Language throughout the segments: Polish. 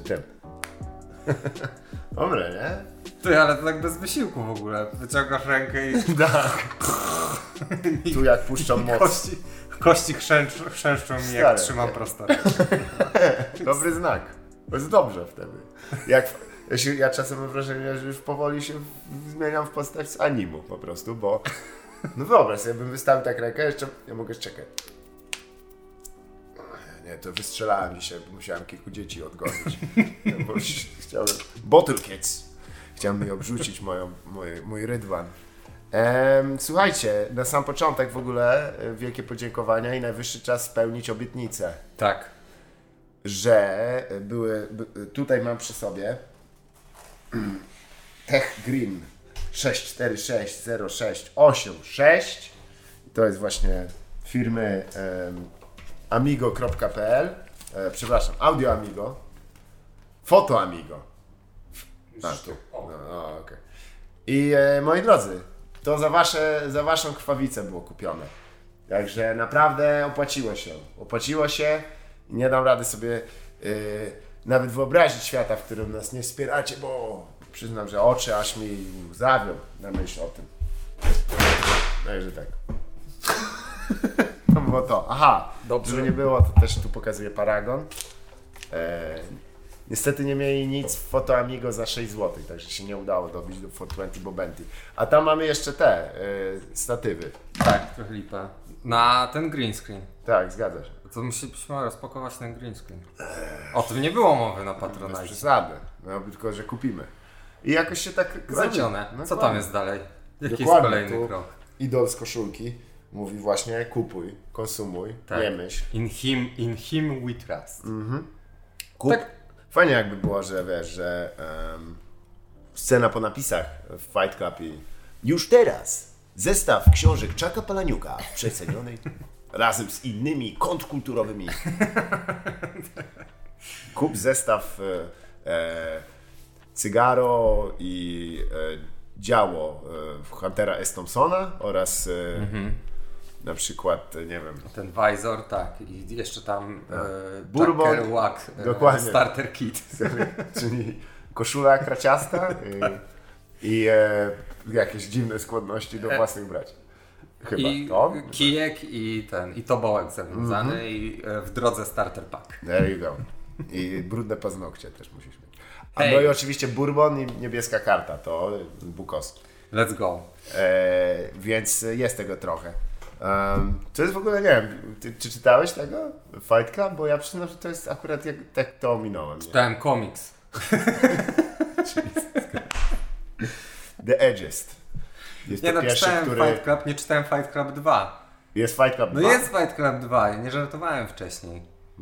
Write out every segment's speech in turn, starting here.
tym. Dobre, nie? Ty, ale to tak bez wysiłku w ogóle. Wyciągasz rękę i... Tak. Tu jak puszczam moc. Kości chrzęszczą mi, jak trzymam prosto. Dobry znak. To jest dobrze wtedy. Ja czasem mam wrażenie, że już powoli się zmieniam w postać z animu po prostu, bo no wyobraź sobie, bym wystawił tak rękę, jeszcze ja mogę czekać. Nie, to wystrzelałem dzisiaj, bo musiałem kilku dzieci odgonić. Bo chciałem... Bottle Kids. Chciałem je obrzucić mój rydwan. Słuchajcie, na sam początek w ogóle wielkie podziękowania i najwyższy czas spełnić obietnicę. Tak. Że tutaj mam przy sobie Tech Green 6460686. To jest właśnie firmy amigo.pl, przepraszam, Audio Amigo, Foto Amigo. Okay. I moi drodzy, to za waszą krwawicę było kupione. Także naprawdę opłaciło się i nie dam rady sobie nawet wyobrazić świata, w którym nas nie wspieracie, bo przyznam, że oczy aż mi zawią na myśl o tym. Także tak. To było to. Aha, dobrze. Żeby nie było, to też tu pokazuję paragon. Niestety nie mieli nic w Foto Amigo za 6 zł, także się nie udało dobić do 420 Bobenti. A tam mamy jeszcze te statywy. Tak, trochę lipa. Na ten green screen. Tak, zgadza się. To musimy rozpakować ten green screen. O tym nie było mowy na Patronite. Bez przesady, no, tylko że kupimy. I jakoś się tak... Zadzione. No, co tam jest dalej? Jaki dokładnie, jest kolejny krok? Idol z koszulki mówi właśnie kupuj, konsumuj, tak. Nie myśl. In him we trust. Kup. Tak. Fajnie jakby było, że wiesz, że scena po napisach w Fight Club i już teraz zestaw książek Chucka Palahniuka w przecenionej razem z innymi kontrkulturowymi. Kup zestaw Cygaro i działo Huntera S. Thompsona oraz na przykład, nie wiem... Ten Visor, tak. I jeszcze tam Bourbon, Wack, dokładnie. Starter Kit. Czyli koszula kraciasta i jakieś dziwne skłonności do własnych braci. Chyba. I to? Kijek i tobołek zawiązany i w drodze starter pack. There you go. I brudne paznokcie też musisz mieć. No i oczywiście bourbon i niebieska karta, to Bukowski. Let's go. Więc jest tego trochę. To jest w ogóle, nie wiem, czy czytałeś tego? Fight Club? Bo ja przyznam, że to jest akurat tak to ominąłem. Czytałem komiks. The Edgest. Jest nie to no, czytałem Fight Club, nie czytałem Fight Club 2. Jest Fight Club 2? No jest Fight Club 2, ja nie żartowałem wcześniej.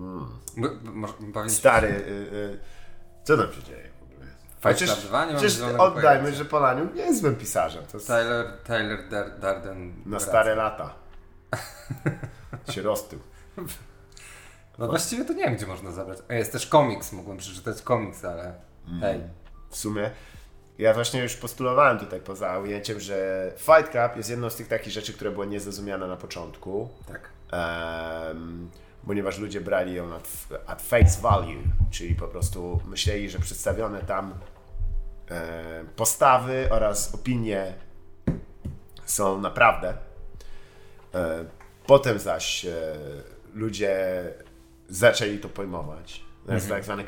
Stary, co tam się dzieje w ogóle? Fight Club 2? Nie mam przecież oddajmy, że Palahniuk nie jest złym pisarzem. To jest Tyler Darden. Na stare lata. się roztył. No właściwie to nie wiem, gdzie można zabrać. Jest też komiks, mogłem przeczytać komiks, ale hej. W sumie ja właśnie już postulowałem tutaj poza ujęciem, że Fight Club jest jedną z tych takich rzeczy, które były niezrozumiane na początku. Tak. Ponieważ ludzie brali ją at face value, czyli po prostu myśleli, że przedstawione tam postawy oraz opinie są naprawdę. Potem zaś ludzie zaczęli to pojmować. To jest tak zwany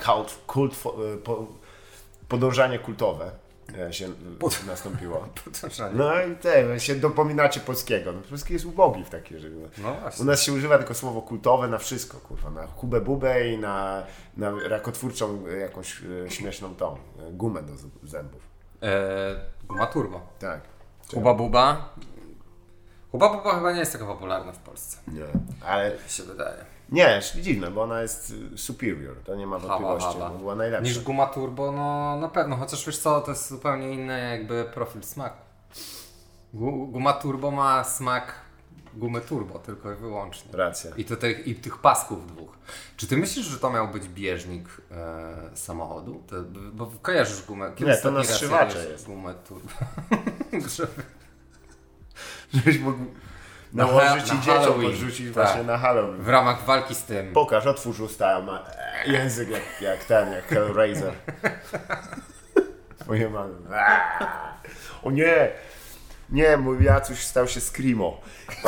podążanie kultowe się nastąpiło. No i się dopominacie polskiego. No, polski jest ubogi w takiej rzeczy. No u nas się używa tylko słowo kultowe na wszystko, kurwa. Na hubę bubę i na rakotwórczą jakąś śmieszną tą gumę do zębów. Guma turbo. Tak. Huba buba. Huba buba chyba nie jest taka popularna w Polsce. Nie, ale... się wydaje. Nie, dziwne, bo ona jest superior, to nie ma wątpliwości, bo była najlepsza. Niż guma turbo, no na pewno, chociaż wiesz co, to jest zupełnie inny jakby profil smaku. Guma turbo ma smak gumy turbo, tylko i wyłącznie. Racja. I tych pasków dwóch. Czy ty myślisz, że to miał być bieżnik samochodu? Bo kojarzysz gumę. Nie, to na strzywacze jest. Gumę turbo. Żebyś mógł nałożyć i dzieciom podrzucić właśnie na Halloween. W ramach walki z tym. Pokaż, otwórz usta. Język jak Hellraiser. Moje mamy. O nie! Nie, mój Jacuś stał się Screamo.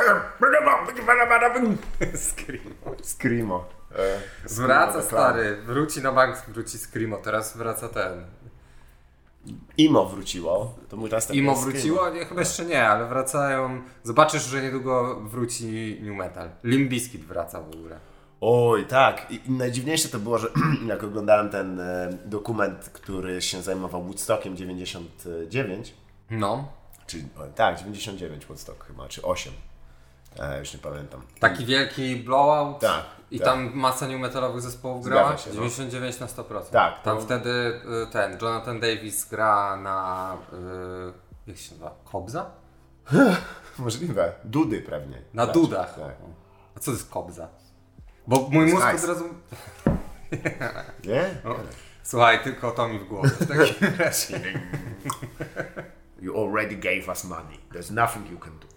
Screamo. Wraca stary, wróci na bank, wróci Screamo, teraz wraca ten. Imo wróciło. To mój następny Imo Screamo. wróciło? Nie, chyba jeszcze nie, ale wracają. Zobaczysz, że niedługo wróci New Metal. Limp Bizkit wraca w ogóle. Oj, tak. I najdziwniejsze to było, że jak oglądałem ten dokument, który się zajmował Woodstockiem 99, No. czy tak, 99 Woodstock chyba, czy 8. Już nie pamiętam. Taki wielki blowout. Tak. I tak. tam masa new metalowych zespołów grała? Zgadza się, 99 na 100%. Tak, Tam to- wtedy ten Jonathan Davis gra na jak się nazywa? Kobza? Możliwe. Dudy pewnie. Na Tak, dudach. Tak. A co to jest kobza? Bo mój mózg nice. od razu... Nie? Słuchaj, tylko to mi w głowie. W takim razie. You already gave us money. There's nothing you can do.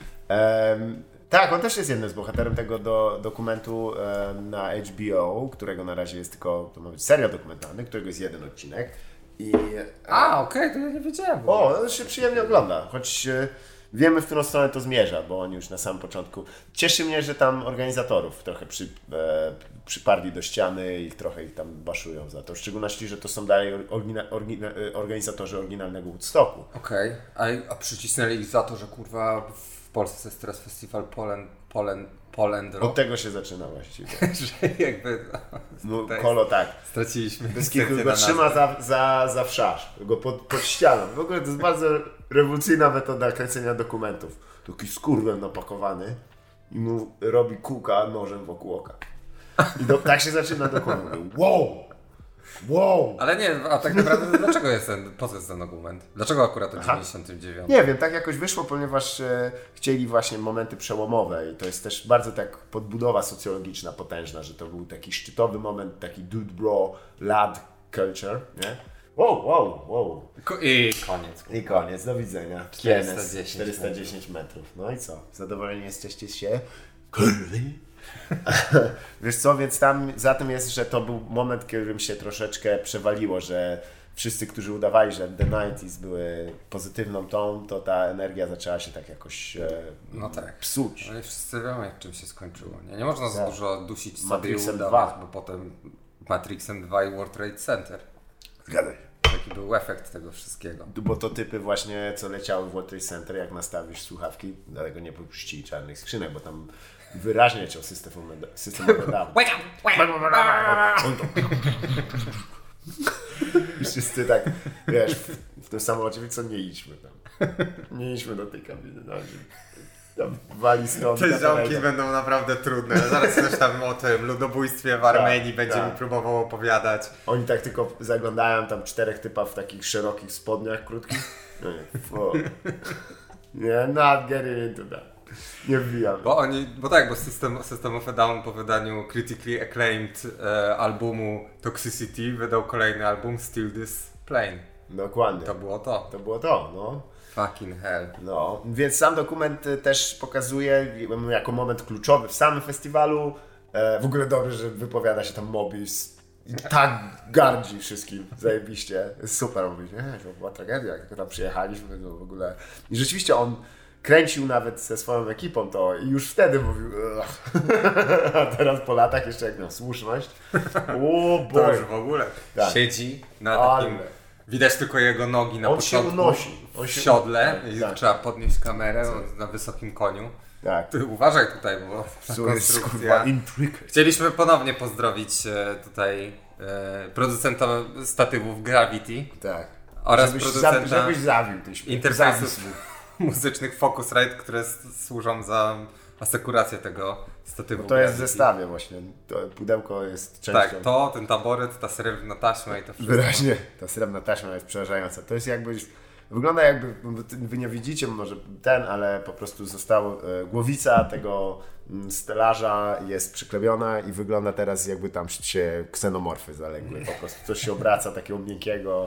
Tak, on też jest jednym z bohaterem tego dokumentu na HBO, którego na razie jest tylko, to ma być serial dokumentalny, którego jest jeden odcinek. I, Okej, to ja nie wiedziałem. to się przyjemnie ogląda, choć wiemy, w którą stronę to zmierza, bo oni już na samym początku... Cieszy mnie, że tam organizatorów trochę przyparli do ściany i trochę ich tam baszują za to. W szczególności, że to są dalej organizatorzy oryginalnego Woodstocku. Okej, a przycisnęli ich za to, że kurwa w Polsce jest teraz festiwal Poland Rock. Od tego się zaczyna właściwie. Że jakby No, tutaj Kolo tak. straciliśmy Bez kitu sekcję go na trzyma nazwę. za wszarz, go pod ścianą. W ogóle to jest bardzo rewolucyjna metoda kręcenia dokumentów. Taki skurwem napakowany i mu robi kółka nożem wokół oka. I tak się zaczyna dokument. Wow! Wow! Ale nie, a tak naprawdę dlaczego jest po co jest ten dokument? Dlaczego akurat o 99? Nie wiem, tak jakoś wyszło, ponieważ chcieli właśnie momenty przełomowe i to jest też bardzo tak podbudowa socjologiczna potężna, że to był taki szczytowy moment, taki dude bro, lad culture, nie? Wow. I koniec. I koniec, do widzenia. 410 metrów. No i co? Zadowoleni jesteście się? Kurwy. Wiesz co, więc tam za tym jest, że to był moment, w którym się troszeczkę przewaliło, że wszyscy, którzy udawali, że The 90s były pozytywną tą, to ta energia zaczęła się tak jakoś No tak. psuć. No i wszyscy wiemy, jak czym się skończyło. Nie można za Tak. dużo dusić sobie i Matrixem udawać, 2. bo potem Matrixem 2 i World Trade Center. Zgadza się. Taki był efekt tego wszystkiego. Bo to typy właśnie, co leciały w World Trade Center, jak nastawisz słuchawki, dlatego nie popuścili czarnych skrzynek, bo tam wyraźnie leciał system down. I wszyscy tak, wiesz, w tym samolocie, co nie idźmy tam. Nie idźmy do tej kabiny. No, tam wali stąd. Te ziomki będą naprawdę trudne. Zaraz coś tam o tym ludobójstwie w Armenii będzie mi próbował opowiadać. Oni tak tylko zaglądają, tam 4 typa w takich szerokich spodniach krótkich. No nie, nie, not getting into that. Nie wbijamy. Bo System of a Down po wydaniu critically acclaimed albumu Toxicity wydał kolejny album Still This Plane. Dokładnie. To było to. To było to, no. Fucking hell. No, więc sam dokument też pokazuje jako moment kluczowy w samym festiwalu. W ogóle dobrze, że wypowiada się tam Mobius. Tak gardzi wszystkim, zajebiście. Jest super, mówić, nie? To była tragedia, jak tylko tam przyjechaliśmy, to w ogóle... I rzeczywiście on kręcił nawet ze swoją ekipą to i już wtedy mówił a teraz po latach jeszcze jak miał słuszność. O To Boże. już w ogóle Tak. siedzi na Ale- takim... Widać tylko jego nogi na On się początku unosi. w siodle i tak. trzeba podnieść kamerę na wysokim koniu. Tak. Ty uważaj tutaj, bo ta To jest kurwa konstrukcja... intricate. Chcieliśmy ponownie pozdrowić tutaj producenta statywów Gravity Tak. oraz Żebyś zawił ty śmiech. interfejsów Zawisł. muzycznych Focusrite, które służą za asekurację tego statywu. To jest w Gravity. zestawie właśnie. To pudełko jest częścią. Tak, to, ten taboret, ta srebrna taśma i to wszystko. Wyraźnie. Ta srebrna taśma jest przerażająca. To jest jakby... Wygląda jakby... Wy nie widzicie może ale po prostu została głowica tego stelaża jest przyklepiona i wygląda teraz jakby tam się ksenomorfy zaległy. Po prostu coś się obraca takiego miękkiego,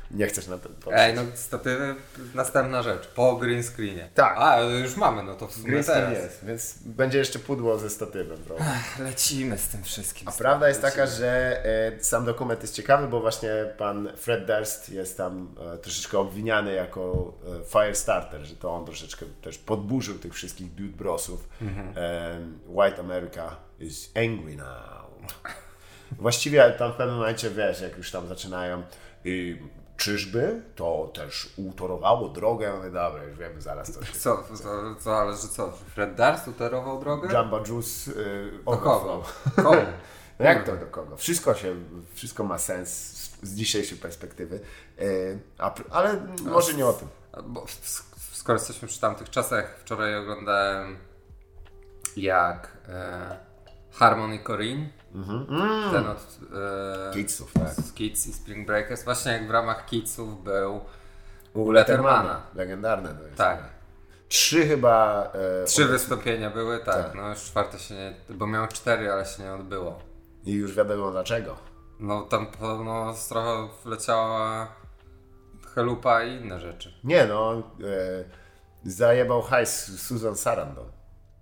Nie chcesz na to patrzeć. Ej, no statywy, następna rzecz, po green screenie. Tak. A, już mamy, no to w sumie Green screen teraz. jest, więc będzie jeszcze pudło ze statywem, prawda? Lecimy z tym wszystkim. A prawda jest taka, że sam dokument jest ciekawy, bo właśnie pan Fred Durst jest tam troszeczkę obwiniany jako Firestarter, że to on troszeczkę też podburzył tych wszystkich dude brosów. White America is angry now. Właściwie tam w pewnym momencie, wiesz, jak już tam zaczynają czyżby to też utorowało drogę? No dobra, już wiemy zaraz co się... Ale że co? Fred Durst utorował drogę? Jamba Juice Do kogo? Komu? No jak to do kogo? Wszystko ma sens z dzisiejszej perspektywy, ale może nie o tym. Bo skoro jesteśmy przy tamtych czasach, wczoraj oglądałem jak Harmon i Corinne, ten od Kidsów, tak. z Kids i Spring Breakers, właśnie jak w ramach Kidsów był U Lettermana. Legendarne to jest. Tak. 3 chyba... 3 wystąpienia były, tak. Tak. No już 4 się nie... Bo miał 4, ale się nie odbyło. I już wiadomo dlaczego. No tam no, trochę wleciała chalupa i inne rzeczy. Nie no, zajebał hajs Susan Sarandon.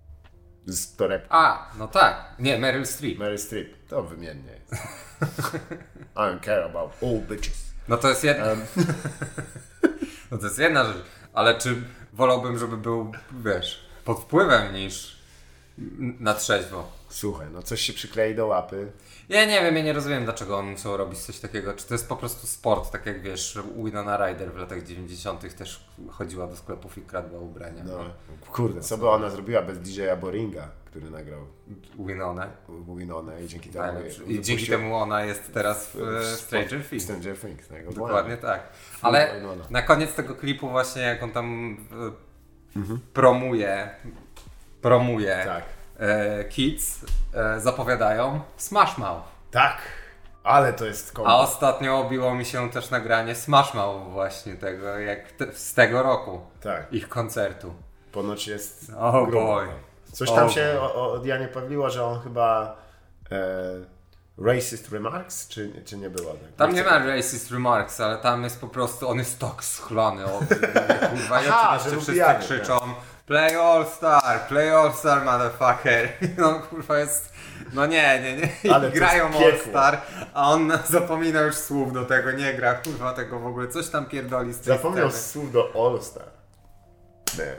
Z torebki. A, no tak. Nie, Meryl Streep. Mary Streep. To wymiennie jest. I don't care about all bitches. No to jest jedna... no to jest jedna rzecz. Ale czy wolałbym, żeby był, wiesz, pod wpływem niż na trzeźwo? Słuchaj, no coś się przyklei do łapy. Ja nie wiem, ja nie rozumiem, dlaczego on musiał robić coś takiego. Czy to jest po prostu sport, tak jak wiesz, Winona Ryder w latach 90. też chodziła do sklepów i kradła ubrania. No, kurde, co by ona zrobiła bez DJ-a Boringa, który nagrał Winonę. Winonę i dzięki temu... Tak, i dzięki temu ona jest teraz w Stranger Things. Stranger Things, tak. Dokładnie tak. Ale Winona. na koniec tego klipu właśnie, jak on tam promuje Tak. Kids, zapowiadają Smash Mouth. Tak, ale to jest kombo. A ostatnio obiło mi się też nagranie Smash Mouth właśnie tego, z tego roku. Tak, Ich koncertu. ponoć jest Oh grubo. boy. Coś tam się od Janie Pawliło, że on chyba racist remarks, czy nie było tak? Tam nie ma racist remarks, ale tam jest po prostu, on jest tak schlany. Kurwa, i Aha, oczywiście że wszyscy lubiany, krzyczą play all star motherfucker. No kurwa jest, no nie. I Ale to grają jest all piekło. star, a on zapomina już słów do tego, nie gra kurwa tego w ogóle, coś tam pierdoli z tej Zapomniał sceny. słów do All Star. Nie.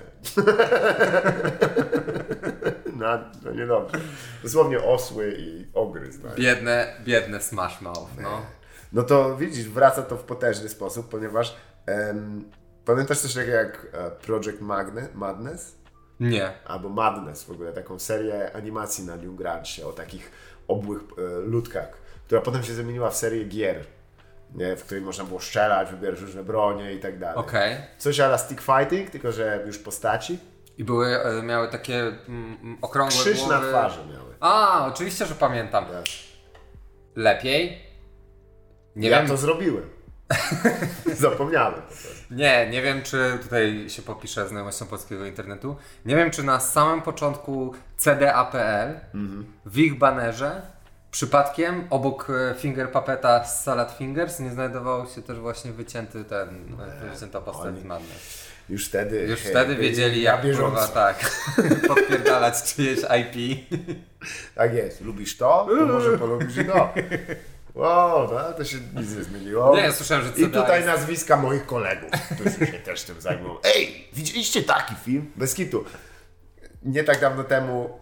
No niedobrze. Dosłownie osły i ogry. Tak? Biedne Smash Mouth, no. No to widzisz, wraca to w potężny sposób, ponieważ pamiętasz coś takiego jak Project Madness? Nie. Albo Madness, w ogóle taką serię animacji na Newgroundzie o takich obłych ludkach, która potem się zamieniła w serię gier, nie? W której można było strzelać, wybierać różne bronie i tak dalej. Okej. Coś ala stick fighting, tylko że już postaci. I miały takie okrągłe Krzyż głowy. na twarzy miały. A, oczywiście, że pamiętam. Tak. Lepiej? Nie Ja wiem. to zrobiłem. Zapomniałem po prostu. Nie wiem, czy tutaj się popiszę znajomością polskiego internetu. Nie wiem, czy na samym początku CDA.pl w ich banerze przypadkiem obok Finger Puppeta z Salad Fingers nie znajdował się też właśnie wycięta postać z Madness. Już wtedy, Wtedy wiedzieli, jak bieżąco. kurwa tak podpierdalać czyjeś IP. Tak jest. Lubisz to? To może polubisz i to. Wow, no, to się nic nie zmieniło. Nie, ja słyszałem, że I CDA tutaj jest... nazwiska moich kolegów, którzy się też tym zajmują. Ej, widzieliście taki film? Bez kitu. Nie tak dawno temu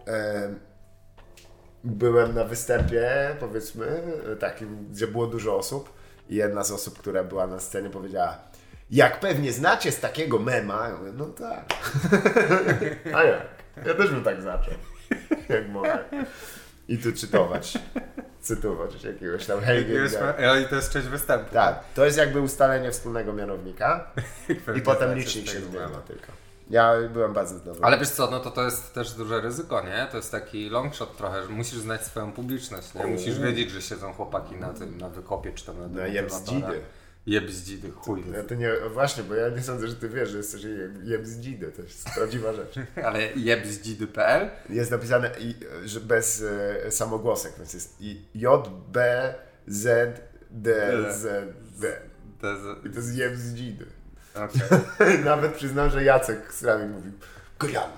byłem na występie, powiedzmy, takim, gdzie było dużo osób. I jedna z osób, która była na scenie, powiedziała: jak pewnie znacie z takiego mema. Ja mówię, no tak. A jak? Ja też bym tak zaczął. Jak mogę. I tu cytować jakiegoś tam I to jest część występu. Tak, to jest jakby ustalenie wspólnego mianownika i potem licznik się zmienia tylko. Ja byłem bardzo zadowolony. Ale wiesz co, no to jest też duże ryzyko, nie? To jest taki long shot trochę, że musisz znać swoją publiczność, nie? Musisz wiedzieć, że siedzą chłopaki na tym, na wykopie czy tam na jebzdzidy. Jebzdzidy, chuj. Ja to nie, właśnie, bo ja nie sądzę, że ty wiesz, że jesteś jebzdzidy, to jest prawdziwa rzecz. Ale jebzdzidy.pl? Jest napisane, że bez samogłosek, więc jest JBZDZD. I to jest jem z dzidy. Okay. Nawet przyznam, że Jacek z nami mówił, genialna.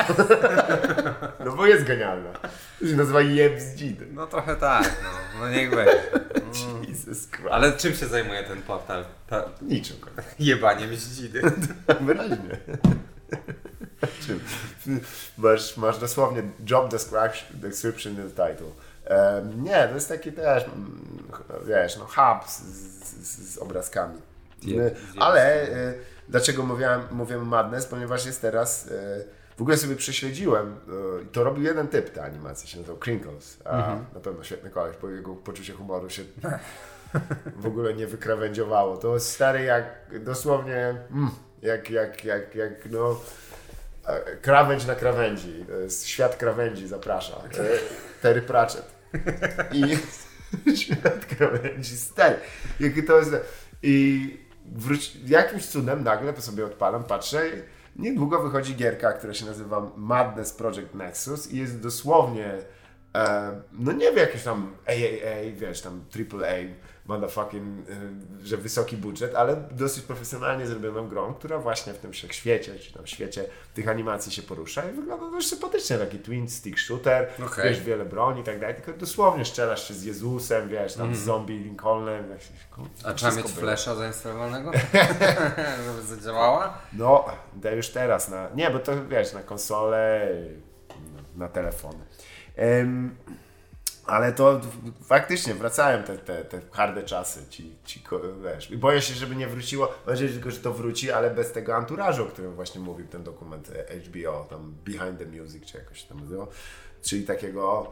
No bo jest genialna. To się nazywa jem z dzidy. No trochę tak, no niech będzie. Jesus Christ. Ale czym się zajmuje ten portal? Niczym. Jebaniem z dzidy. Wyraźnie. Czym? Masz dosłownie job description in the title. Nie, to jest taki też, wiesz, hub z obrazkami. Ale dlaczego mówię Madness? Ponieważ jest teraz, w ogóle sobie prześledziłem, to robił jeden typ te animacje, się nazywał Crinkles, na pewno świetny koleś, bo jego poczucie humoru się w ogóle nie wykrawędziowało. To jest stary jak, dosłownie, jak no, krawędź na krawędzi, świat krawędzi zaprasza, Terry Pratchett i świat krawędzi, stary, jakie to jest, i jakimś cudem nagle to sobie odpalam, patrzę, niedługo wychodzi gierka, która się nazywa Madness Project Nexus i jest dosłownie, no nie wiem, jakieś tam AAA, wiesz, tam AAA, motherfucking, że wysoki budżet, ale dosyć profesjonalnie zrobioną grą, która właśnie w tym wszechświecie, czy tam świecie tych animacji się porusza i wygląda dość sympatycznie, taki twin stick shooter, wiesz, wiele broni i tak dalej, tylko dosłownie strzelasz się z Jezusem, wiesz, tam z zombie Lincolnem. A trzeba mieć Flasha zainstalowanego? Żeby zadziałała? No, już teraz, nie, bo to wiesz, na konsolę, na telefony. Ale to faktycznie wracają te harde czasy, wiesz. I boję się, żeby nie wróciło, mam nadzieję tylko, że to wróci, ale bez tego anturażu, o którym właśnie mówił ten dokument HBO, tam Behind the Music, czy jakoś tam nazywa, czyli takiego,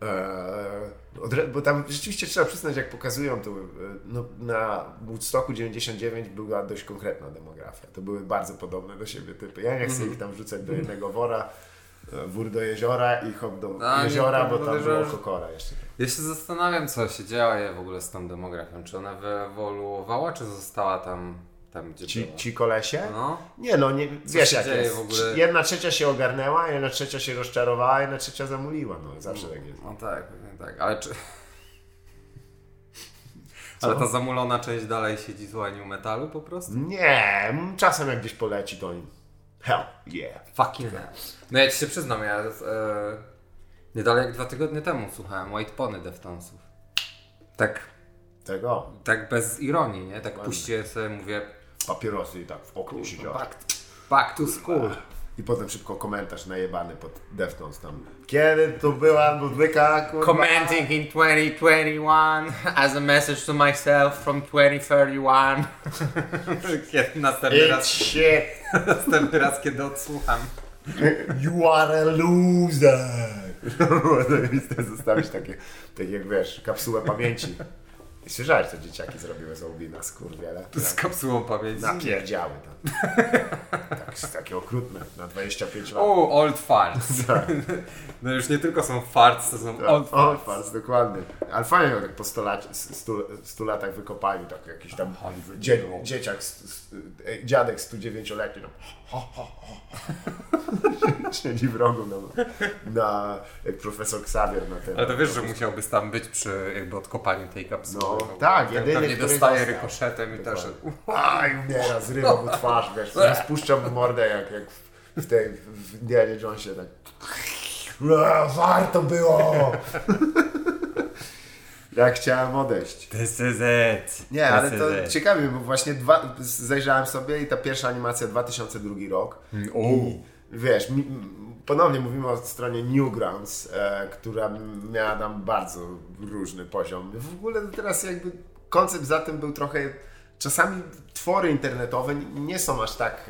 bo tam rzeczywiście trzeba przyznać, jak pokazują to, no, na Woodstocku 99 była dość konkretna demografia, to były bardzo podobne do siebie typy, ja nie chcę ich tam wrzucać do jednego wora, wór do jeziora i hop do jeziora, bo tam było kokora jeszcze. Ja się zastanawiam, co się dzieje w ogóle z tą demografią. Czy ona wyewoluowała, czy została tam gdzie była? Ci kolesie? No. Nie, wiesz jak jest. W ogóle? 1/3 się ogarnęła, 1/3 się rozczarowała, 1/3 zamuliła. No zawsze tak jest. No tak, pewnie tak. Ale czy... Ale ta zamulona część dalej siedzi w new metalu po prostu? Nie, czasem jak gdzieś poleci, to hell yeah. Fucking hell. No ja ci się przyznam, ja niedaleko jak 2 tygodnie temu słuchałem White Pony Deftonesów. Tak bez ironii, nie? Tak puściłem sobie, mówię... Papierosy i tak w oknie siedział. Back to school. I potem szybko komentarz najebany pod Deftones tam. Kiedy to była muzyka, kurwa? Commenting in 2021 as a message to myself from 2031. Następny raz, kiedy odsłucham. You are a loser! Zostawić takie, jak wiesz, kapsułę pamięci. I słyszałeś, co dzieciaki zrobiły z Ołbina, skurwiele? Z kapsułą pamięci? Napierdziały tam. Takie okrutne, na 25 lat. Old farts. No już nie tylko są farts, to są old farts. Dokładnie. Ale fajnie, tak po 100 latach wykopali, tak jakiś tam dzieciak, dziadek 109-letni, siedzi w rogu jak profesor Xavier na tym. Ale to wiesz, że musiałbyś tam być przy jakby odkopaniu tej kapsuły. No tak, jedyny, nie dostaje rykoszetem i też... Aj, umiera, zrywa mu twarz, wiesz, rozpuszczam mu mordę jak w Indianie Jonesie, tak. Warto było! Ja chciałem odejść. This is it. Nie, ale to ciekawie, bo właśnie zajrzałem sobie i ta pierwsza animacja 2002 rok. I wiesz, ponownie mówimy o stronie Newgrounds, która miała tam bardzo różny poziom. W ogóle teraz jakby koncept za tym był trochę... Czasami twory internetowe nie są aż tak...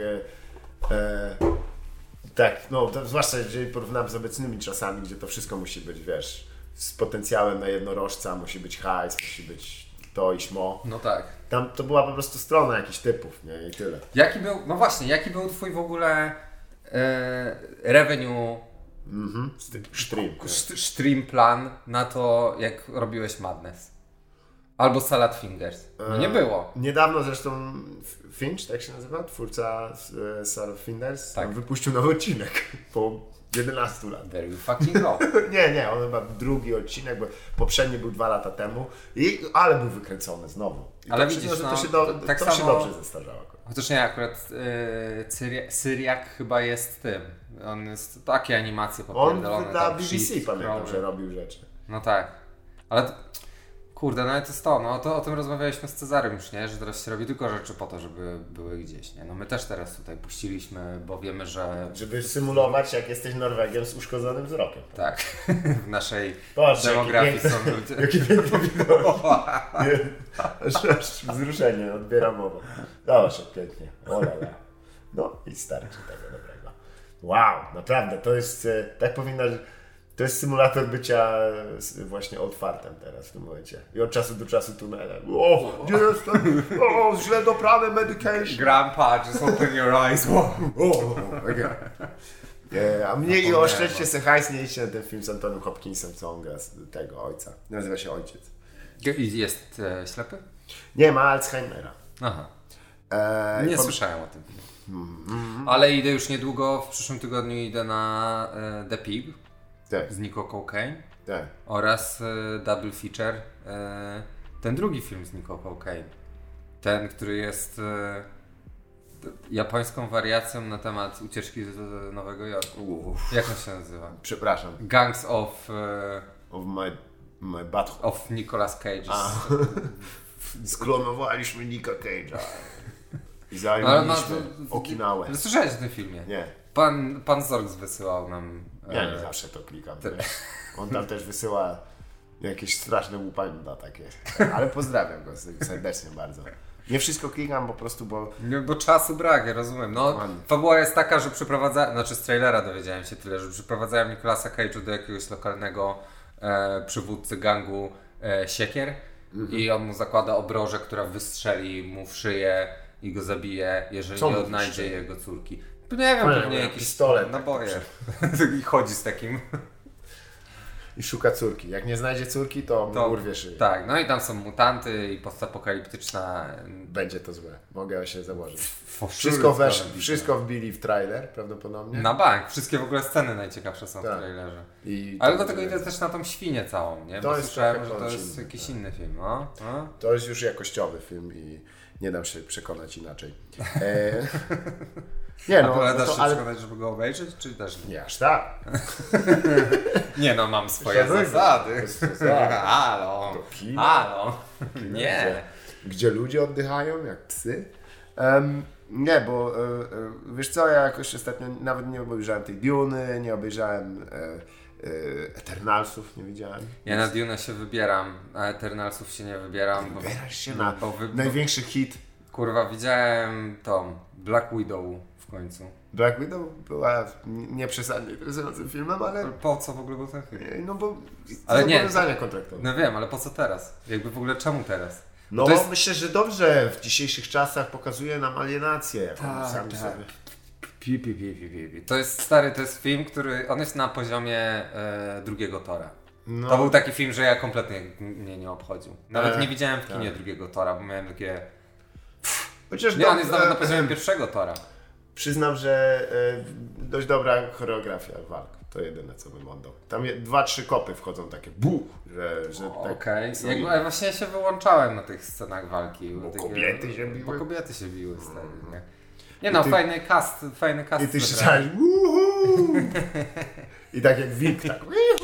zwłaszcza jeżeli porównamy z obecnymi czasami, gdzie to wszystko musi być, wiesz, z potencjałem na jednorożca, musi być hajs, musi być to i śmo. No tak. Tam to była po prostu strona jakichś typów, nie? I tyle. Jaki był twój w ogóle revenue stream plan na to, jak robiłeś Madness? Albo Salad Fingers. No nie było. Niedawno zresztą Finch, tak się nazywa, twórca Salad Fingers, tak. Wypuścił nowy odcinek po 11 lat. There you fucking go. Nie, on chyba drugi odcinek, bo poprzedni był 2 lata temu, ale był wykręcony znowu. I Ale to widzisz, przyznam, że tak to samo... się dobrze zestarzało. Chociaż nie, akurat Syriak chyba jest tym. On jest takie animacje popierdolone. On dla tam, BBC Shift, pamiętam, Crawler. że robił rzeczy. No tak. Ale kurde, no i to jest to. No to o tym rozmawialiśmy z Cezarym już, nie? Że teraz się robi tylko rzeczy po to, żeby były gdzieś, nie? No my też teraz tutaj puściliśmy, bo wiemy, że... Żeby symulować, jak jesteś Norwegiem z uszkodzonym wzrokiem. Tak. W naszej Patrz, demografii jaki są ludzie. Jaki piękny widok. Aż wzruszenie, odbieram mowę. Dobrze, pięknie. Olala. No i starczy tego dobrego. Wow, naprawdę, to jest, tak powinno, to jest symulator bycia właśnie old fartem teraz w tym momencie. I od czasu do czasu tunelem. O, gdzie jestem? O, źle dobrane medication. Grandpa, just open your eyes. A mnie i oszczędźcie se hajs, nie idźcie na ten film z Antonym Hopkinsem, co on gra z tego ojca. Nazywa się Ojciec. I jest ślepy? Nie, ma Alzheimera. Aha. Nie słyszałem o tym. Ale idę już niedługo, w przyszłym tygodniu idę na The Pig z Nico Cocaine oraz double feature, ten drugi film z Nico Cocaine. Ten, który jest japońską wariacją na temat ucieczki z Nowego Jorku. Jak on się nazywa? Przepraszam. Gangs of my butthole. of Nicolas Cage. Sklonowaliśmy Nika Cage'a. I zajmowaliśmy Okinawę. Ale słyszałeś o tym filmie? Nie. Pan Zorgs wysyłał nam... Ja nie zawsze to klikam. On tam też wysyła jakieś straszne łupanda takie. Ale pozdrawiam go serdecznie bardzo. Nie wszystko klikam po prostu, bo czasu brak, ja rozumiem. No, fabuła jest taka, że z trailera dowiedziałem się tyle, że przyprowadzają Nicolasa Cage'a do jakiegoś lokalnego przywódcy gangu siekier i on mu zakłada obrożę, która wystrzeli mu w szyję i go zabije, jeżeli nie odnajdzie jego córki. Nie wiem, pewnie jakiś pistolet. Naboje. I chodzi z takim... I szuka córki. Jak nie znajdzie córki, to urwie szyję. Tak, no i tam są mutanty i postapokaliptyczna... Będzie to złe. Mogę się założyć. Wszystko wbili w trailer prawdopodobnie. Na bank. Wszystkie w ogóle sceny najciekawsze są w trailerze. Ale dlatego idę też na tą świnię całą, nie? Bo słyszałem, że to jest jakiś inny film. No? To jest już jakościowy film i nie dam się przekonać inaczej. Nie, no, ale dasz się przekonać, żeby go obejrzeć, czy też nie? Nie aż tak. Nie no, mam swoje zasady. Halo. Nie. Gdzie ludzie oddychają jak psy. Nie, bo wiesz co, ja jakoś ostatnio nawet nie obejrzałem tej Duny, nie obejrzałem Eternalsów, nie widziałem. Ja na Dune się wybieram, a Eternalsów się nie wybieram. Wybierasz się na największy hit. Kurwa, widziałem tą Black Widow w końcu. Black Widow była nieprzesadnie interesującym filmem, ale... Po co w ogóle był ten film? No bo ale nie, zobowiązania kontraktowe. No wiem, ale po co teraz? Jakby w ogóle czemu teraz? No myślę, że dobrze w dzisiejszych czasach pokazuje nam alienację. Sami sobie. To jest stary, to jest film, który, on jest na poziomie drugiego Tora. No. To był taki film, że ja kompletnie mnie nie obchodził. Nawet nie widziałem w kinie drugiego Tora, bo miałem takie... Nie, on jest nawet na poziomie pierwszego Tora. Przyznam, że dość dobra choreografia walk. To jedyne, co bym oddał. Tam 2-3 kopy wchodzą takie buch, że tak... Okej. Właśnie ja się wyłączałem na tych scenach walki. Bo kobiety się biły. Bo kobiety się biły, stary, nie? Nie no, fajny cast. I ty krzyczałeś wuhu! I tak jak wilk, tak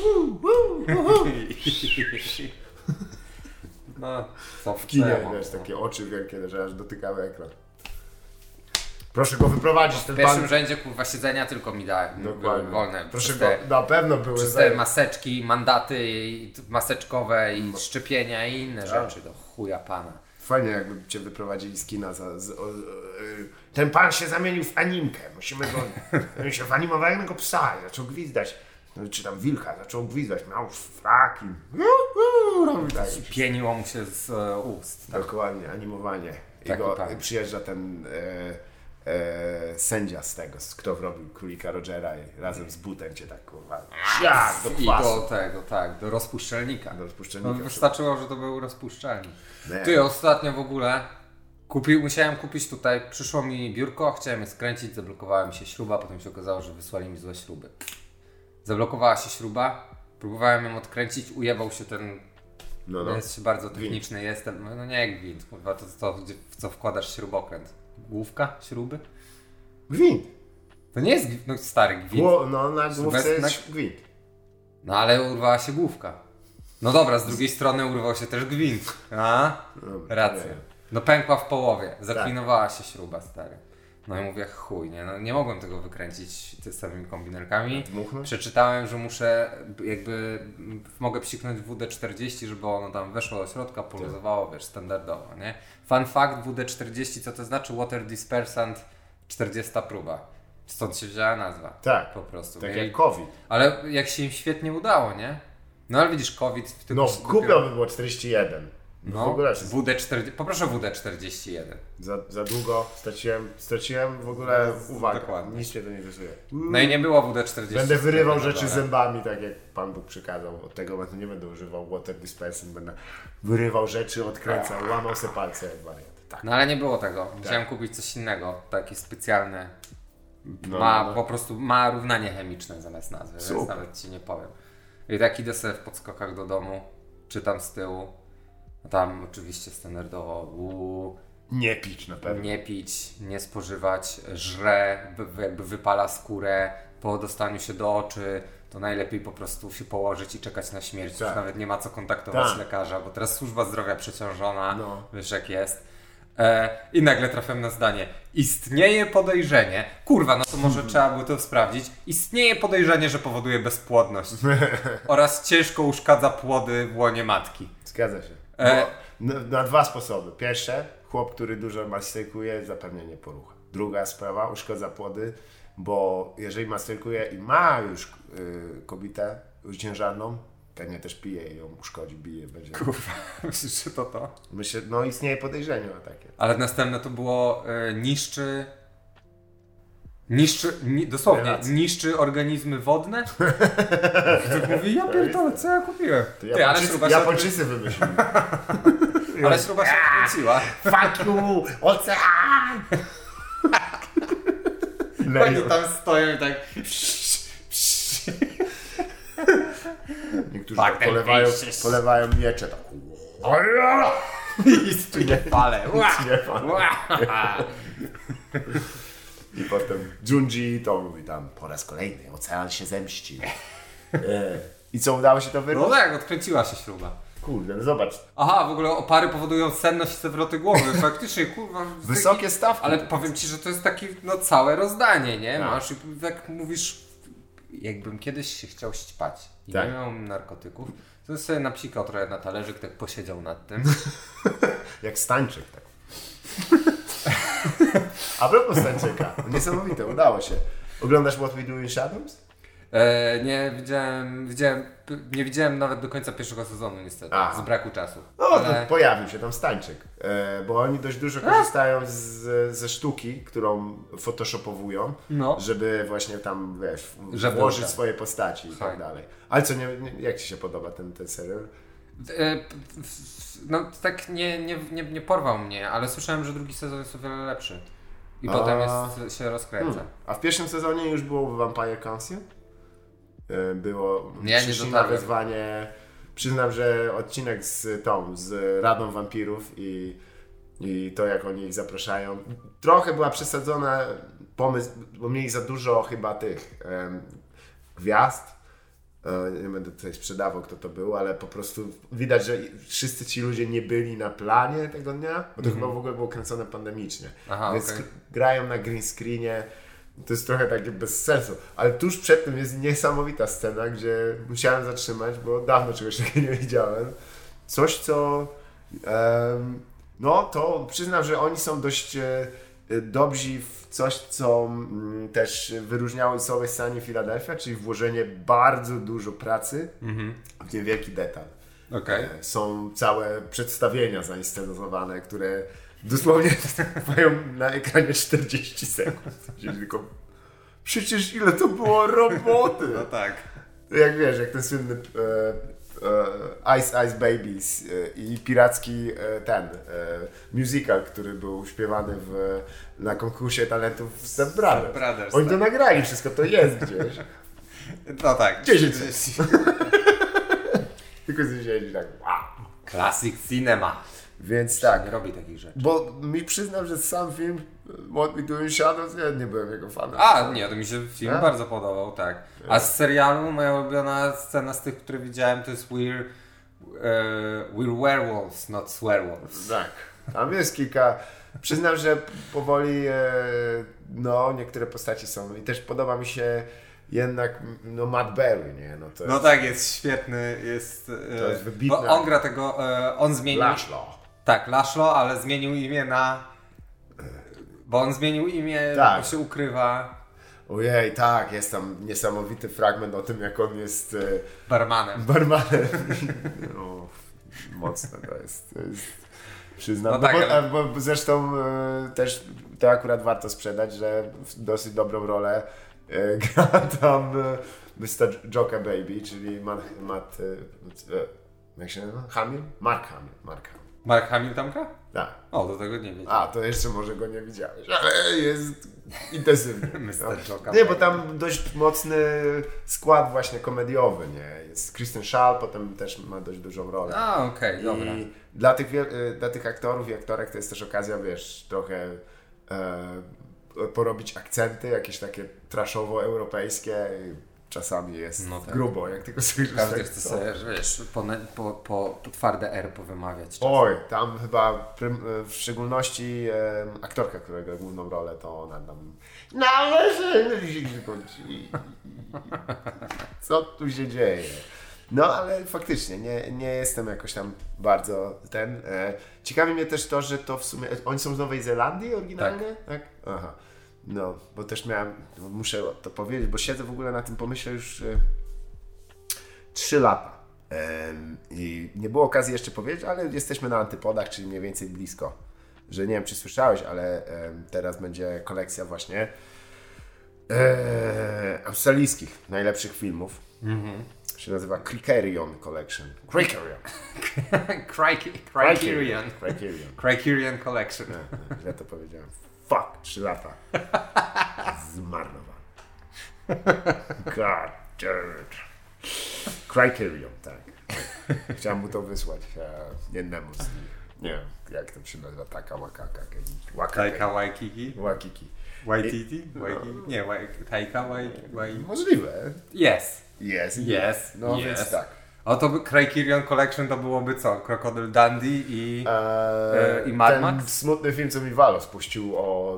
no, co w kinie, wiesz, takie oczy wielkie, że aż dotykały ekran. Proszę go wyprowadzić, ten pan. W pierwszym rzędzie kurwa siedzenia tylko mi były wolne. Proszę go, na pewno były. Przez te maseczki, mandaty maseczkowe i szczepienia i inne rzeczy, do chuja pana. Fajnie jakby cię wyprowadzili z kina ten pan się zamienił w animkę. Musimy go... się w animowanego psa i zaczął gwizdać. Czy tam wilka, zaczął gwizdać. Miał fraki. Pieniło mu się z ust. Tak. Dokładnie, animowanie. I przyjeżdża ten sędzia z tego, kto wrobił Królika Rogera i razem z butem cię tak kurwa do kwasu. I do rozpuszczalnika. No, wystarczyło, że to był rozpuszczalnik. Ty, ostatnio w ogóle musiałem kupić tutaj, przyszło mi biurko, chciałem je skręcić, zablokowała mi się śruba, potem się okazało, że wysłali mi złe śruby. Zablokowała się śruba, próbowałem ją odkręcić, ujebał się ten... No. Jest bardzo techniczny, jestem. No nie gwint, kurwa, to w co wkładasz śrubokręt? Główka śruby? Gwint. To nie jest no, stary gwint. No na główce jest gwint. No ale urwała się główka. No dobra, z drugiej strony urwał się też gwint. A? Racja. No pękła w połowie, zaklinowała się śruba, stary. No i mówię, chuj, nie, no nie mogłem tego wykręcić samymi kombinerkami. Przeczytałem, że muszę mogę psiknąć WD-40, żeby ono tam weszło do środka, poluzowało, wiesz, standardowo, nie? Fun fact, WD-40, co to znaczy? Water Dispersant 40 próba. Stąd się wzięła nazwa. Tak, po prostu. Tak jak COVID. Ale jak się im świetnie udało, nie? No ale widzisz, COVID... w tym głupio by było 41. No, w ogóle WD-40, poproszę WD-41. Za długo straciłem w ogóle uwagę. Dokładnie. Nic się to nie rysuje. No i nie było WD-40. Będę wyrywał rzeczy zębami, tak jak Pan Bóg przykazał. Od tego momentu nie będę używał water dispensing, będę wyrywał rzeczy, odkręcał, łamał se palce jak wariant. Tak. No ale nie było tego. Musiałem kupić coś innego, takie specjalne. Po prostu ma równanie chemiczne zamiast nazwy, więc nawet Ci nie powiem. I tak idę sobie w podskokach do domu, czytam z tyłu. Tam oczywiście standardowo nie pić na pewno. Nie pić, nie spożywać, żre, jakby wypala skórę, po dostaniu się do oczy, to najlepiej po prostu się położyć i czekać na śmierć. Już nawet nie ma co kontaktować lekarza, bo teraz służba zdrowia przeciążona, wiesz jak jest. I nagle trafiam na zdanie. Istnieje podejrzenie, kurwa, no to może trzeba było to sprawdzić. Istnieje podejrzenie, że powoduje bezpłodność oraz ciężko uszkadza płody w łonie matki. Zgadza się. Na dwa sposoby. Pierwsze, chłop, który dużo masterkuje, zapewnienie porucha. Druga sprawa, uszkadza płody, bo jeżeli masterkuje i ma już kobietę już ciężarną, pewnie też pije i ją uszkodzi, bije, będzie. Kurwa, myślisz, że to? Myślę, istnieje podejrzenie o takie. Ale następne to było dosłownie, niszczy organizmy wodne? Ktoś mówi, ja pierdolę, co ja kupiłem? Japończycy wymyślili. Ale śruba się odkręciła. Fuck you, ocean! Oni tam stoją i tak... Niektórzy polewają miecze. Tak. I stuje fale. I potem Junji to mówi tam po raz kolejny, ocean się zemści. I co, udało się to wyrwać? No tak, odkręciła się śruba. Kurde, no zobacz. Aha, w ogóle opary powodują senność i zawroty głowy. Faktycznie, kurwa. Wysokie stawki. Ale powiem Ci, że to jest takie całe rozdanie, nie? Tak. Masz i jak mówisz, jakbym kiedyś się chciał ćpać i nie miał narkotyków, to sobie napsikał trochę na talerzyk, tak posiedział nad tym. Jak Stańczyk, tak. A propos Stańczyka, niesamowite, udało się. Oglądasz What We Do in Shadows? Nie widziałem nawet do końca pierwszego sezonu niestety, z braku czasu. No ale... to pojawił się tam Stańczyk, bo oni dość dużo korzystają ze sztuki, którą photoshopowują, żeby właśnie tam, wiesz, włożyć swoje postaci i tak dalej. Ale co, jak Ci się podoba ten serial? No tak nie porwał mnie, ale słyszałem, że drugi sezon jest o wiele lepszy. I potem się rozkręca. A w pierwszym sezonie już było Vampire Council? Było na wezwanie. Przyznam, że odcinek z Radą Wampirów i to, jak oni ich zapraszają, trochę była przesadzona pomysł, bo mieli za dużo chyba tych gwiazd. Nie będę tutaj sprzedawał, kto to był, ale po prostu widać, że wszyscy ci ludzie nie byli na planie tego dnia, bo to chyba w ogóle było kręcone pandemicznie. Więc grają na green screenie. To jest trochę takie bez sensu, ale tuż przed tym jest niesamowita scena, gdzie musiałem zatrzymać, bo dawno czegoś takiego nie widziałem. Coś, co... to przyznam, że oni są dość dobrzy w coś, co też wyróżniało Sołej Sani Philadelphia, czyli włożenie bardzo dużo pracy w niewielki detal. Są całe przedstawienia zainscenizowane, które dosłownie mają na ekranie 40 sekund. Tylko, przecież ile to było roboty! No tak. Jak wiesz, jak ten słynny Ice Ice Babies i piracki musical, który był śpiewany na konkursie talentów w Step Brothers. Oni to nagrali, wszystko to jest gdzieś. No tak. 10. Tylko siedzi tak, wow. Classic cinema. Więc tak. Nie robi takich rzeczy. Bo mi przyznam, że sam film What We Do in Shadows, ja nie byłem jego fanem. A, nie, to mi się film bardzo podobał, tak. A z serialu moja ulubiona scena z tych, które widziałem, to jest We're werewolves, not swearwolves. Tak. Tam jest kilka. Przyznam, że powoli no niektóre postaci są i też podoba mi się jednak no Matt Berry, nie? No, to jest, tak, jest świetny, jest... to jest wybitne. Bo on gra tego, on zmienił... Laszlo. Tak, Laszlo, ale zmienił imię na... Bo on zmienił imię, Tak. bo się ukrywa... Ojej, tak, jest tam niesamowity fragment o tym, jak on jest Barmanem. barmanem. No, mocne to jest. Przyznam. No tak, bo zresztą też to akurat warto sprzedać, że w dosyć dobrą rolę gra tam Mr. Joka Baby, czyli Matt jak się nazywa? Hamill? Mark Hamill. Mark Hamill tam gra? Tak. O, do tego nie wiedziałem. A, to jeszcze może go nie widziałeś, ale jest intensywny. Mr. Joka Nie, bo Baby. tam dość mocny skład właśnie komediowy, nie? Jest Kristen Schaal, potem też ma dość dużą rolę. A, okej, dobra. I dla tych aktorów i aktorek to jest też okazja, wiesz, trochę porobić akcenty, jakieś takie trashowo-europejskie. Czasami jest No tak. grubo, jak tylko słyszysz. Każdy tak, chce sobie, wiesz, po twarde R powymawiać. czasem. Oj, tam chyba w szczególności aktorka, która gra główną rolę, to ona tam co tu się dzieje? No ale faktycznie nie jestem jakoś tam bardzo ten. Ciekawi mnie też to, że to w sumie oni są z Nowej Zelandii oryginalnie? Tak. Aha. No, bo też muszę to powiedzieć, bo siedzę w ogóle na tym pomyśle już 3 lata. I nie było okazji jeszcze powiedzieć, ale jesteśmy na antypodach, czyli mniej więcej blisko. Że nie wiem, czy słyszałeś, ale teraz będzie kolekcja właśnie australijskich najlepszych filmów. Się nazywa Criterion Collection. Criterion Collection. Źle to powiedziałem. Fuck, 3 lata. Zmarnowany. God damn it. Criterion, tak. Chciałem mu to wysłać jednemu z nich. Nie wiem, jak to się nazywa, taka wakaka. Taika Waititi? Wakiki. Waititi? Nie, Taika Waititi. Możliwe. Jest. Jest. No Yes. więc tak. A to by Criterion Collection to byłoby co? Crocodile Dundee i Mad ten Max? smutny film, co mi Walo spuścił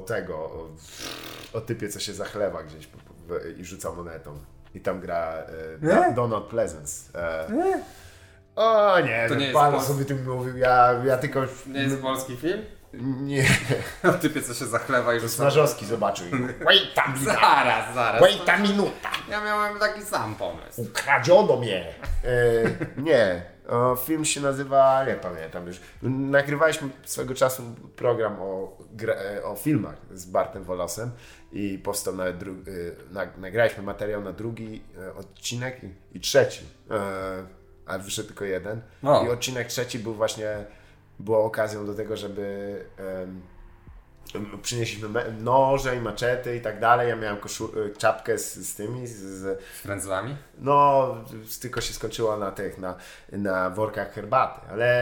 o typie, co się zachlewa gdzieś i rzuca monetą. I tam gra Donald Pleasence. O nie, To nie jest Walo polski. sobie tym mówił, ja tylko... Nie jest polski film? Nie, O typie, co się zachlewa i rzuca. Smarzowski zobaczył. Wait a minuta. Zaraz. Wait a minuta. Ja miałem taki sam pomysł. Ukradziono mnie. Nie. Film się nazywa, nie pamiętam już. Nagrywaliśmy swego czasu program o filmach z Bartem Wolosem i powstał nawet nagraliśmy materiał na drugi odcinek i trzeci. A wyszedł tylko jeden. O. I odcinek trzeci był właśnie, było okazją do tego, żeby przynieśliśmy noże i maczety i tak dalej. Ja miałem czapkę z tymi, Z frędzlami? no, tylko się skończyło na workach herbaty,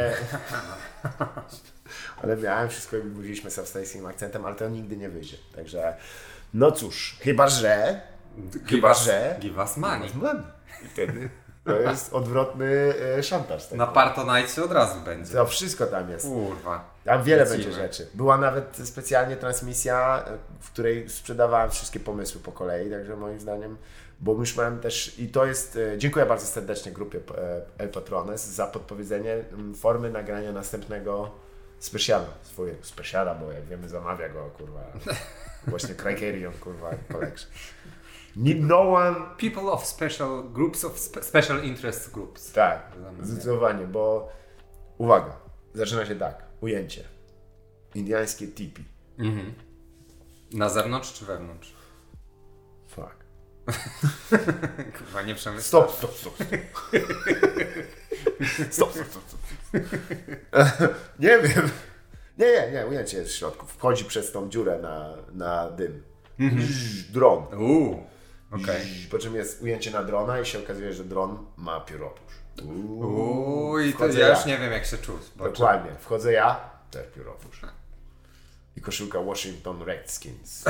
ale miałem wszystko i mówiliśmy z australijskim akcentem, ale to nigdy nie wyjdzie. Także, no cóż, chyba że... Give us money. I wtedy to jest odwrotny szantaż. Tak? Na Partonite od razu będzie. To wszystko tam jest. Kurwa. Tam wiele Lecimy. będzie rzeczy. Była nawet specjalnie transmisja, w której sprzedawałem wszystkie pomysły po kolei, także moim zdaniem, bo już miałem też, i to jest, dziękuję bardzo serdecznie grupie El Patrones za podpowiedzenie formy nagrania następnego specjala, bo jak wiemy zamawia go, kurwa, właśnie Criterion, kurwa, Collection. Need no one... People of special groups, of special interest groups. Tak, zdecydowanie, bo uwaga, zaczyna się tak, ujęcie. Indiańskie tipi. Mhm. Na zewnątrz czy wewnątrz? Fuck. Kurwa, nie przemyślałem. Stop. Nie wiem. Nie, ujęcie jest w środku. Wchodzi przez tą dziurę na dym. Dron. Okej. Po czym jest ujęcie na drona i się okazuje, że dron ma pióropusz. I to Wchodzę ja ja. już nie wiem jak się czuć. Dokładnie. Wchodzę ja, też pióropusz. I koszulka Washington Redskins.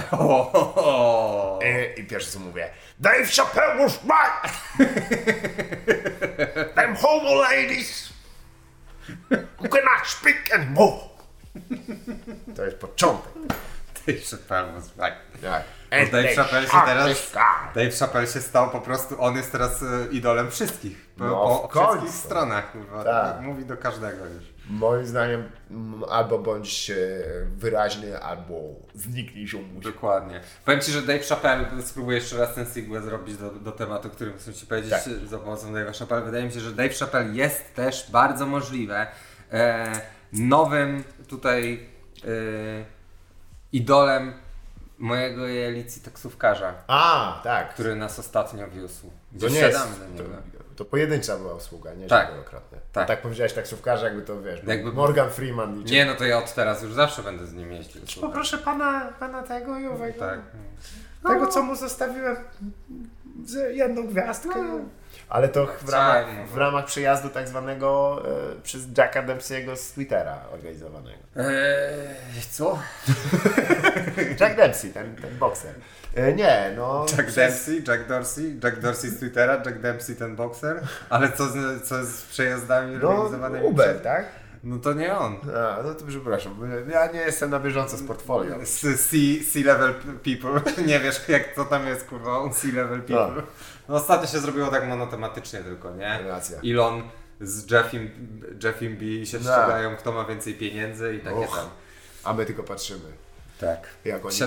I pierwsze co mówię, Dave Chappelle was right! Them homo ladies who cannot speak anymore. To jest początek. Dave Chappelle was right. Tak. Dave Chappelle się stał po prostu, on jest teraz idolem wszystkich. Po wszystkich stronach, kurwa. Tak. Mówi do każdego już. Moim zdaniem albo bądź wyraźny, albo zniknij się musi. Dokładnie. Powiem Ci, że Dave Chappelle, spróbuję jeszcze raz ten sequel zrobić do tematu, o którym chcę Ci powiedzieć za pomocą Dave'a Chappelle. Wydaje mi się, że Dave Chappelle jest też bardzo możliwe nowym tutaj idolem mojego Elicji taksówkarza. Tak. Który nas ostatnio wiózł. To nie jest, to pojedyncza była usługa, nie tak, wielokrotnie. Tak. Tak powiedziałeś taksówkarza, jakby to wiesz, jakby Morgan Freeman. Nie, no to ja od teraz już zawsze będę z nim jeździł. Poproszę pana tego i owego. Tak. Tego, co mu zostawiłem z jedną gwiazdkę. Ale to w ramach przejazdu tak zwanego przez Jacka Dempsey'ego z Twittera organizowanego. Co? Jack Dempsey, ten bokser. Nie, no... Jack Dorsey z Twittera, Jack Dempsey ten bokser. Ale co z przejazdami organizowanymi? Uber, tak? No to nie on. No to przepraszam, ja nie jestem na bieżąco z portfolio. C-level people, nie wiesz jak to tam jest, kurwa, C-level people. No ostatnio się zrobiło tak monotematycznie tylko, nie? Racja. Elon z Jeffim B się ścigają, kto ma więcej pieniędzy i takie tam. A my tylko patrzymy. Tak. Jak oni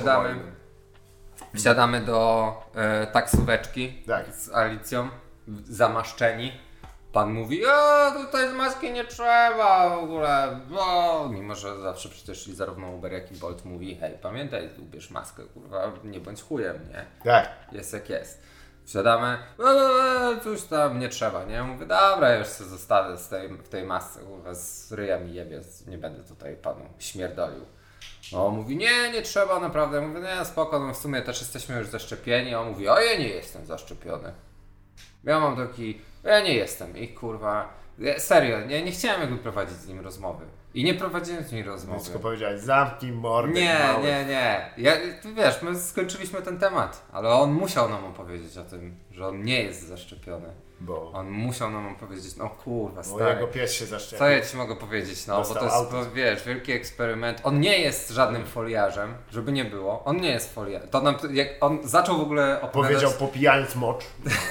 Wsiadamy do taksóweczki tak. z Alicją, zamaszczeni. Pan mówi, tutaj z maski nie trzeba w ogóle, mimo że zawsze przecież zarówno Uber jak i Bolt mówi, hej, pamiętaj, ubierz maskę, kurwa, nie bądź chujem, nie? Tak. Jest jak jest. Wsiadamy, coś tam nie trzeba, nie? Mówię, dobra, ja już się zostanę w tej masce, kurwa, z ryja mi jebie, nie będę tutaj panu śmierdolił. No, on mówi, nie trzeba naprawdę, mówię, nie, spoko, no w sumie też jesteśmy już zaszczepieni, on mówi, ja nie jestem zaszczepiony. Ja mam taki, ja nie jestem i kurwa, serio, nie chciałem jakby prowadzić z nim rozmowy. I nie prowadziłem z nim rozmowy. Tylko powiedziałeś, zamknij mordę. Nie. Wiesz, my skończyliśmy ten temat, ale on musiał nam opowiedzieć o tym, że on nie jest zaszczepiony. Bo on musiał nam opowiedzieć, no kurwa, stary. Bo jego pies się zaszczepił. Co ja ci mogę powiedzieć, no bo to jest, wiesz, wielki eksperyment. On nie jest żadnym foliarzem, żeby nie było. On nie jest foliarzem. To nam, jak on zaczął w ogóle opowiadać... Powiedział popijając mocz.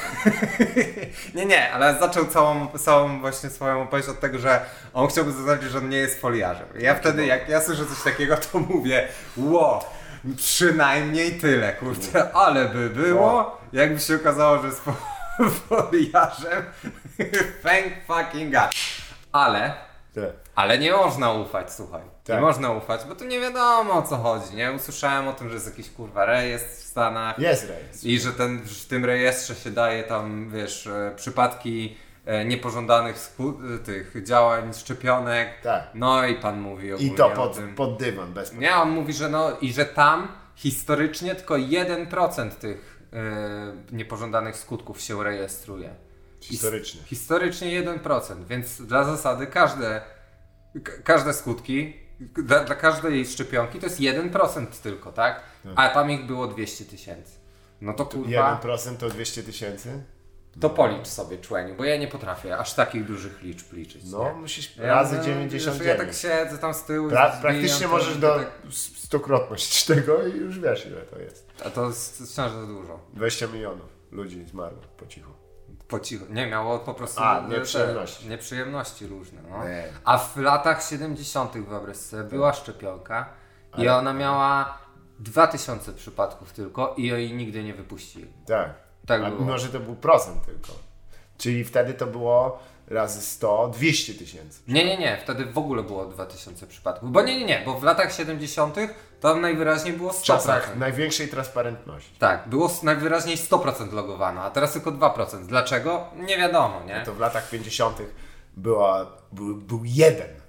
nie, ale zaczął całą właśnie swoją opowieść od tego, że on chciałby zaznaczyć, że on nie jest foliarzem. Ja wtedy, jak ja słyszę coś takiego, to mówię, przynajmniej tyle, kurde, ale by było, jakby się okazało, że jest foliarzem. Thank fucking God. Ale nie można ufać, słuchaj. Tak. Nie można ufać, bo tu nie wiadomo o co chodzi, nie? Usłyszałem o tym, że jest jakiś kurwa rejestr w Stanach. Jest rejestr. I że w tym rejestrze się daje tam, wiesz, przypadki niepożądanych tych działań szczepionek. Tak. No i pan mówi ogólnie i to o tym. pod dywan, bez Nie, on mówi, że że tam historycznie tylko 1% tych niepożądanych skutków się rejestruje. Historycznie 1%, więc dla zasady każde skutki, dla każdej szczepionki to jest 1% tylko, tak? A tam ich było 200 000. No to kurwa... 1% to 200 000? To policz sobie, człeniu, bo ja nie potrafię aż takich dużych liczb liczyć. No, nie? Musisz razy 99. Ja tak siedzę tam z tyłu praktycznie możesz do stokrotność tego i już wiesz ile to jest. A to jest wciąż za dużo. 20 milionów ludzi zmarło po cichu. Nie, miało po prostu nieprzyjemności różne. No. A w latach 70. wyobraź sobie, była szczepionka i ona miała 2000 przypadków tylko i jej nigdy nie wypuścili. Tak. A mimo, że to był procent tylko. Czyli wtedy to było razy 100, 200 000. Nie, wtedy w ogóle było 2000 przypadków. Bo bo w latach 70. tam najwyraźniej było 100%. W czasach największej transparentności. Tak, było najwyraźniej 100% logowane, a teraz tylko 2%. Dlaczego? Nie wiadomo, nie? No to w latach 50. był jeden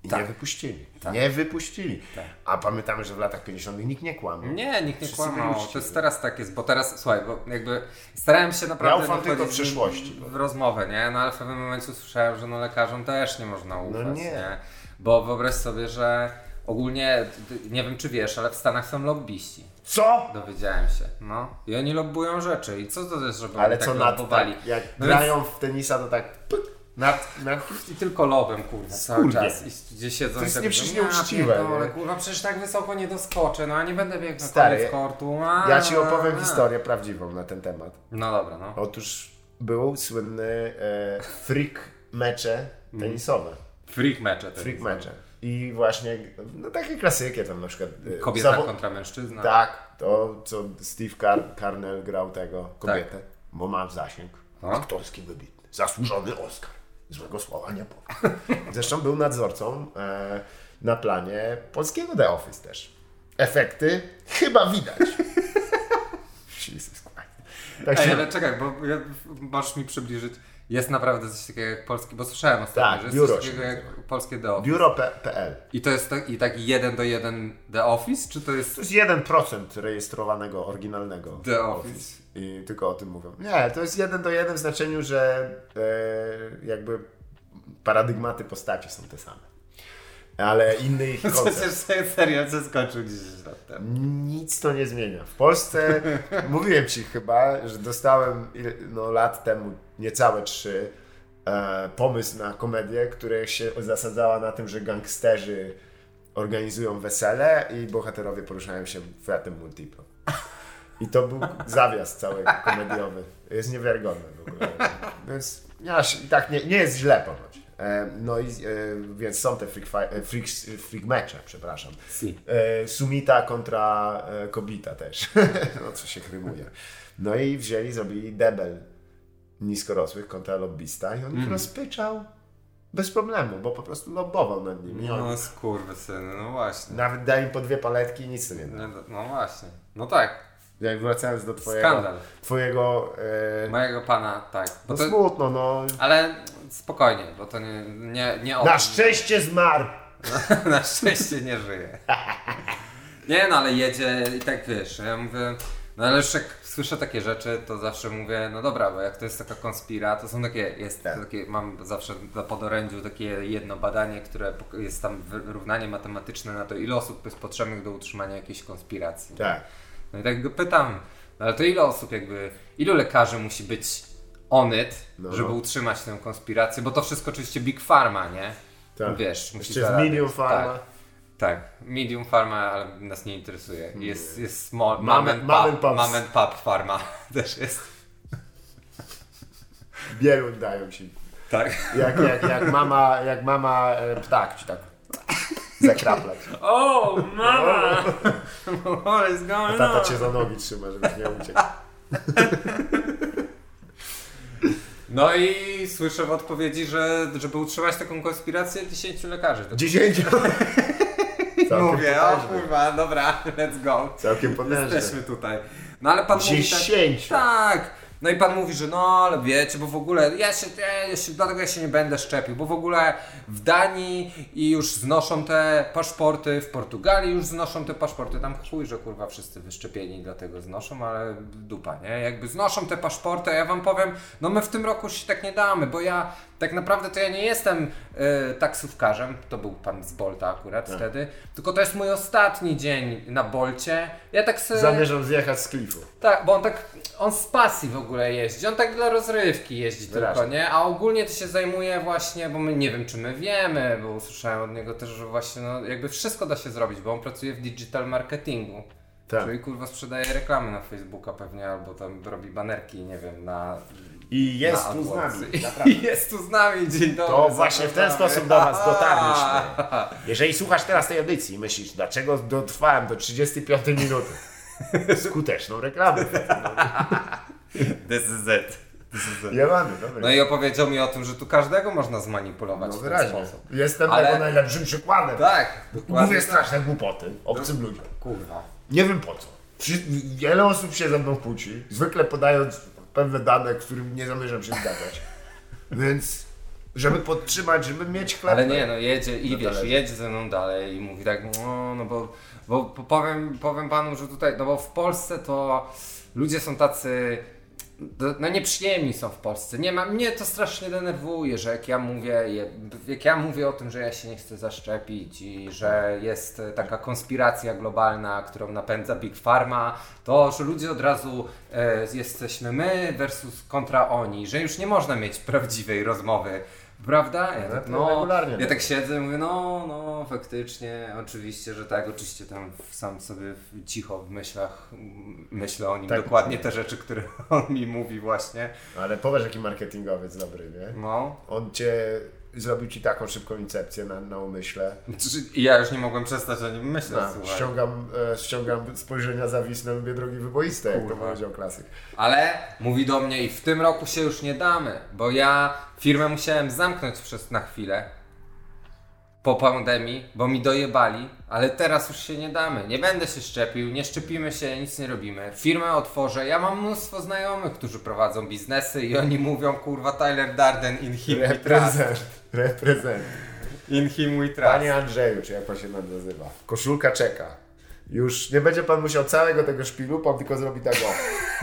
I Tak. nie wypuścili. Tak. Nie wypuścili. Tak. A pamiętamy, że w latach 50. nikt nie kłamał. Nie, nikt nie Wszyscy kłamał. byli To jest teraz tak jest, bo teraz, słuchaj, bo jakby starałem się naprawdę ufam tylko wchodzić przyszłości. w rozmowę, nie? No ale w pewnym momencie usłyszałem, że no lekarzom też nie można ufać, nie. nie? Bo wyobraź sobie, że ogólnie, nie wiem czy wiesz, ale w Stanach są lobbyści. Co? Dowiedziałem się, no. I oni lobbują rzeczy. I co to jest, żeby Ale oni co tak nad lobbowali? tak, jak No grają w tenisa, to tak pyk, nad I tylko lobem, kurwa, cały Skurwie. czas. I gdzie siedzą To jest i tak przecież mówią, nieuczciwe, ja pierdolę, nie? kurwa, przecież tak wysoko nie doskoczę, no a nie będę biegł na Stary, koniec kortu. Ja ci opowiem historię prawdziwą na ten temat. No dobra, no. Otóż był słynny freak mecze tenisowe. Freak mecze. Freak mecze. I właśnie, no takie klasyki tam na przykład. Kobieta kontra mężczyzna. Tak, to co Steve Carnell grał tego, kobietę, bo ma zasięg aktorski wybitny. Zasłużony Oscar. Złego słowa nie powiem. Zresztą był nadzorcą na planie polskiego The Office też. Efekty chyba widać. Jesus Christ. Tak Ej, się... ale czekaj, bo możesz mi przybliżyć. Jest naprawdę coś takiego jak polski, bo słyszałem ostatnio, Tak, że jest biuro coś takiego się jak polskie The Office. Biuro.pl. I to jest tak 1:1 The Office, czy to jest... To jest 1% rejestrowanego, oryginalnego The Office. I tylko o tym mówią. Nie, to jest 1:1 w znaczeniu, że jakby paradygmaty postaci są te same. Ale inny ich koncept. Przecież serial się skończył 10 lat temu. Nic to nie zmienia. W Polsce, mówiłem ci chyba, że dostałem lat temu, niecałe 3, pomysł na komedię, która się zasadzała na tym, że gangsterzy organizują wesele i bohaterowie poruszają się Fiatem Multiplo. I to był zawias cały komediowy. Jest niewiarygodny w ogóle. Więc i tak nie jest źle ponoć. No i więc są te freak mecze, przepraszam. Si. Sumita kontra Kobita też. No co się rymuje. No i zrobili debel niskorosłych kontra lobbista i on ich rozpyczał bez problemu, bo po prostu lobbował nad nimi. No skurwysyny, no właśnie. Nawet dali im po 2 paletki i nic to nie da. No właśnie. No tak. Jak wracając do Skandal. twojego Mojego pana, tak. Bo no to, smutno, no. ale spokojnie, bo to nie o Na tym. szczęście zmarł! Na szczęście nie żyje. Nie no, ale jedzie i tak wiesz, ja mówię, no ale już jak słyszę takie rzeczy, to zawsze mówię, no dobra, bo jak to jest taka konspira, to są takie, mam zawsze na podorędziu takie jedno badanie, które jest tam wyrównanie matematyczne na to, ile osób jest potrzebnych do utrzymania jakiejś konspiracji. Tak. No i tak go pytam, no ale to ile osób ilu lekarzy musi być on it, żeby utrzymać tę konspirację, bo to wszystko oczywiście Big Pharma, nie? Tak. Wiesz, musi Jeszcze jest Medium Pharma. Tak, Medium Pharma, ale nas nie interesuje. Jest small, Mom and pop pharma też jest. Bieruń dają ci. Tak. Jak mama ptak ci tak zakraplać. Oh, mama! What is going on? Tata cię za nogi trzyma, żebyś nie uciekł. No i słyszę w odpowiedzi, że żeby utrzymać taką konspirację 10 lekarzy. 10. Mówię, o kurwa, dobra, let's go. Całkiem potężne. Jesteśmy tutaj. No ale pan mówi 10. tak. No i pan mówi, że no ale wiecie, bo w ogóle dlatego ja się nie będę szczepił, bo w ogóle w Danii i już znoszą te paszporty, w Portugalii już znoszą te paszporty, tam chuj, że kurwa wszyscy wyszczepieni dlatego znoszą, ale dupa, nie? Jakby znoszą te paszporty, a ja wam powiem, no my w tym roku już się tak nie damy, bo ja tak naprawdę to ja nie jestem taksówkarzem, to był pan z Bolta akurat wtedy, tylko to jest mój ostatni dzień na Bolcie. Ja tak sobie... Zamierzam zjechać z klifu. Tak, bo on z pasji w ogóle jeździ, on tak dla rozrywki jeździ tylko, nie? A ogólnie to się zajmuje właśnie, bo my nie wiem czy my wiemy, bo usłyszałem od niego też, że właśnie no jakby wszystko da się zrobić, bo on pracuje w digital marketingu. Tak. Czyli kurwa sprzedaje reklamy na Facebooka pewnie, albo tam robi banerki, nie wiem, na... I jest na tu z AdWords. nami. Naprawdę. I jest tu z nami, dzień dobry. To właśnie w ten sposób do Was dotarliśmy. Jeżeli słuchasz teraz tej audycji i myślisz, dlaczego dotrwałem do 35 minuty? Skuteczną reklamę. This is it. Jebany, dobra. No i opowiedział mi o tym, że tu każdego można zmanipulować No w ten wyraźnie. sposób. Jestem Ale- tego najlepszym przykładem. Tak, dokładnie. Mówię straszne głupoty obcym ludziom. Kurwa. Nie wiem po co. Wiele osób się ze mną kłóci, zwykle podając pewne dane, którym nie zamierzam się zgadzać. Więc żeby podtrzymać, żeby mieć chleb. Ale nie, no jedzie i wiesz, jedzie ze mną dalej i mówi tak, bo powiem panu, że tutaj, no bo w Polsce to ludzie są tacy, no nieprzyjemni są w Polsce. Mnie to strasznie denerwuje, że jak ja mówię o tym, że ja się nie chcę zaszczepić i że jest taka konspiracja globalna, którą napędza Big Pharma, to że ludzie od razu jesteśmy my versus kontra oni, że już nie można mieć prawdziwej rozmowy. Prawda? Ja tak siedzę i mówię, no faktycznie, oczywiście, że tak, oczywiście tam sam sobie cicho w myślach myślę o nim tak, dokładnie te rzeczy, które on mi mówi właśnie. Ale powiesz, jaki marketingowiec dobry, nie? No. On zrobił ci taką szybką incepcję na umyśle. I ja już nie mogłem przestać o nim myśleć. Ściągam spojrzenia zawisne, lubię drogi wyboiste, jak to powiedział klasyk. Ale mówi do mnie i w tym roku się już nie damy, bo ja firmę musiałem zamknąć na chwilę po pandemii, bo mi dojebali, ale teraz już się nie damy. Nie będę się szczepił, nie szczepimy się, nic nie robimy. Firmę otworzę. Ja mam mnóstwo znajomych, którzy prowadzą biznesy i oni mówią, kurwa, Tyler Darden, in him we trust. Reprezent. In him we trust. Panie Andrzeju, czy jak pan się nazywa? Koszulka czeka. Już nie będzie pan musiał całego tego szpilu, pan tylko zrobi tak o.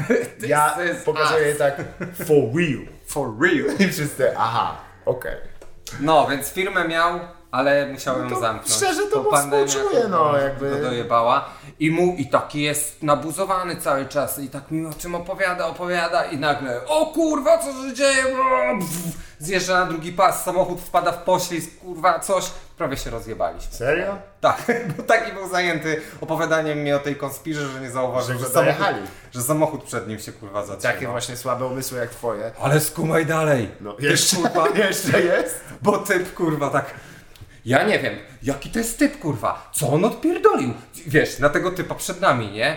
Ja pokazuję tak for real. For real. I wszyscy, aha, okej. No, więc firmę miał, ale musiałem ją zamknąć. Szczerze to mu współczuję, jakby. To dojebała. I taki jest nabuzowany cały czas i tak mi o czym opowiada i nagle o kurwa, co się dzieje? Zjeżdża na drugi pas, samochód wpada w poślizg, kurwa, coś. Prawie się rozjebaliśmy. Serio? Tak, bo taki był zajęty opowiadaniem mi o tej konspirze, że nie zauważył, że samochód przed nim się kurwa zatrzymał. Takie właśnie słabe umysły jak twoje. Ale skumaj dalej. No, jeszcze jest? Bo typ kurwa tak... Ja nie wiem, jaki to jest typ, kurwa, co on odpierdolił? Wiesz, na tego typa przed nami, nie?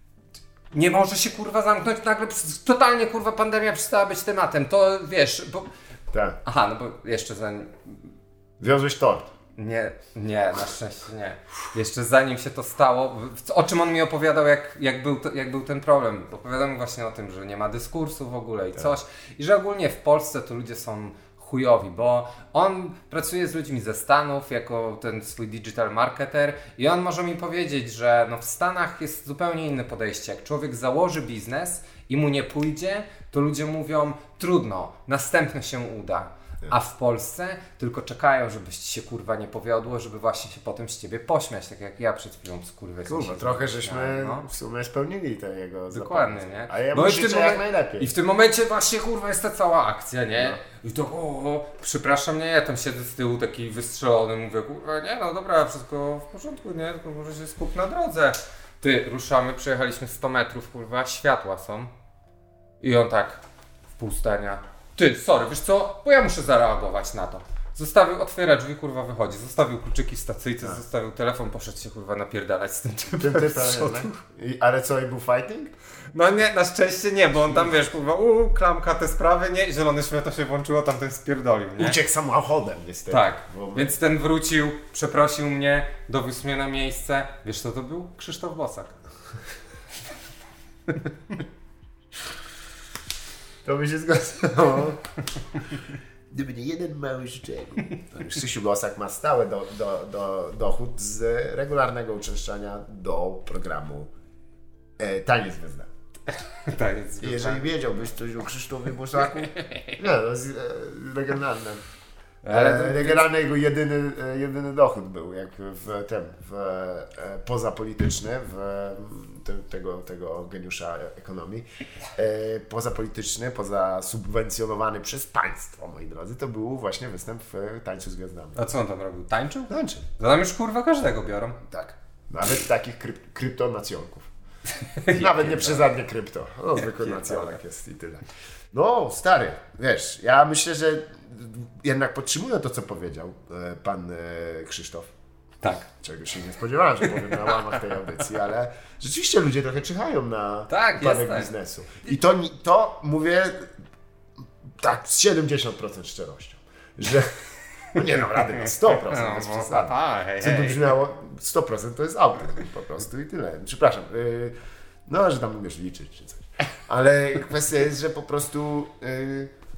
Nie może się, kurwa, zamknąć nagle, totalnie, kurwa, pandemia przestała być tematem, to wiesz, bo... Tak. Aha, no bo jeszcze zanim... Wiozłeś tort. Nie, na szczęście nie. Jeszcze zanim się to stało, o czym on mi opowiadał, jak był ten problem. Opowiadał mi właśnie o tym, że nie ma dyskursu w ogóle i coś. I że ogólnie w Polsce to ludzie są chujowi, bo on pracuje z ludźmi ze Stanów jako ten swój digital marketer i on może mi powiedzieć, że no w Stanach jest zupełnie inne podejście. Jak człowiek założy biznes i mu nie pójdzie, to ludzie mówią trudno, następny się uda. A w Polsce tylko czekają, żebyś ci się kurwa nie powiodło, żeby właśnie się potem z ciebie pośmiać, tak jak ja przed chwilą z kurwy. Kurwa, trochę żeśmy w sumie spełnili te jego dokładnie, nie? A ja mu życzę jak najlepiej. I w tym momencie właśnie kurwa jest ta cała akcja, nie? No. I to przepraszam, nie, ja tam siedzę z tyłu taki wystrzelony, mówię kurwa, nie no dobra, wszystko w porządku, nie? Tylko może się skup na drodze. Ty, ruszamy, przejechaliśmy 100 metrów, kurwa, światła są. I on tak w pół zdania. Ty, sorry, wiesz co? Bo ja muszę zareagować na to. Otwiera drzwi, kurwa, wychodzi. Zostawił kluczyki w stacyjce, zostawił telefon, poszedł się, kurwa, napierdalać z tym typem. Ale co, i był fighting? No nie, na szczęście nie, bo on tam, wiesz, kurwa, klamka te sprawy, nie, zielone światło się włączyło, tamten spierdolił, nie? Uciekł samochodem, niestety. Tak, więc ten wrócił, przeprosił mnie, dowiózł mnie na miejsce. Wiesz co to był? Krzysztof Bosak. To by się zgadzało. Gdyby nie jeden mały szczegół. Krzysiu Bosak ma stały dochód z regularnego uczęszczania do programu Taniec Gwiazda. Jeżeli wiedziałbyś coś o Krzysztofie Bosaku, nie, to jest regionalne. Regionalny jego jedyny dochód był, jak pozapolityczny, tego geniusza ekonomii, pozapolityczny, pozasubwencjonowany przez państwo, moi drodzy, to był właśnie występ w Tańcu z Gwiazdami. A co on tam robił? Tańczył? Tańczył. To tam już kurwa każdego biorą. Tak. Nawet takich kryptonacjonków. Nawet nie przesadnie krypto. No, zwykły nacjonek jest i tyle. No, stary, wiesz, ja myślę, że jednak podtrzymuję to, co powiedział pan Krzysztof. Tak. Czego się nie spodziewałem, że powiem na łamach tej audycji, ale rzeczywiście ludzie trochę czyhają na upadek biznesu. I to mówię tak z 70% szczerością, że nie dam rady na 100%, bez przesady. Co by brzmiało, 100% to jest auto po prostu i tyle. Przepraszam, no, że tam umiesz liczyć czy coś. Ale kwestia jest, że po prostu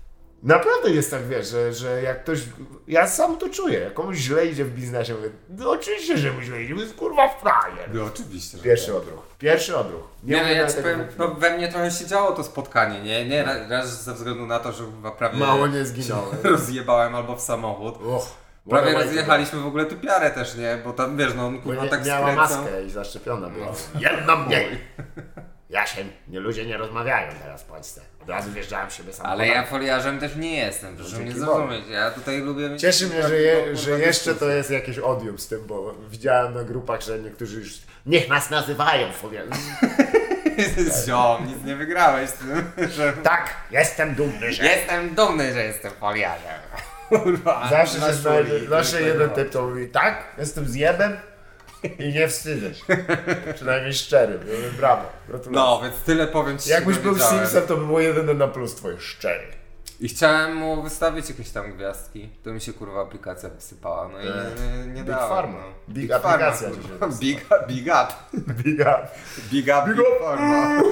Naprawdę jest tak, wiesz, że jak ktoś... Ja sam to czuję, jak komuś źle idzie w biznesie, mówię, no oczywiście, że mu źle idzie, bo jest kurwa frajer. No oczywiście. Pierwszy odruch. Nie, ja ci powiem, no, we mnie trochę się działo to spotkanie, nie? Raz ze względu na to, że prawie... Mało nie zginąłem. Rozjebałem albo w samochód. Prawie rozjechaliśmy w ogóle typiarę też, nie? Bo tam, wiesz, no on kurwa tak miała maskę i zaszczepiona była. Jedno mniej. Ludzie nie rozmawiają teraz w Polsce. Od razu wjeżdżałem w siebie samochodem. Ale ja foliarzem też nie jestem, proszę mnie zrozumieć. Ja tutaj lubię mieć... Cieszy mnie, że jeszcze to jest jakieś odium z tym, bo widziałem na grupach, że niektórzy już... Niech nas nazywają foliarzem. Ziom, nic nie wygrałeś z tym, że... Tak, jestem dumny, że... Jestem dumny, że jestem foliarzem. Kurwa, zawsze się znajdzie, zawsze jeden typ to mówi, tak, jestem zjebem i nie wstydzę się. Przynajmniej szczery, brawo, gratulacje. No, więc tyle powiem ci. Jakbyś był Simsem, to by było jedyne na plus twoje szczery. I chciałem mu wystawić jakieś tam gwiazdki, to mi się kurwa aplikacja wysypała, no i nie Big dałem. Pharma. No. Big aplikacja. Big up. Big up. Big Pharma.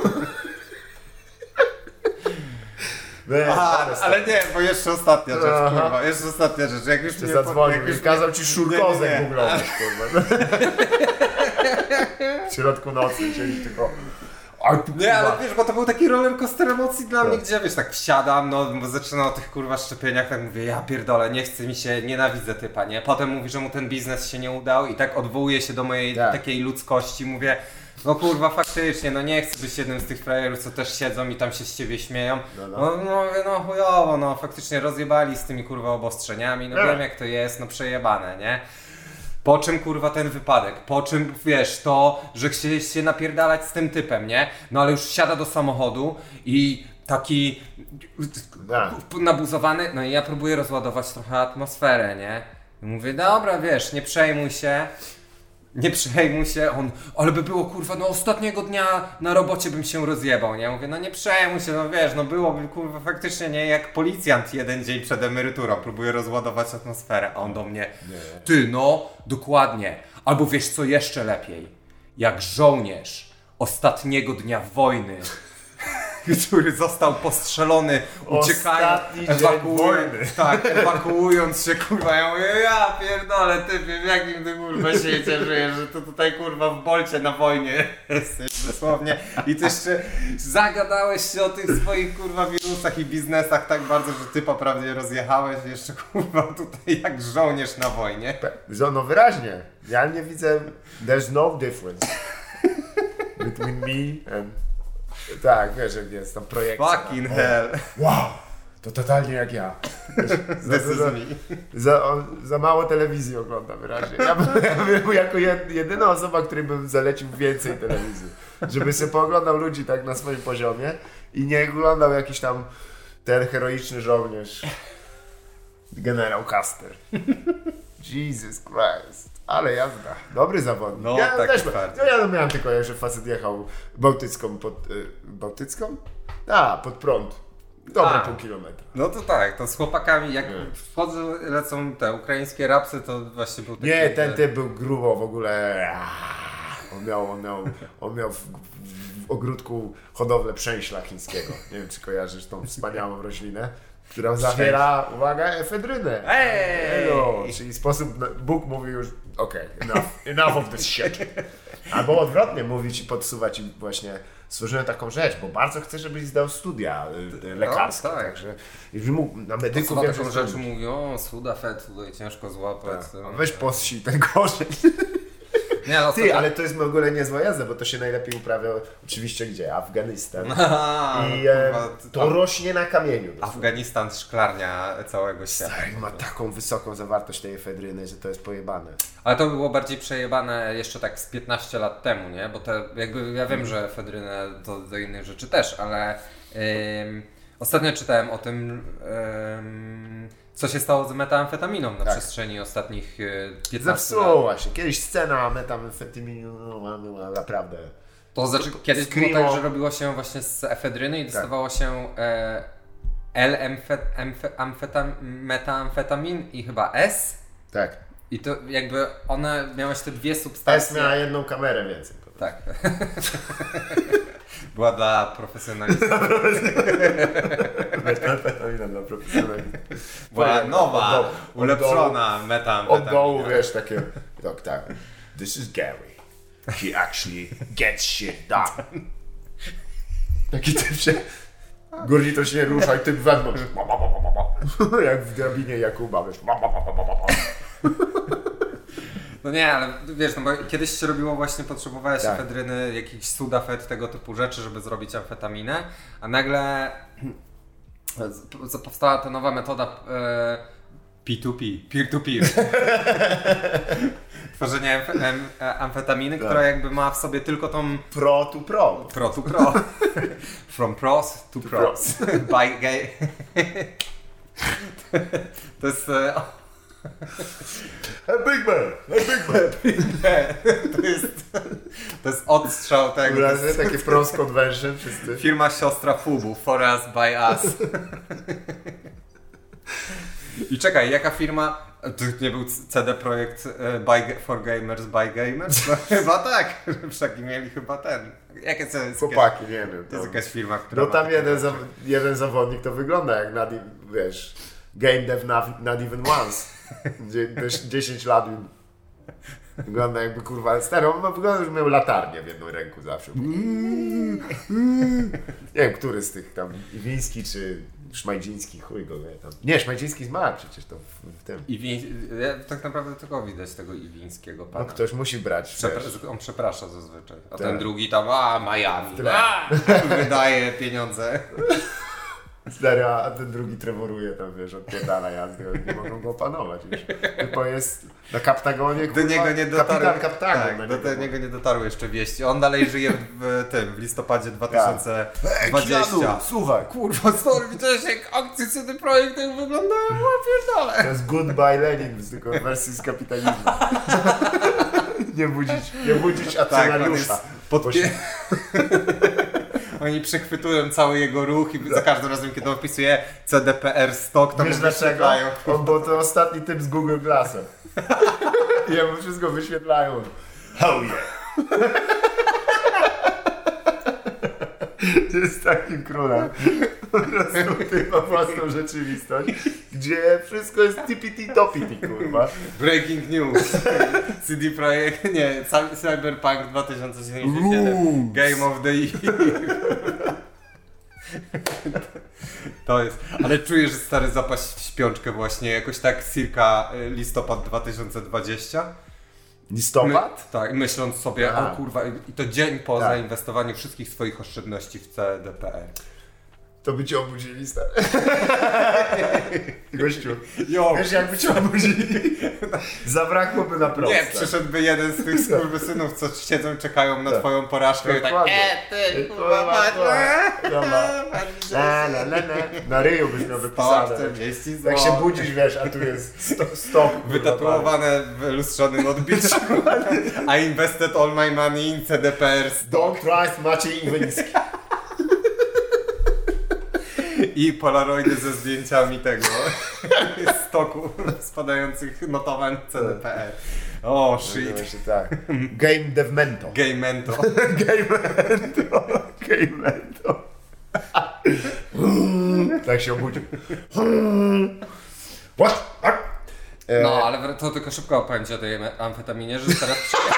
Ale nie, bo jeszcze ostatnia rzecz, kurwa, jeszcze ostatnia rzecz. Jak już mnie zadzwonił i kazał ci szurkozek googlować, kurwa. W środku nocy chcieli tylko... Nie, ale wiesz, bo to był taki rollercoaster emocji dla mnie, gdzie wiesz, tak wsiadam, no zaczynam o tych kurwa szczepieniach, tak mówię, ja pierdolę, nie chce mi się, nienawidzę typa, nie? Potem mówi, że mu ten biznes się nie udał i tak odwołuje się do mojej takiej ludzkości, mówię, no kurwa faktycznie, no nie chcę być jednym z tych frajerów, co też siedzą i tam się z ciebie śmieją. No chujowo, no faktycznie rozjebali z tymi kurwa obostrzeniami, no wiem jak to jest, no przejebane, nie? Po czym kurwa ten wypadek, po czym wiesz to, że chcieliś się napierdalać z tym typem, nie? No ale już wsiada do samochodu i taki nabuzowany, no i ja próbuję rozładować trochę atmosferę, nie? I mówię, dobra wiesz, nie przejmuj się, on, ale by było kurwa, no ostatniego dnia na robocie bym się rozjebał, nie? Mówię, no nie przejmuj się, no wiesz, no byłoby kurwa faktycznie nie jak policjant jeden dzień przed emeryturą, próbuje rozładować atmosferę, a on do mnie, ty no, dokładnie, albo wiesz co jeszcze lepiej, jak żołnierz ostatniego dnia wojny, który został postrzelony, ewakuując się, kurwa, ja mówię, ja pierdolę, typie, w jakim ty kurwa świecie żyjesz, że ty tutaj kurwa w Bolcie na wojnie jesteś dosłownie i ty jeszcze zagadałeś się o tych swoich kurwa wirusach i biznesach tak bardzo, że ty poprawnie rozjechałeś i jeszcze kurwa tutaj jak żołnierz na wojnie. No wyraźnie, ja nie widzę, there's no difference between me and... Tak, wiesz jak jest, tam projekcja. Fucking hell. Wow, to totalnie jak ja. Za mało telewizji oglądam wyraźnie. Ja bym jako jedyna osoba, której bym zalecił więcej telewizji. Żeby sobie pooglądał ludzi tak na swoim poziomie i nie oglądał jakiś tam ten heroiczny żołnierz. Generał Custer. Jesus Christ. Ale jazda. Dobry zawodnik. No, ja tak też ja miałem tylko, że facet jechał Bałtycką Bałtycką? Pod prąd. Dobre pół kilometra. No to tak, to z chłopakami, jak wchodzą, lecą te ukraińskie rapsy, to właśnie był taki... Nie, ten typ był grubo w ogóle. On miał w ogródku hodowlę przęśla chińskiego. Nie wiem, czy kojarzysz tą wspaniałą roślinę, która zawiera, uwaga, efedrynę. Czyli sposób, Bóg mówi już, enough of this shit. Albo odwrotnie, mówić i podsuwać i właśnie stworzyłem taką rzecz, bo bardzo chcę, żebyś zdał studia lekarskie. Tak. Także jeżeli mógł na medyku wiem, taką rzecz mówi, Sudafed tutaj ciężko złapać. Tak. Weź possi ten korzeń. Nie, no, ty, ale to jest w ogóle niezła jazda, bo to się najlepiej uprawia oczywiście gdzie? Afganistan. I to rośnie na kamieniu. Afganistan, szklarnia całego świata. Stary, ma taką wysoką zawartość tej efedryny, że to jest pojebane. Ale to było bardziej przejebane jeszcze tak z 15 lat temu, nie? Bo to jakby ja wiem, że efedrynę to do innych rzeczy też, ale ostatnio czytałem o tym, co się stało z metamfetaminą na przestrzeni ostatnich 15 lat. Zepsuła się. Kiedyś scena metamfetaminu była naprawdę... To znaczy kiedyś było tak, że robiło się właśnie z efedryny i dostawało się metamfetamin i chyba S. Tak. I to jakby one miały te dwie substancje. S miała jedną kamerę więcej. Tak. Była dla profesjonalistów. Metamfetamina dla profesjonalistów. Była nowa, ulepszona Od metamfetamina. dołu, wiesz, takie... Tak. This is Gary. He actually gets shit done. Taki typ się... Górni to się nie rusza i typ wewnątrz. Jak w drabinie Jakuba, wiesz. No nie, ale wiesz, no bo kiedyś się robiło właśnie, potrzebowałeś efedryny, jakichś sudafed, tego typu rzeczy, żeby zrobić amfetaminę, a nagle powstała ta nowa metoda P2P, peer-to-peer. Tworzenie amfetaminy, która jakby ma w sobie tylko tą... Pro to pro. Pro to pro. From pros to pros. By gay. To jest... Hey big man! Hey big man! To jest odstrzał tego. Takie pros convention wszyscy. Firma siostra Fubu, for us, by us. I czekaj, jaka firma? To nie był CD Projekt for Gamers, by Gamers? No chyba tak. Wszaki mieli chyba ten. Jakie to jest? Chłopaki, nie wiem. To jest jakaś firma, która... No tam jeden zawodnik to wygląda jak wiesz, game dev not even once. 10 lat wygląda jakby kurwa stary, on wygląda, że miał latarnię w jedną ręku zawsze. Nie wiem, który z tych tam, Iwiński czy Szmajdziński, chuj go wie tam. Nie, Szmajdziński zmarł przecież to w tym. Tak naprawdę tylko widać tego Iwińskiego pana. No ktoś musi brać. On przeprasza zazwyczaj. A Tak. ten drugi tam, Miami. Wydaje pieniądze. Stary, a ten drugi tremoruje tam, wiesz, odpierdala jazdy, nie mogą go opanować już. Bo jest na Kaptagonie, kurwa, do niego nie dotarły, kapitan Kaptagon. tak, do niego nie dotarły jeszcze wieści. On dalej żyje w listopadzie 2020. Słuchaj, Kurwa, sorry, widziałeś jak akcje CD Projekt jak wyglądają? to jest Goodbye Lenin, tylko w wersji z kapitalizmu. nie budzić akcjonariusza. Oni przechwytują cały jego ruch i za każdym razem, kiedy opisuje CDPR stock, to wiesz mu dlaczego? wyświetlają. Bo to ostatni typ z Google Glassem. I jemu wszystko wyświetlają. Oh yeah. Jest takim królem. Po prostu ty ma własną rzeczywistość, gdzie wszystko jest tippity-toppity, kurwa. Breaking news. CD Projekt, nie, Cyberpunk 2077. Game of the Year. To jest, ale czuję, że stary zapaść w śpiączkę właśnie, jakoś tak circa listopad 2020. Listopad? Tak, myśląc sobie, Aha. o kurwa, i to dzień po Tak. zainwestowaniu wszystkich swoich oszczędności w CDPR. To by cię obudzili, stary. Gościu, Jo. wiesz jakby cię obudzili? Zabrakłoby na proste. Nie, przyszedłby jeden z tych skurwysynów, co siedzą, czekają na Tak. twoją porażkę i tak Ty, kurwa, na ryju byś miał wypisane. Jak się budzisz, wiesz, a tu jest stop. Wytatuowane w lustrzonym odbiciu. I invested all my money in CDPR Don't trust Maciej Iwiński. i polaroidy ze zdjęciami tego stoku spadających notowań CDPR. O, shit. Właśnie tak. Game Devmento. Gamento. Gamento. Tak się obudził. What? No, ale to tylko szybko opowiem ci o tej amfetaminie, że teraz...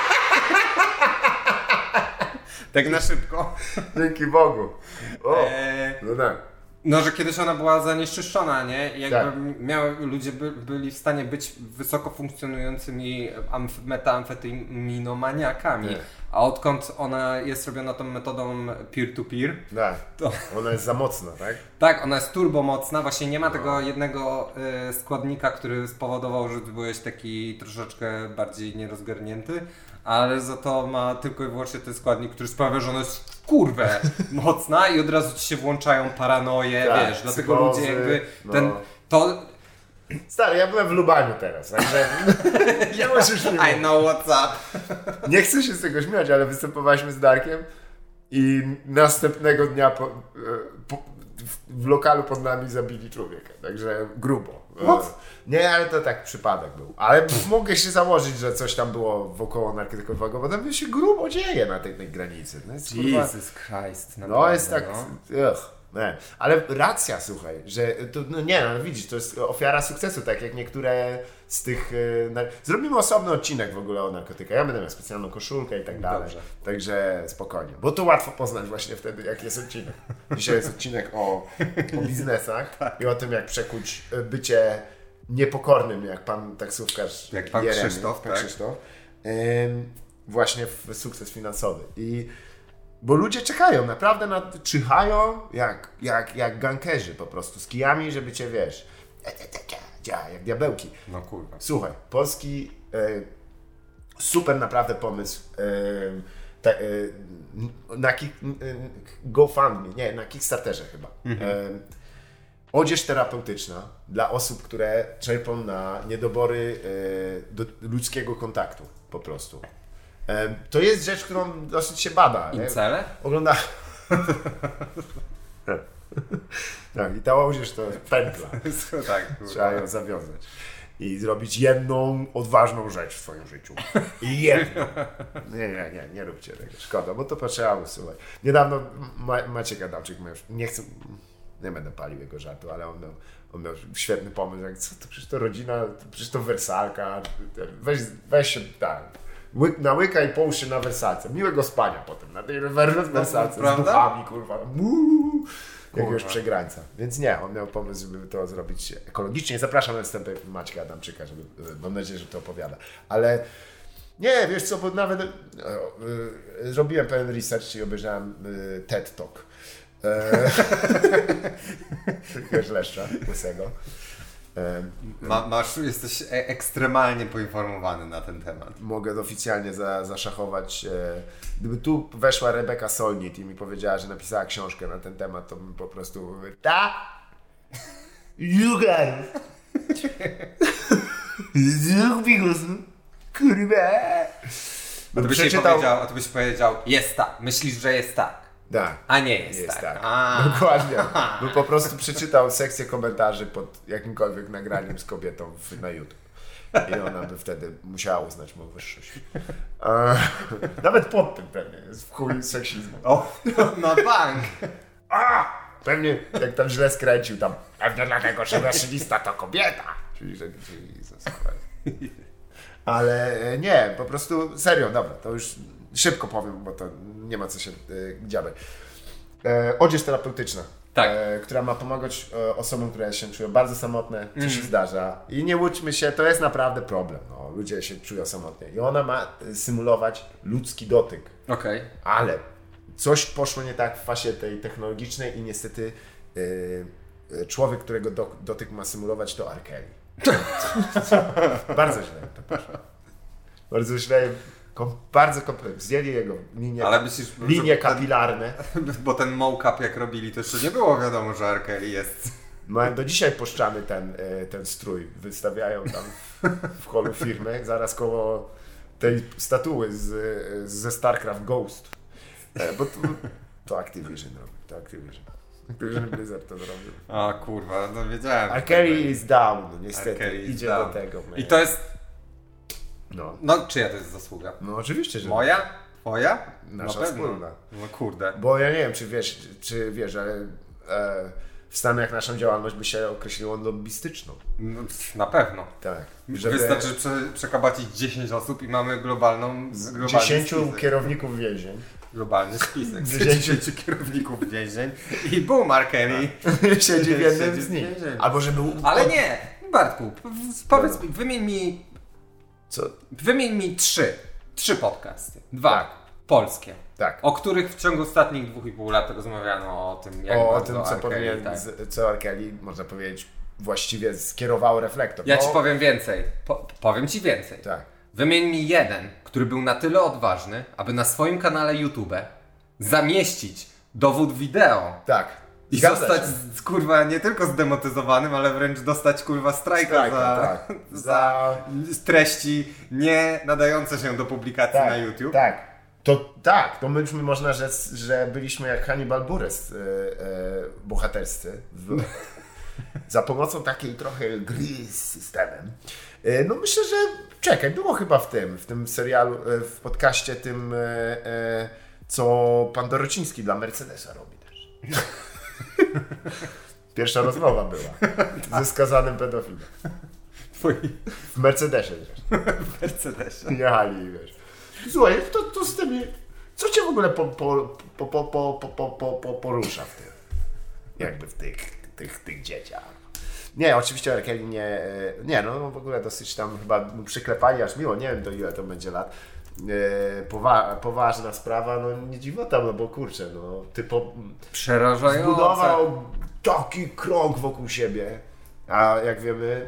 Tak na szybko. Dzięki Bogu. O, no tak. No, że kiedyś ona była zanieczyszczona, nie? I jakby Tak. ludzie byli w stanie być wysoko funkcjonującymi metamfetaminomaniakami. Nie. A odkąd ona jest robiona tą metodą peer-to-peer, Tak. to... Ona jest za mocna, tak? Tak, ona jest turbo mocna, właśnie nie ma tego jednego składnika, który spowodował, że ty byłeś taki troszeczkę bardziej nierozgarnięty, ale za to ma tylko i wyłącznie ten składnik, który sprawia, że ona jest w kurwę mocna i od razu ci się włączają paranoje, Tak, wiesz, dlatego psychozy, ludzie jakby no. to Stary, ja byłem w Lubaniu teraz, także nie możesz mi I mówić. know what's up. Nie chcę się z tego śmiać, ale występowaliśmy z Darkiem i następnego dnia w lokalu pod nami zabili człowieka, także grubo. Nie, ale to tak przypadek był. Ale mogę się założyć, że coś tam było wokoło narkotykowego, bo tam się grubo dzieje na tej granicy. No jest, Jesus Christ. No jest tak... Nie. Ale racja, słuchaj, że to, widzisz, to jest ofiara sukcesu, tak jak niektóre z tych... Zrobimy osobny odcinek w ogóle o narkotykach. Ja będę miał specjalną koszulkę i tak dalej. Dobrze. Także spokojnie, bo to łatwo poznać właśnie wtedy, jak jest odcinek. Dzisiaj jest odcinek o biznesach i o tym, jak przekuć bycie niepokornym, jak pan taksówkarz jak pan Jeremy, Krzysztof, pan tak? Krzysztof, właśnie w sukces finansowy. Bo ludzie czekają, naprawdę czyhają jak gankerzy po prostu, z kijami, żeby cię, wiesz, jak diabełki. No kurwa. Słuchaj, polski super naprawdę pomysł na GoFundMe, na Kickstarterze chyba. Odzież terapeutyczna dla osób, które czerpią na niedobory ludzkiego kontaktu po prostu. To jest rzecz, którą dosyć się bada. Incele? Ogląda... Tak, i ta odzież to pętla. Tak, trzeba ją zawiązać. I zrobić jedną odważną rzecz w swoim życiu. I jedną. Nie róbcie tego. Szkoda, bo to potrzeba usuwać. Niedawno Maciek Adamczyk miał, nie będę palił jego żartu, ale on miał świetny pomysł. Jak, co to przecież to rodzina, przecież to wersalka. Weź się tak. Nałyka i połóż się na wersalce. Miłego spania potem na tej wersalce z duchami, kurwa. Jakiegoś przegrańca. Więc nie, on miał pomysł, żeby to zrobić ekologicznie. Zapraszam na wstępy Maćka Adamczyka, żeby, mam nadzieję, że to opowiada. Ale nie, wiesz co, bo nawet zrobiłem pewien research i obejrzałem TED Talk. Jakiegoś leszcza łysego. Jesteś ekstremalnie poinformowany na ten temat. Mogę oficjalnie zaszachować. Gdyby tu weszła Rebeka Solnit i mi powiedziała, że napisała książkę na ten temat, to bym po prostu you guys kurwa. A to byś powiedział, jest tak, myślisz, że jest tak. Tak. A nie jest tak. Dokładnie. Bo po prostu przeczytał sekcję komentarzy pod jakimkolwiek nagraniem z kobietą na YouTube. I ona by wtedy musiała uznać moją wyższość. Nawet pod tym pewnie jest w chuj seksizmu. Na bank! Pewnie jak tam źle skręcił, tam pewnie dlatego, że maszynista to kobieta. Czyli że Jezus Christ. Ale nie, po prostu serio, dobra, to już szybko powiem, bo to nie ma co się dziabać. Odzież terapeutyczna, tak. Która ma pomagać osobom, które się czują bardzo samotne, co się zdarza. I nie łudźmy się, to jest naprawdę problem. No, ludzie się czują samotnie. I ona ma symulować ludzki dotyk. Okay. Ale coś poszło nie tak w fazie tej technologicznej i niestety człowiek, którego dotyk ma symulować, to R. Kelly. Bardzo źle to poszło. Bardzo źle. Bardzo kompletnie. Zdjęli jego linie kapilarne. Bo ten mocap jak robili, to jeszcze nie było wiadomo, że R. Kelly jest. Do dzisiaj puszczamy ten strój. Wystawiają tam w holu firmy, zaraz koło tej statuły ze StarCraft Ghost. Bo to Activision robi. To Activision Blizzard to zrobił. A kurwa, no wiedziałem. R. Kelly is down, niestety. Idzie do tego. I to jest... No, czyja to jest zasługa? No oczywiście, że... Moja? Twoja? Nasza wspólna. No kurde. Bo ja nie wiem, czy wiesz, ale w Stanach naszą działalność by się określiło lobbystyczną. No, na pewno. Tak. Wystarczy przekabacić 10 osób i mamy globalny 10 spisek. Kierowników więzień. Globalny spisek. 10 kierowników więzień i boom, R. Kelly siedzi w jednym z nich. Albo żeby... Ale nie, Bartku, powiedz mi, wymień mi... Co? Wymień mi 3 podcasty. 2 tak. Polskie. Tak. O których w ciągu ostatnich 2,5 lat rozmawiano o tym, jak o bardzo tym, co powinien, co R. Kelly, można powiedzieć, właściwie skierował reflektor. Ja ci powiem więcej. Powiem ci więcej. Tak. Wymień mi jeden, który był na tyle odważny, aby na swoim kanale YouTube zamieścić dowód wideo. Tak. I zostać kurwa nie tylko zdemotyzowanym, ale wręcz dostać kurwa strajka za treści nie nadające się do publikacji na YouTube. Tak. To tak, to myśmy można rzec, że byliśmy jak Hannibal Buress bohaterscy. Za pomocą takiej trochę gry z systemem. No myślę, że czekaj, było chyba w tym serialu, w podcaście tym, co pan Dorociński dla Mercedesa robi też. Pierwsza rozmowa była ze skazanym pedofilem. W Mercedesie zresztą. W Mercedesie. Jechali, wiesz. Słuchaj, to z tymi... Co cię w ogóle porusza w tym? Jakby w tych dzieciach. Nie, oczywiście R. Kelly nie, no w ogóle dosyć tam chyba przyklepali aż miło, nie wiem do ile to będzie lat. Poważna sprawa, no nie dziwota, no bo kurczę, no przerażające. Zbudował taki krąg wokół siebie, a jak wiemy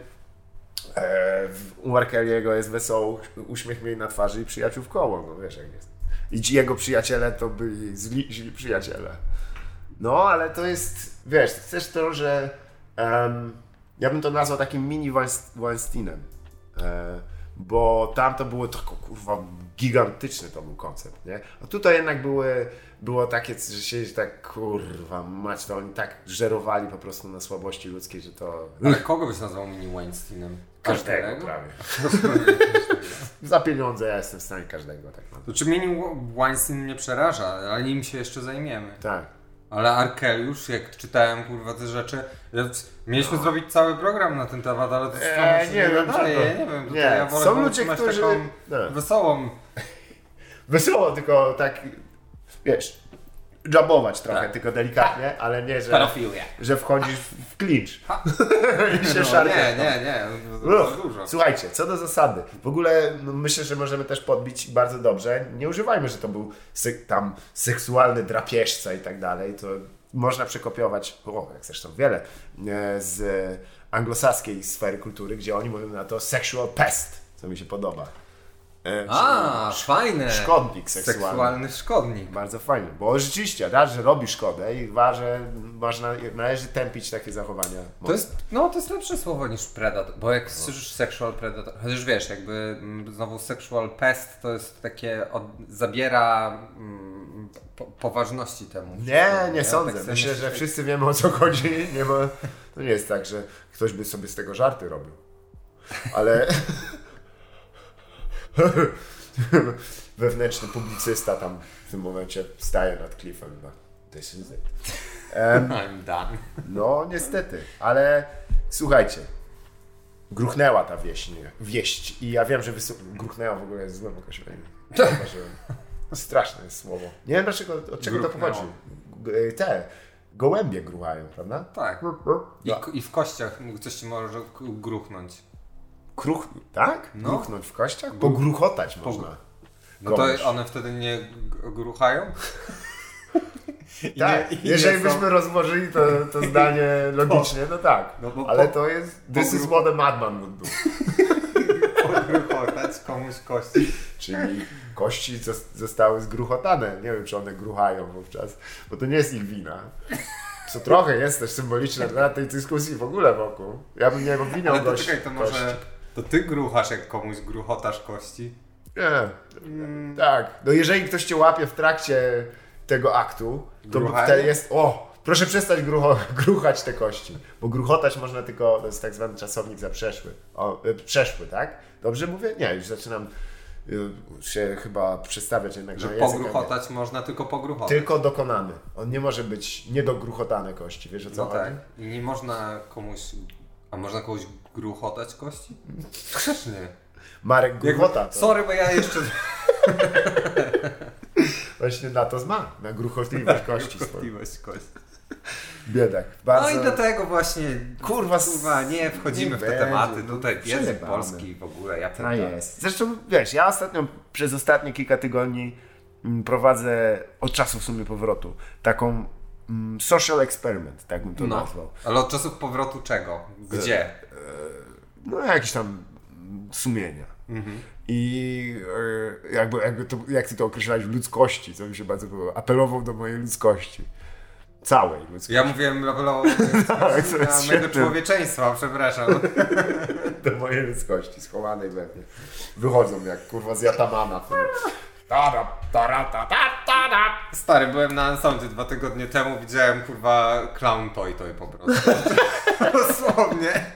u R. Kelly'ego jest wesoły uśmiech mieli na twarzy i przyjaciół w koło, no wiesz jak jest. I ci jego przyjaciele to byli źli przyjaciele. No, ale to jest, wiesz, chcesz to, że ja bym to nazwał takim mini Weinsteinem, bo tam to było tylko, kurwa, gigantyczny to był koncept, nie? A tutaj jednak było takie, że się tak, kurwa mać, to oni tak żerowali po prostu na słabości ludzkiej, że to... Ale kogo byś nazwał mini Weinsteinem? Każdego prawie. Za pieniądze ja jestem w stanie każdego tak nazwać. To czy mini Weinstein mnie przeraża, ale nim się jeszcze zajmiemy. Tak. Ale R. Kelly już, jak czytałem kurwa te rzeczy, mieliśmy zrobić cały program na ten temat, ale to nie wiem, dalej, ja nie wiem, nie. Ja wolę są ludzie, którzy... taką wesołą. Wesoło, tylko tak, wiesz, dżabować trochę, tak. Tylko delikatnie, ale nie, że wchodzisz w klincz i się szarpie. Nie, dużo. Słuchajcie, co do zasady, w ogóle myślę, że możemy też podbić bardzo dobrze, nie używajmy, że to był tam seksualny drapieżca i tak dalej, to można przekopiować, jak zresztą wiele, z anglosaskiej sfery kultury, gdzie oni mówią na to sexual pest, co mi się podoba. Fajne. Szkodnik seksualny. Seksualny szkodnik. Bardzo fajnie, bo rzeczywiście, że robi szkodę i należy tępić takie zachowania. To jest lepsze słowo niż predator, bo jak słyszysz sexual predator, chociaż wiesz, jakby znowu sexual pest to jest takie, zabiera poważności temu. Nie sądzę. Tak myślę, że wszyscy wiemy, o co chodzi. To nie jest tak, że ktoś by sobie z tego żarty robił. Ale... wewnętrzny publicysta tam w tym momencie staje nad klifem. This is it. I'm done. No niestety, ale słuchajcie, gruchnęła ta wieść i ja wiem, że gruchnęła w ogóle jest złym określeniem. Straszne jest słowo. Nie wiem dlaczego, od czego to pochodzi. Te gołębie gruchają, prawda? Tak. I w kościach coś ci może gruchnąć. Tak? No. Gruchnąć w kościach? Pogruchotać można. No to one wtedy nie gruchają? Tak, jeżeli byśmy rozłożyli to zdanie logicznie, no tak. No ale to jest this is what a madman would do. Pogruchotać komuś kości. Czyli kości zostały zgruchotane. Nie wiem, czy one gruchają wówczas, bo to nie jest ich wina. Co trochę jest też symboliczne dla tej dyskusji w ogóle wokół. Ja bym nie obwiniał gości. Ale to czekaj, to może to ty gruchasz, jak komuś gruchotasz kości? Nie. Tak. No jeżeli ktoś cię łapie w trakcie tego aktu, to wtedy jest proszę przestać gruchać te kości. Bo gruchotać można tylko, to jest tak zwany czasownik za przeszły, tak? Dobrze mówię? Nie, już zaczynam się chyba przestawiać jednak że na język. Pogruchotać można tylko pogruchotać. Tylko dokonany. On nie może być niedogruchotane kości, wiesz o co chodzi? Tak. I nie można komuś... A można komuś gruchotać kości? Też nie. Marek gruchota. Sorry, bo ja jeszcze... Właśnie na to na gruchotliwość kości. Gruchotliwość kości. Biedak. Bardzo... No i dlatego właśnie, kurwa, nie wchodzimy w te tematy. Tutaj język polski w ogóle, jest. Zresztą wiesz, ja przez ostatnie kilka tygodni prowadzę od czasu w sumie powrotu taką social experiment, tak bym to nazwał. Ale od czasów powrotu czego? Gdzie? No jakieś tam sumienia. Mhm. I jak ty to określałeś, ludzkości, co mi się bardzo podobało, apelował do mojej ludzkości. Całej ludzkości. Ja mówiłem apelował do mojego człowieczeństwa, przepraszam. Do mojej ludzkości, schowanej we mnie. Wychodzą jak kurwa z Jatamana. Stary, byłem na Sądzie 2 tygodnie temu, widziałem kurwa Clown Toy po prostu. Dosłownie.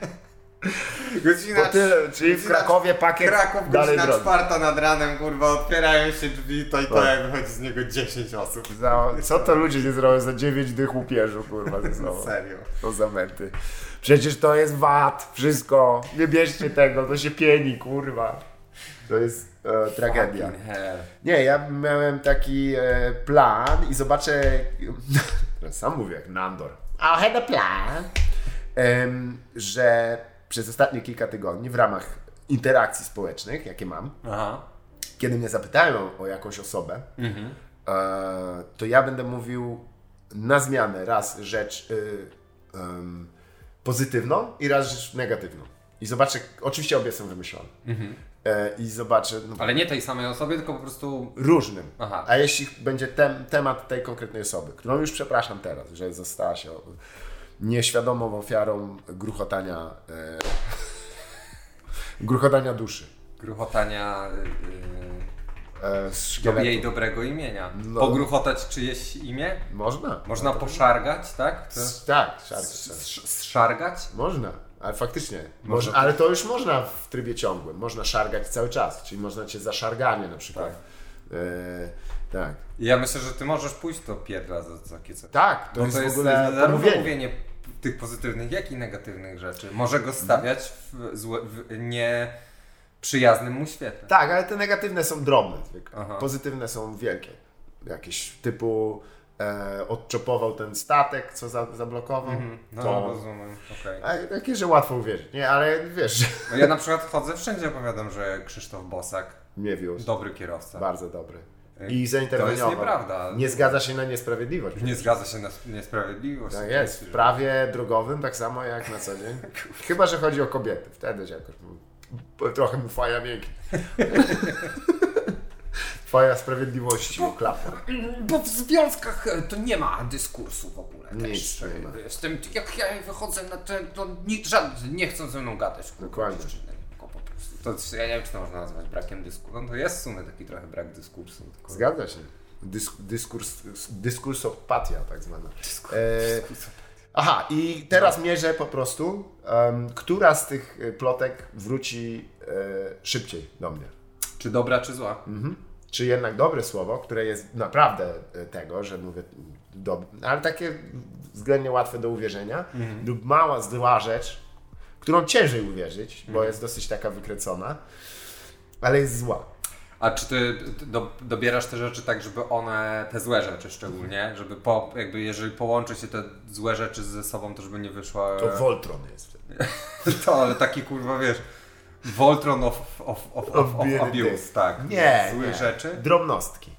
Czyli w Krakowie pakiet Kraków, dalej godzina drogi. 4 nad ranem, kurwa, otwierają się drzwi, to wychodzi z niego 10 osób. Co to ludzie nie zrobią za 9 dych łupieżu, kurwa, ze sobą. Serio. To za męty. Przecież to jest VAT, wszystko. Nie bierzcie tego, to się pieni, kurwa. To jest tragedia. Fucking hell. Nie, ja miałem taki plan i zobaczę, sam mówię jak Nandor. I had a plan. Że przez ostatnie kilka tygodni w ramach interakcji społecznych, jakie mam, Aha. kiedy mnie zapytają o jakąś osobę, to ja będę mówił na zmianę raz rzecz pozytywną i raz rzecz negatywną. I zobaczę, oczywiście obie są wymyślone. I zobaczę... No, Ale nie tej samej osobie, tylko po prostu... różnym. Aha. A jeśli będzie temat tej konkretnej osoby, którą już przepraszam teraz, że została się nieświadomą ofiarą gruchotania duszy. Gruchotania Szkieletu. jej dobrego imienia. No. Pogruchotać czyjeś imię? Można. Można poszargać, tak? To... Tak, Zszargać? można, ale faktycznie. Można. Ale to już można w trybie ciągłym. Można szargać cały czas, czyli można cię za szarganie na przykład. Tak. Ja myślę, że ty możesz pójść to pierdla za takie coś. Tak, to Bo jest to w ogóle zarówno pomówienie. mówienie tych pozytywnych, jak i negatywnych rzeczy. Może go stawiać w nieprzyjaznym mu świetle. Tak, ale te negatywne są drobne zwykle. Aha. Pozytywne są wielkie. Jakieś typu odczopował ten statek, co zablokował. No to... rozumiem, okej. A takie, że łatwo uwierzyć. Nie, ale wiesz, No ja na przykład chodzę wszędzie, opowiadam, że Krzysztof Bosak, nie wiózł. dobry kierowca. Bardzo dobry. To I zainterweniował. jest nieprawda. Nie zgadza się na niesprawiedliwość. Nie zgadza się na niesprawiedliwość. Tak jest. W prawie drogowym tak samo jak na co dzień. Chyba że chodzi o kobiety. Wtedy jakoś trochę mu faja miękki. Faja sprawiedliwości klapła. Bo w związkach to nie ma dyskursu w ogóle. Nic Też, nie ma. jestem, jak ja wychodzę na ten, to nie chcą ze mną gadać. Dokładnie. Po prostu. To, ja nie wiem, czy to można nazwać brakiem dyskursu. No to jest w sumie taki trochę brak dyskursu. Tylko... Zgadza się. Dyskursopatia tak zwana. Aha, i teraz mierzę po prostu, która z tych plotek wróci szybciej do mnie. Czy dobra, czy zła? Czy jednak dobre słowo, które jest naprawdę tego, że mówię, ale takie względnie łatwe do uwierzenia, lub mała, zła rzecz, którą ciężej uwierzyć, bo jest dosyć taka wykręcona, ale jest zła. A czy ty dobierasz te rzeczy tak, żeby one, te złe rzeczy szczególnie, żeby jakby jeżeli połączy się te złe rzeczy ze sobą, to żeby nie wyszła... To Voltron jest wtedy. To, ale taki kurwa, wiesz, Voltron of abuse, tak. Nie, Złe nie. rzeczy. Drobnostki.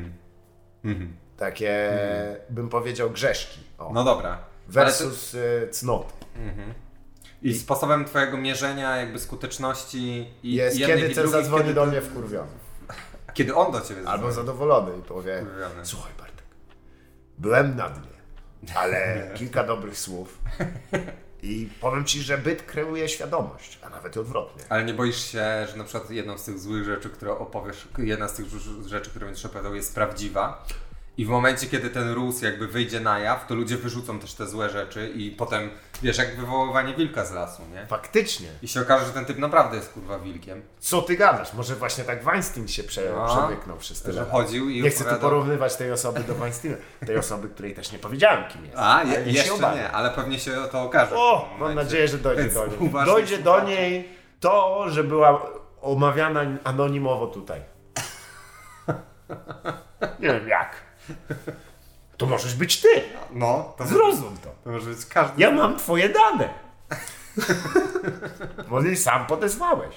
Takie, bym powiedział, grzeszki. O. No dobra. Versus cnoty. I sposobem twojego mierzenia jakby skuteczności i Jest, jednej kiedy i ten drugiej, zadzwoni kiedy do ty- mnie wkurwiony. Kiedy on do ciebie zadzwoni. Albo zadowolony i powie, Wkurwiony. słuchaj Bartek, byłem na dnie, ale kilka dobrych słów i powiem Ci, że byt kreuje świadomość, a nawet odwrotnie. Ale nie boisz się, że na przykład jedną z tych złych rzeczy, które opowiesz, jedna z tych rzeczy, które będziesz opowiadał, jest prawdziwa i w momencie, kiedy ten róz jakby wyjdzie na jaw, to ludzie wyrzucą też te złe rzeczy i potem, wiesz, jak wywoływanie wilka z lasu, nie? Faktycznie. I się okaże, że ten typ naprawdę jest kurwa wilkiem. Co Ty gadasz? Może właśnie tak Weinstein się przewyknął przez tyle Że lat. chodził i Nie chcę tu opowiadał... porównywać tej osoby do Weinsteina. Tej osoby, której też nie powiedziałem, kim jest. A, Ale niech się jeszcze obawi. nie, ale pewnie się to okaże. O, w tym mam momencie. nadzieję, że dojdzie Więc do niej. uważaj, Dojdzie do słuchacze. niej to, że była omawiana anonimowo tutaj. Nie wiem jak. To możesz być Ty. No, to Zrozum to. to może być każdy. Ja mam Twoje dane. Może i sam podesłałeś.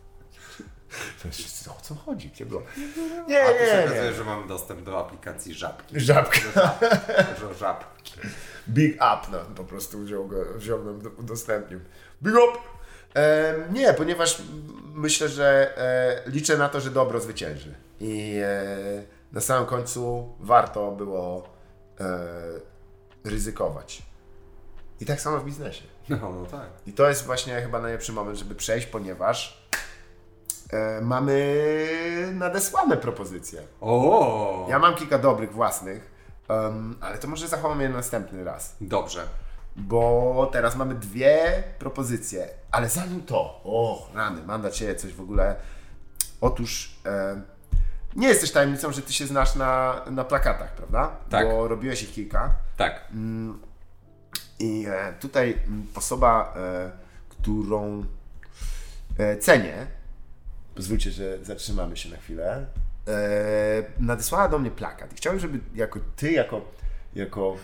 O co chodzi? Gdzie było? Nie, A tu się nie, okazuje, nie. że mam dostęp do aplikacji Żabki. Żabka. Że żabki. Big up, no, po prostu wziął nam, udostępnił. Big up! Nie, ponieważ myślę, że liczę na to, że dobro zwycięży. I na samym końcu warto było ryzykować. I tak samo w biznesie. No tak. I to jest właśnie chyba najlepszy moment, żeby przejść, ponieważ mamy nadesłane propozycje. O. Ja mam kilka dobrych własnych, ale to może zachowam je następny raz. Dobrze. Bo teraz mamy 2 propozycje, ale zanim to, rany, mam dla Ciebie coś w ogóle. Otóż nie jest też tajemnicą, że Ty się znasz na plakatach, prawda? Tak. Bo robiłeś ich kilka. Tak. I tutaj osoba, którą cenię, pozwólcie, że zatrzymamy się na chwilę, nadesłała do mnie plakat. I chciałbym, żeby Ty, jako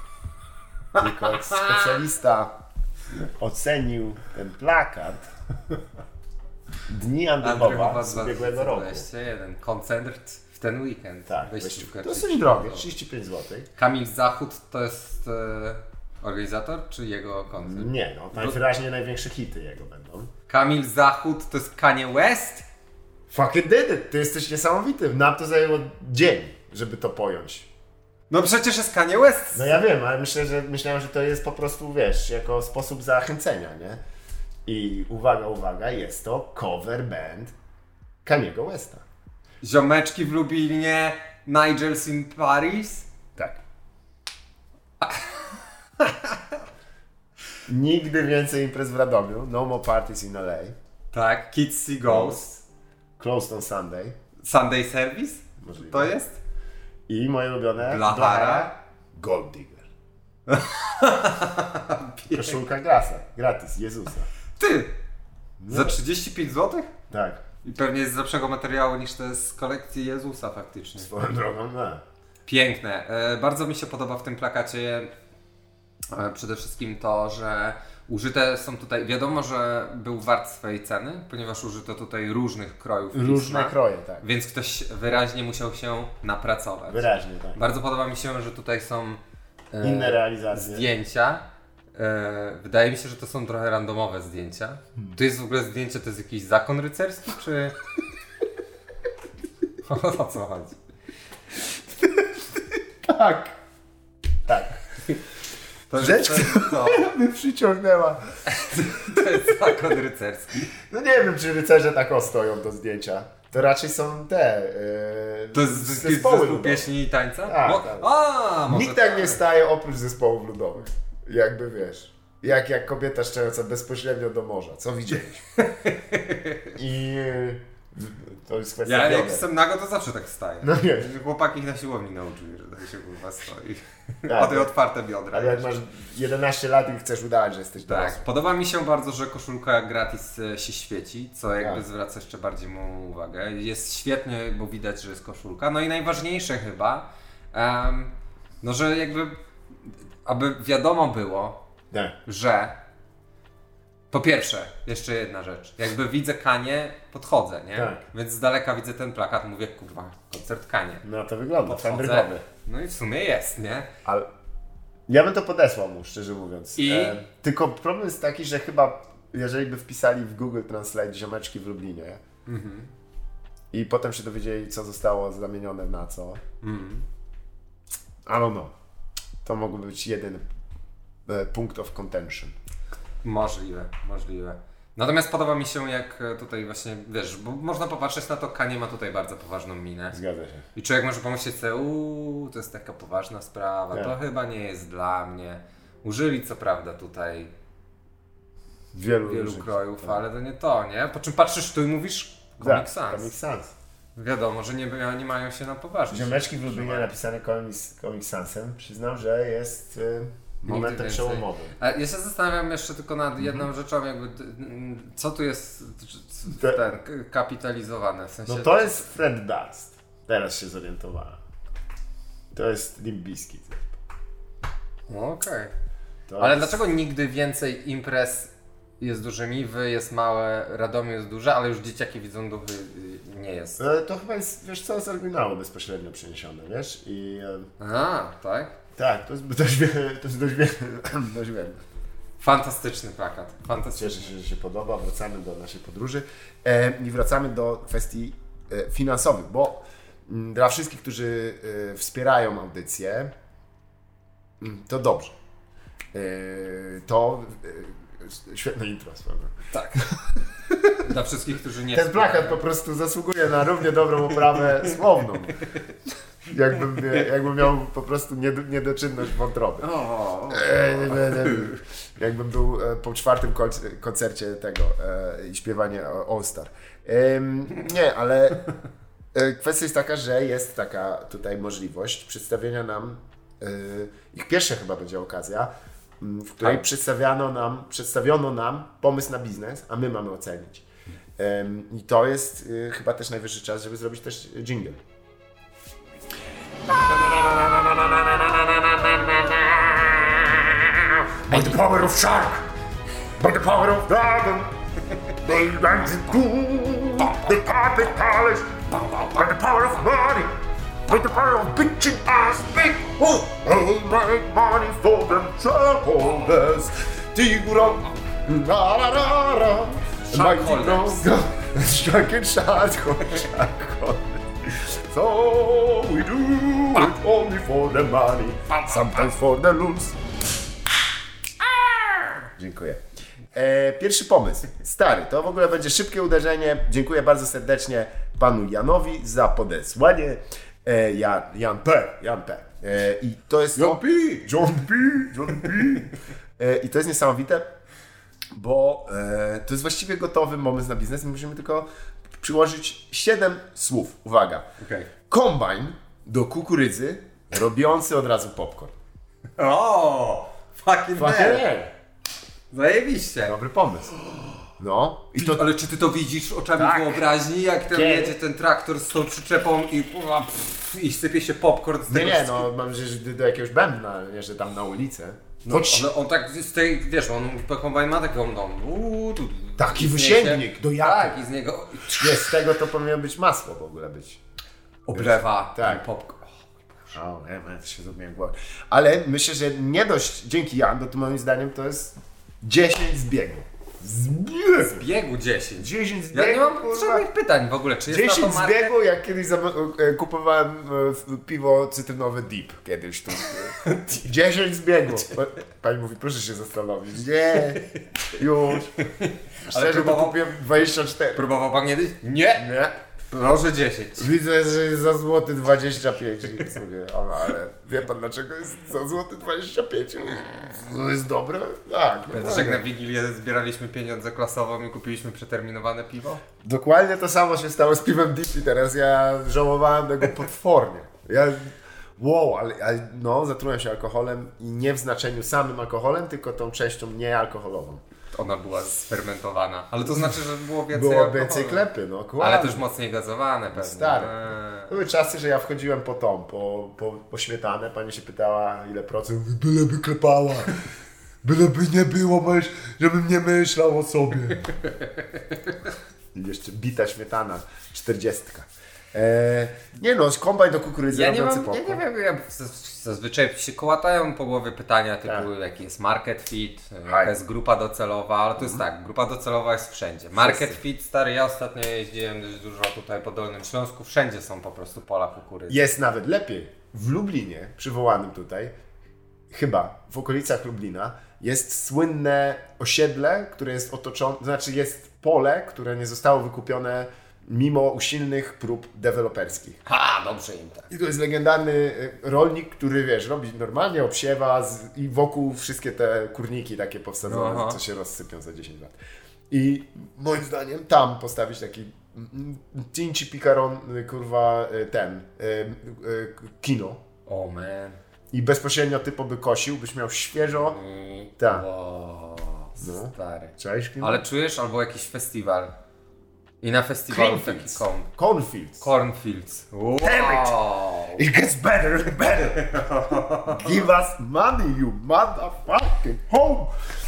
specjalista ocenił ten plakat Dni Andrychowa z ubiegłego roku. 21. Koncert w ten weekend. Tak, Wejściówka dosyć drogie, 35 zł. Kamil Zachód to jest organizator, czy jego koncert? Nie, najwyraźniej największe hity jego będą. Kamil Zachód to jest Kanye West? Fucking did it! Ty jesteś niesamowity. Nam to zajęło dzień, żeby to pojąć. No przecież jest Kanye West! No ja wiem, ale myślałem, że to jest po prostu, wiesz, jako sposób zachęcenia, nie? I uwaga, jest to cover band Kaniego Westa. Ziomeczki w Lublinie, Nigels in Paris? Tak. Nigdy więcej imprez w Radomiu. No more parties in LA. Tak, Kids See Ghosts. Closed on Sunday. Sunday Service? Możliwe. To jest? I moje ulubione Blachara. Gold Digger. Koszulka gratis, Jezusa. Ty! Za 35 zł? Tak. I pewnie jest z lepszego materiału niż te z kolekcji Jezusa faktycznie. Swoją drogą, no. Piękne. Bardzo mi się podoba w tym plakacie przede wszystkim to, że użyte są tutaj, wiadomo, że był wart swojej ceny, ponieważ użyto tutaj różnych krojów Różne pisma, kroje, tak. więc ktoś wyraźnie musiał się napracować. Wyraźnie, tak. Bardzo podoba mi się, że tutaj są Inne realizacje. zdjęcia. Wydaje mi się, że to są trochę randomowe zdjęcia. Tu jest w ogóle zdjęcie, to jest jakiś zakon rycerski, czy... O co chodzi? Tak. Tak. Rzecz, to mnie przyciągnęła. jest zakon rycerski. No nie wiem, czy rycerze tak stoją do zdjęcia. To raczej są te To jest zespół pieśni i tańca? Tak, No, tak. może Nikt tak nie staje oprócz zespołów ludowych. Jakby wiesz. Jak kobieta szczerząca bezpośrednio do morza. Co widzieliśmy? I to jest kwestia ja jak bioder. jestem nago, to zawsze tak staję. No nie. Chłopaki na siłowni nauczyli, że tak się kurwa stoi. Tak. O te otwarte biodra. Ale jak masz 11 lat i chcesz udawać, że jesteś Tak, dorosły. podoba mi się bardzo, że koszulka gratis się świeci, co jakby Tak. zwraca jeszcze bardziej moją uwagę. Jest świetnie, bo widać, że jest koszulka. No i najważniejsze chyba, no że jakby, aby wiadomo było, Tak. że po pierwsze, jeszcze jedna rzecz, jakby widzę Kanie, podchodzę, nie? Tak. Więc z daleka widzę ten plakat, mówię, kurwa, koncert Kanie. No to wygląda, Podchodzę, fandrykowy. no i w sumie jest, nie? Ale ja bym to podesłał mu, szczerze mówiąc. Tylko problem jest taki, że chyba jeżeli by wpisali w Google Translate ziomeczki w Lublinie i potem się dowiedzieli, co zostało zamienione na co, I don't know. To mógłby być jeden punkt of contention. Możliwe. Natomiast podoba mi się, jak tutaj właśnie, wiesz, bo można popatrzeć na to, Kanye ma tutaj bardzo poważną minę. Zgadza się. I człowiek może pomyśleć sobie, to jest taka poważna sprawa, Tak. to chyba nie jest dla mnie. Użyli co prawda tutaj Wielu wielu krojów, tak. ale to nie to, nie? Po czym patrzysz tu i mówisz Comic Sans. Comic Sans. Wiadomo, że nie mają się na poważnie. Ziomeczki w Lublinie napisane Comic Sansem. Przyznam, że jest momentem więcej. przełomowym. A ja się zastanawiam jeszcze tylko nad jedną rzeczą, jakby co tu jest kapitalizowane, w sensie... No to jest Fred Durst. Teraz się zorientowałem. To jest Limp Bizkit. Okej. To Ale jest... dlaczego nigdy więcej imprez jest dużymi, jest małe, Radomiu jest duże, ale już dzieciaki widzą duchy nie jest? To chyba jest, wiesz co, z oryginału bezpośrednio przeniesione, wiesz? I Tak? tak, to jest dość wiele. Fantastyczny plakat. Fantastyczny. Cieszę się, że się podoba. Wracamy do naszej podróży i wracamy do kwestii finansowych, bo dla wszystkich, którzy wspierają audycję, to dobrze. To świetne intro, prawda? Tak. dla wszystkich, którzy nie... Ten plakat po prostu zasługuje na równie dobrą oprawę słowną. Jakbym miał po prostu niedoczynność wątroby. Jakbym był po 4. koncercie tego i śpiewanie All Star. Nie, ale kwestia jest taka, że jest taka tutaj możliwość przedstawienia nam, ich pierwsza chyba będzie okazja, w której przedstawiono nam pomysł na biznes, a my mamy ocenić. I to jest chyba też najwyższy czas, żeby zrobić też jingle. By the power of shark, by the power of dragon, they ran to the carpet palace, by the power of money, by the power of bitching ass big, they make money for them shareholders. Tigura, la la la la, shark and shark. So we do it only for the money, sometimes for the loons. Dziękuję. Pierwszy pomysł. Stary, to w ogóle będzie szybkie uderzenie. Dziękuję bardzo serdecznie panu Janowi za podesłanie. Jan P. I to jest... John P. I to jest niesamowite, bo to jest właściwie gotowy pomysł na biznes. My musimy tylko przyłożyć 7 słów. Uwaga. Okay. Kombajn do kukurydzy robiący od razu popcorn. O! Fucking zajebiście. Dobry pomysł. No. Ale czy ty to widzisz oczami wyobraźni, jak tam jedzie ten traktor z tą przyczepą i sypie się popcorn z tego... Nie, no mam nadzieję, że do jakiegoś bębna, nie, że tam na ulicę. No, ale on tak z tej, wiesz, kombajn ma taką, taki wysięgnik do jabłka. Tak, i z niego... Nie, z tego to powinno być masło w ogóle być. Oblewa tak. Popcorn. O, to się zrobiłem głowę. Ale myślę, że nie dość, dzięki Jan, bo to moim zdaniem to jest 10 zbiegów. Zbiegu 10. 10 zbiegu. Ja nie mam żadnych pytań w ogóle, czy jest 10 na to markę? zbiegu, jak kiedyś kupowałem piwo cytrynowe Deep kiedyś tu. 10 zbiegów. Pani mówi, proszę się zastanowić. Nie, już. Szczerze to kupiłem 24. Próbował pan kiedyś? Nie. Proszę 10. Widzę, że jest za złoty 25. Sobie, ale wie pan dlaczego jest za złoty 25? To jest dobre? Tak. Pamiętasz, jak na Wigilię zbieraliśmy pieniądze klasową i kupiliśmy przeterminowane piwo? Dokładnie to samo się stało z piwem Deep i teraz ja żałowałem tego potwornie. Ale no, zatrułem się alkoholem i nie w znaczeniu samym alkoholem, tylko tą częścią niealkoholową. Ona była sfermentowana, ale to znaczy, że było więcej Było alkoholu. więcej klepy, no. Ale też mocniej gazowane pewnie. Stary. Były czasy, że ja wchodziłem po śmietanę, pani się pytała ile procent, byleby klepała, byleby nie było, żebym nie myślał o sobie. I jeszcze bita śmietana, 40. Nie no, kombajn do kukurydzy robiący popcorn. Ja nie wiem, zazwyczaj się kołatają po głowie pytania typu jaki jest market fit, jaka jest grupa docelowa, ale to jest tak, grupa docelowa jest wszędzie. Market fit, stary, ja ostatnio jeździłem dość dużo tutaj po Dolnym Śląsku, wszędzie są po prostu pola kukurydzy. Jest nawet lepiej. W Lublinie, przywołanym tutaj, chyba w okolicach Lublina, jest słynne osiedle, które jest otoczone, to znaczy jest pole, które nie zostało wykupione mimo usilnych prób deweloperskich. Dobrze im tak. I to jest legendarny rolnik, który wiesz, robi normalnie, obsiewa i wokół wszystkie te kurniki takie powsadzone, co się rozsypią za 10 lat. I moim zdaniem tam postawić taki Cinci Picaron, kurwa, kino. Oh man. I bezpośrednio typo by kosił, byś miał świeżo. Tak. Wow, stary. Cześć, kino? Ale czujesz, albo jakiś festiwal. I na festiwalu taki Cornfields. Wow. It gets better and better. Give us money, you motherfucking home.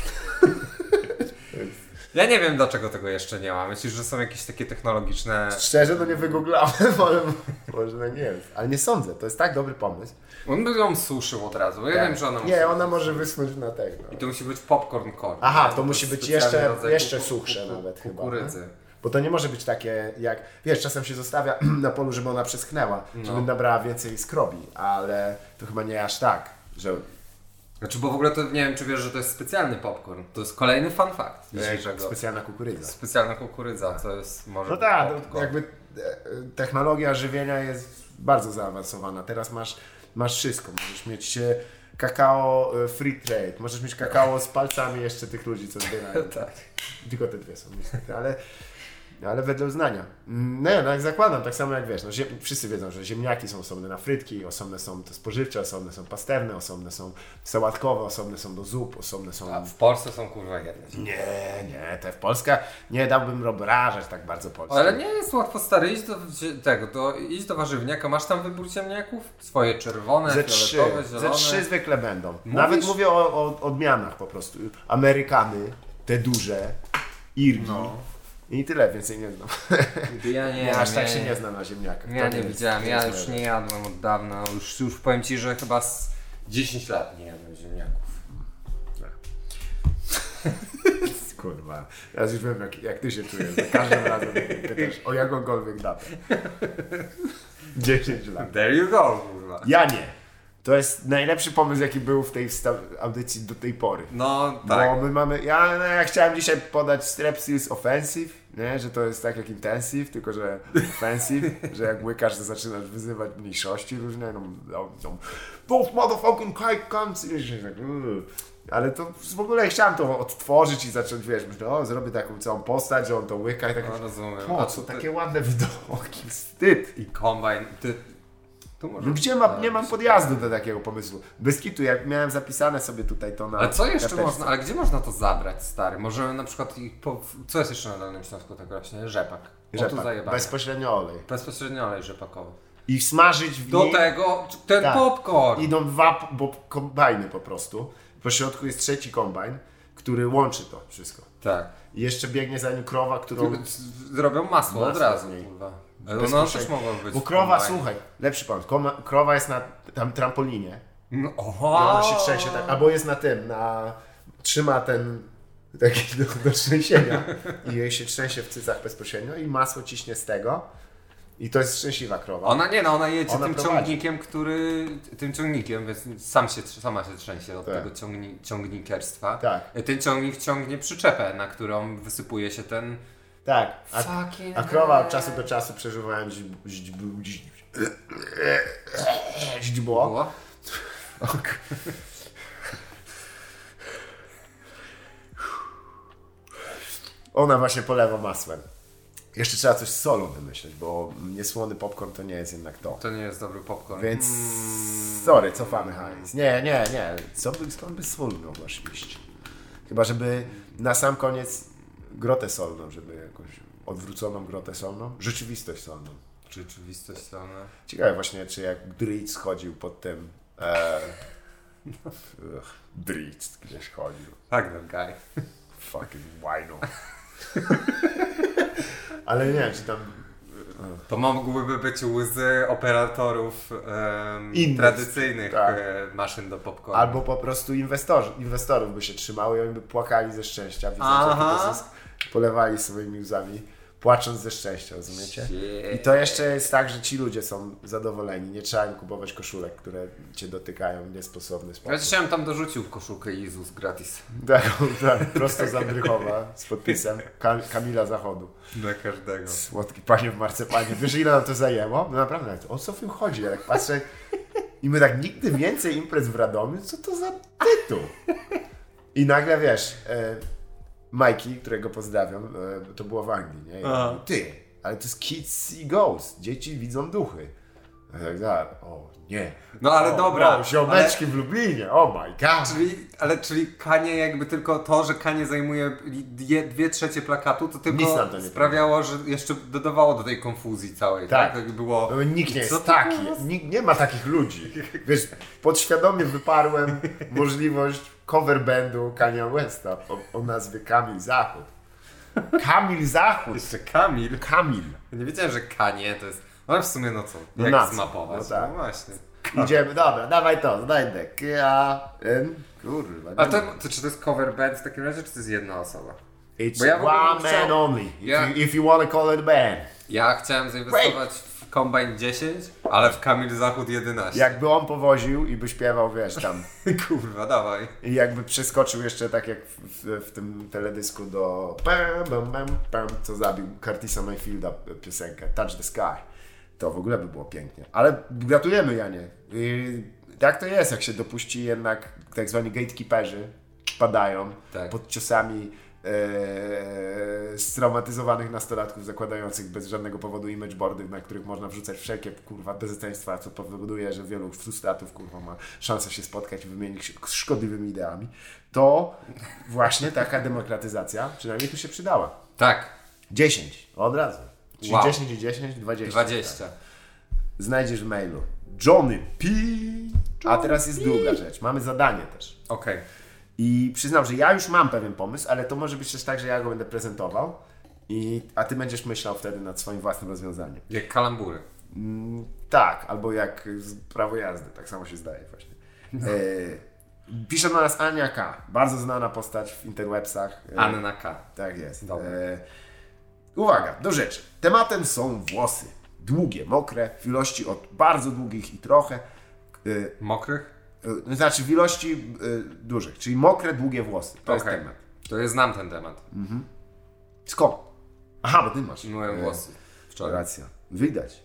Ja nie wiem, dlaczego tego jeszcze nie ma. Myślisz, że są jakieś takie technologiczne... Szczerze, to nie wygooglałem, ale może nie jest. Ale nie sądzę, to jest tak dobry pomysł. On by ją suszył od razu, ja wiem, że ona musi... Nie, ona może wysnąć na tego. I to musi być popcorn corn. Aha, to musi być jeszcze suchsze nawet kukurydzy. Chyba. Bo to nie może być takie jak, wiesz, czasem się zostawia na polu, żeby ona przeschnęła, żeby nabrała więcej skrobi, ale to chyba nie aż tak, że Znaczy, bo w ogóle to nie wiem, czy wiesz, że to jest specjalny popcorn. To jest kolejny fun fact dzisiejszego. Specjalna kukurydza. Specjalna kukurydza, co jest może. No tak, popcorn. jakby technologia żywienia jest bardzo zaawansowana. Teraz masz wszystko. Możesz mieć kakao free trade, możesz mieć kakao z palcami jeszcze tych ludzi, co zbierają. Tak. Tylko te dwie są niestety, ale wedle uznania. No jak zakładam, tak samo jak wiesz, wszyscy wiedzą, że ziemniaki są osobne na frytki, osobne są te spożywcze, osobne są pastewne, osobne są sałatkowe, osobne są do zup, osobne są... A w Polsce są kurwa jedne. Nie, te w Polsce nie dałbym obrażać tak bardzo Polsce. Ale nie jest łatwo, stary, iść do warzywniaka, masz tam wybór ziemniaków? Swoje czerwone, fioletowe, zielone? Ze trzy zwykle będą. Mówisz? Nawet mówię o odmianach po prostu. Amerykany, te duże, Irgi. No. I tyle, więcej nie znam. Ja nie Aż tak się nie znam na ziemniakach. Ja To nie jest- widziałem, to ja jest już mega. nie jadłem od dawna. Już powiem Ci, że chyba z 10 lat nie jadłem ziemniaków. Kurwa, ja już wiem jak ty się czujesz. Za każdym razem pytasz o jakąkolwiek datę. 10 lat. There you go, kurwa. Ja nie. To jest najlepszy pomysł, jaki był w tej audycji do tej pory. No tak. Bo my mamy. Ja chciałem dzisiaj podać Strepsils Offensive, nie? Że to jest tak jak Intensive, tylko że Offensive, że jak łykasz, to zaczynasz wyzywać mniejszości różne. Those motherfucking cunts. Ale to w ogóle chciałem to odtworzyć i zacząć, wiesz, myślę, zrobię taką całą postać, że on to łyka i tak. No, rozumiem. Po co? Takie ładne widoki, wstyd. I kombajn. Tu może... Nie mam podjazdu do takiego pomysłu. Bez kitu, jak miałem zapisane sobie tutaj to na... Ale co jeszcze na można, ale gdzie można to zabrać, stary? Może na przykład, co jest jeszcze na Dolnym Śląsku tak właśnie? Rzepak. O, tu Rzepak, zajebane. bezpośrednio olej. Bezpośrednio olej rzepakowy. I smażyć w Do nim tego ten Tak. popcorn. idą dwa kombajny po prostu. Po środku jest trzeci kombajn, który łączy to wszystko. Tak. I jeszcze biegnie za nim krowa, którą... Zrobią masło od Masło razu, z niej. kurwa. bezpośrednio- No też mogło być. Bo w krowa, kombajnie. słuchaj, lepszy pomysł. Krowa jest na tam trampolinie. No, I ona się trzęsie tak, albo jest na tym, trzyma ten taki do trzęsienia i jej się trzęsie w cycach bezpośrednio i masło ciśnie z tego i to jest szczęśliwa krowa. Ona jedzie Ona tym prowadzi. ciągnikiem, tym ciągnikiem, więc sama się trzęsie od Tak. tego ciągnikerstwa. Tak. Ten ciągnik ciągnie przyczepę, na którą wysypuje się ten... Tak, Fucking a krowa hell. od czasu do czasu przeżywałem źdźbło. Było? Ona właśnie polewa masłem. Jeszcze trzeba coś z solą wymyśleć, bo niesłony popcorn to nie jest jednak to. To nie jest dobry popcorn. Więc sorry, cofamy hajs. Nie. Skąd by sól miał iść? Chyba, żeby na sam koniec grotę solną, żeby jakąś odwróconą grotę solną, rzeczywistość solną. Rzeczywistość strona. Ciekawe właśnie, czy jak Dritz chodził pod tym... Dritz gdzieś chodził. Tak, no guy. Fucking wino. Ale nie wiem, czy tam... To mogłyby być łzy operatorów Innych, tradycyjnych tak. maszyn do popcornu. Albo po prostu inwestorów by się trzymały i oni by płakali ze szczęścia, widząc Aha. jaki to zysk, polewali swoimi łzami, płacząc ze szczęścia, rozumiecie? Shit. I to jeszcze jest tak, że ci ludzie są zadowoleni, nie trzeba im kupować koszulek, które cię dotykają w niesposobny Ja sposób. dzisiaj tam dorzucił koszulkę Jezus gratis. Tak, prosto z Andrychowa z podpisem Kamila Zachodu. Dla każdego. Słodki panie w marcepanie. Wiesz, ile nam to zajęło? No naprawdę, o co w tym chodzi? Jak patrzę i my tak nigdy więcej imprez w Radomiu, co to za tytuł? I nagle wiesz, Majki, którego pozdrawiam, to było w Anglii, nie? I Aha. mówi, ty, ale to jest Kids See Ghosts, dzieci widzą duchy. Ja tak, o nie. No ale dobra. No, ziomeczki w Lublinie, oh my god. Czyli Kanie jakby tylko to, że Kanie zajmuje 2/3 plakatu, to Nic tylko nam to nie sprawiało, że jeszcze dodawało do tej konfuzji całej, tak? Tak. Tak było... No, nikt nie Co jest to taki, jest? nikt nie ma takich ludzi. Wiesz, podświadomie wyparłem możliwość cover bandu Kanye Westa o nazwie Kamil Zachód. Kamil Zachód! Jeszcze Kamil. Kamil. Ja nie wiedziałem, że Kanie to jest... Ale w sumie no co, No jak na co? zmapować? No tak. No właśnie. Idziemy, dobra, dawaj to, znajdę. K-A-N. Kurwa. A to czy to jest cover band w takim razie, czy to jest jedna osoba? It's bo ja w ogóle one chciał- man only. Ja- If you wanna call it a band. Ja chciałem zainwestować w Combine 10, ale w Kamil Zachód 11. Jakby on powoził i by śpiewał, wiesz, tam. Kurwa, dawaj. I jakby przeskoczył jeszcze tak jak w tym teledysku do pam, pam, pam, pam, co zabił Curtisa Mayfielda piosenkę Touch the Sky. To w ogóle by było pięknie. Ale gratulujemy, Janie. I tak to jest, jak się dopuści jednak tak zwani gatekeeperzy padają pod ciosami straumatyzowanych nastolatków zakładających bez żadnego powodu imageboardy, na których można wrzucać wszelkie kurwa bezeceństwa, co powoduje, że wielu frustratów kurwa ma szansę się spotkać i wymienić się szkodliwymi ideami, to właśnie taka demokratyzacja przynajmniej tu się przydała. Tak. 10 od razu. Czyli Wow. 10 i 10, 20. 20. Tak. Znajdziesz w mailu Johnny P. A teraz jest druga rzecz. Mamy zadanie też. Okej. I przyznam, że ja już mam pewien pomysł, ale to może być też tak, że ja go będę prezentował, a ty będziesz myślał wtedy nad swoim własnym rozwiązaniem. Jak kalambury. Tak, albo jak prawo jazdy, tak samo się zdaje właśnie. Pisze do nas Ania K. Bardzo znana postać w interwebsach. Anna K. Tak jest. Dobra. Uwaga, do rzeczy. Tematem są włosy. Długie, mokre, w ilości od bardzo długich i trochę. Mokrych? Znaczy w ilości dużych, czyli mokre, długie włosy. To jest temat. To ja znam ten temat. Skąd? Aha, bo ty masz. Myłem włosy wczoraj. Racja. Widać.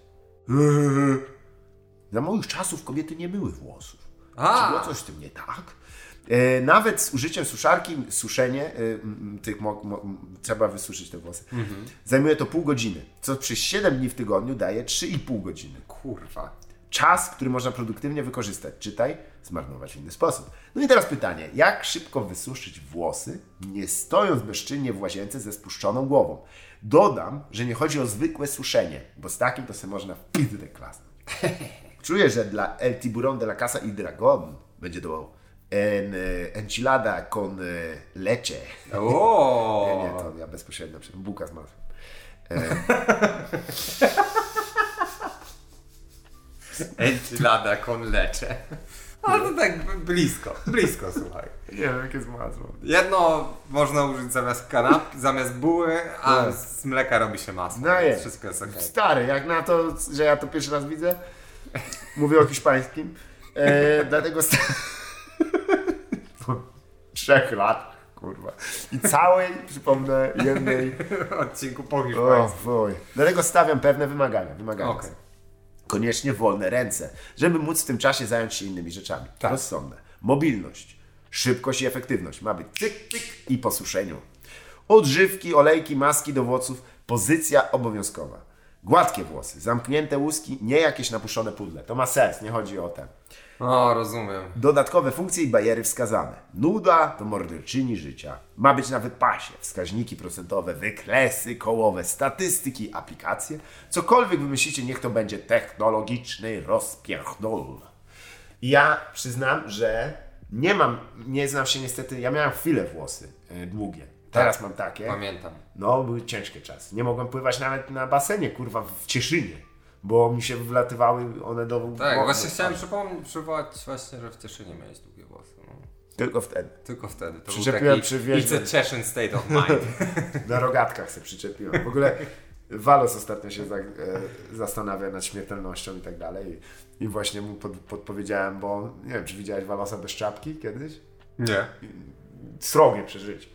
Za moich czasów kobiety nie myły włosów. Czy było coś z tym nie tak? Nawet z użyciem suszarki, suszenie, trzeba wysuszyć te włosy. Zajmuje to pół godziny, co przez 7 dni w tygodniu daje 3,5 godziny. Kurwa. Czas, który można produktywnie wykorzystać. Czytaj, zmarnować w inny sposób. No i teraz pytanie, jak szybko wysuszyć włosy, nie stojąc bezczynnie w łazience ze spuszczoną głową? Dodam, że nie chodzi o zwykłe suszenie, bo z takim to sobie można w pizdę klasnąć. Czuję, że dla El Tiburón de la Casa y Dragón będzie to enchilada con leche. Nie, to ja bezpośrednio bułka z masłem. Enchilada con leche. Ale to tak blisko, słuchaj. Nie wiem, jakie z masło. Jedno można użyć zamiast kanapki, zamiast buły, a z mleka robi się masło. No jest. Wszystko jest okej. Stary, jak na to, że ja to pierwszy raz widzę, mówię o hiszpańskim, dlatego po 3 latach, kurwa. I całej, przypomnę, jednej odcinku po hiszpańsku. Dlatego stawiam pewne wymagania. Okay. Koniecznie wolne ręce, żeby móc w tym czasie zająć się innymi rzeczami. Tak. Rozsądne. Mobilność, szybkość i efektywność. Ma być cyk, cyk i po suszeniu. Odżywki, olejki, maski do włosów. Pozycja obowiązkowa. Gładkie włosy, zamknięte łuski, nie jakieś napuszczone pudle. To ma sens, nie chodzi o te. O, rozumiem. Dodatkowe funkcje i bariery wskazane. Nuda to morderczyni życia. Ma być na wypasie. Wskaźniki procentowe, wykresy kołowe, statystyki, aplikacje. Cokolwiek wymyślicie, niech to będzie technologiczny rozpierdol. Ja przyznam, że nie znam się niestety, ja miałem chwilę włosy długie. Teraz mam takie. Pamiętam. No, były ciężkie czasy. Nie mogłem pływać nawet na basenie, kurwa, w Cieszynie. Bo mi się wlatywały one do... Tak, właśnie chciałem przywołać właśnie, że w Cieszynie miałeś długie włosy. No. Tylko wtedy. To Przyczepiłem był przy taki wjeździe. It's a Czeszyn state of mind. Na rogatkach się przyczepiłem. W ogóle Walos ostatnio się zastanawia nad śmiertelnością i tak dalej. I właśnie mu podpowiedziałem, bo nie wiem, czy widziałeś Walosa bez czapki kiedyś? Nie. Srogie przeżycie.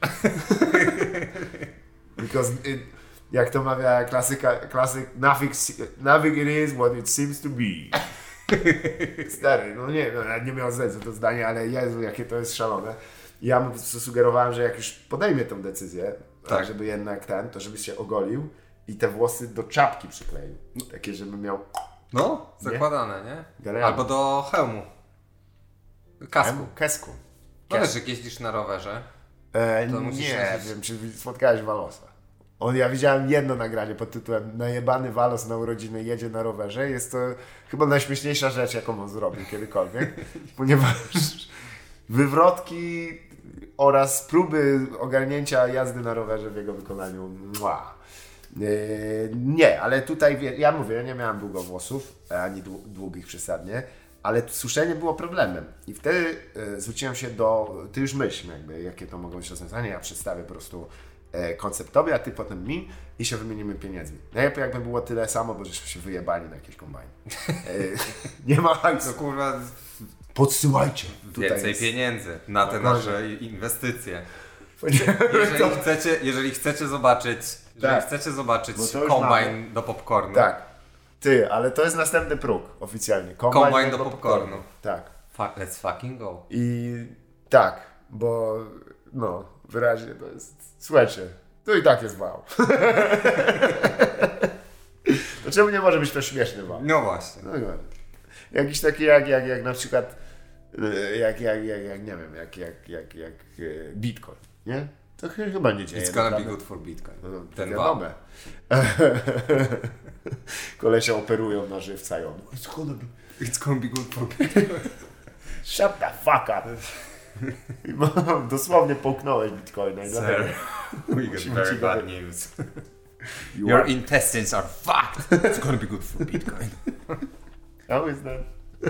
Because jak to mawia klasyk, nothing it is what it seems to be. Stary, no nie miał sensu to zdanie, ale Jezu, jakie to jest szalone. I ja mu sugerowałem, że jak już podejmie tę decyzję, tak, żeby jednak to żeby się ogolił i te włosy do czapki przykleił. Takie, żeby miał... No, zakładane, nie? Genialne. Albo do hełmu. Kesku. No wiesz, jak jeździsz na rowerze, to musisz nie wiem, czy spotkałeś Walosa. Ja widziałem jedno nagranie pod tytułem Najebany Walos na urodziny jedzie na rowerze. Jest to chyba najśmieszniejsza rzecz, jaką on zrobił kiedykolwiek, ponieważ wywrotki oraz próby ogarnięcia jazdy na rowerze w jego wykonaniu. Nie, ale tutaj ja mówię, ja nie miałem długowłosów, ani długich przesadnie, ale suszenie było problemem. I wtedy zwróciłem się ty już myśl jakby, jakie to mogą być rozwiązania. Ja przedstawię po prostu konceptowi, a ty potem mi i się wymienimy pieniędzmi. Najlepiej jakby było tyle samo, bo żeśmy się wyjebali na jakieś kombajn. Nie ma hajsu. No kurwa, podsyłajcie. Więcej pieniędzy na te nasze inwestycje. Jeżeli chcecie zobaczyć kombajn do popcornu. Tak. Ty, ale to jest następny próg oficjalnie. Kombajn do popcornu. Tak. Let's fucking go. I tak, bo no, wyraźnie to jest... Słuchajcie, to i tak jest wow. To czemu nie może być to śmieszny wow? No właśnie. No, jakiś taki jak na przykład jak nie wiem, jak Bitcoin, nie? To chyba nie dzieje. It's gonna be good for Bitcoin. No, ten wiadomo. Kolesia operują na żywca i on It's gonna be good for Bitcoin. Shut the fuck up. Dosłownie połknąłeś Bitcoina. Sir, we got very bad news. Your intestines are fucked. It's gonna be good for Bitcoin. How is that?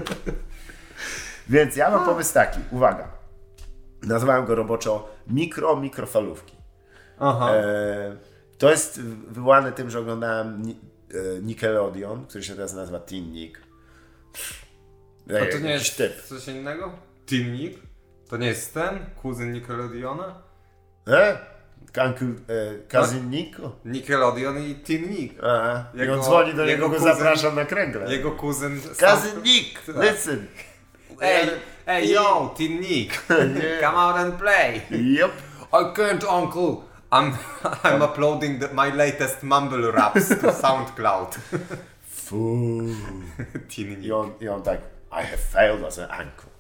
Więc ja mam pomysł taki. Uwaga. Nazwałem go roboczo mikrofalówki. Aha. To jest wywołane tym, że oglądałem Nickelodeon, który się teraz nazywa Teen Nick. A to nie jest typ. Coś innego? Teen Nick? To nie jest ten? Kuzyn Nickelodeona? Cousin Nico? Nickelodeon i Teen Nick. I on dzwoni do niego, go zapraszam na kręgle. Jego kuzyn... Cousin Nick, listen. Hey, yo, Teen Nick. Come out and play. Yep. I can't, uncle. I'm uploading my latest mumble raps to SoundCloud. Teen Nick. I on tak, I have failed as an uncle.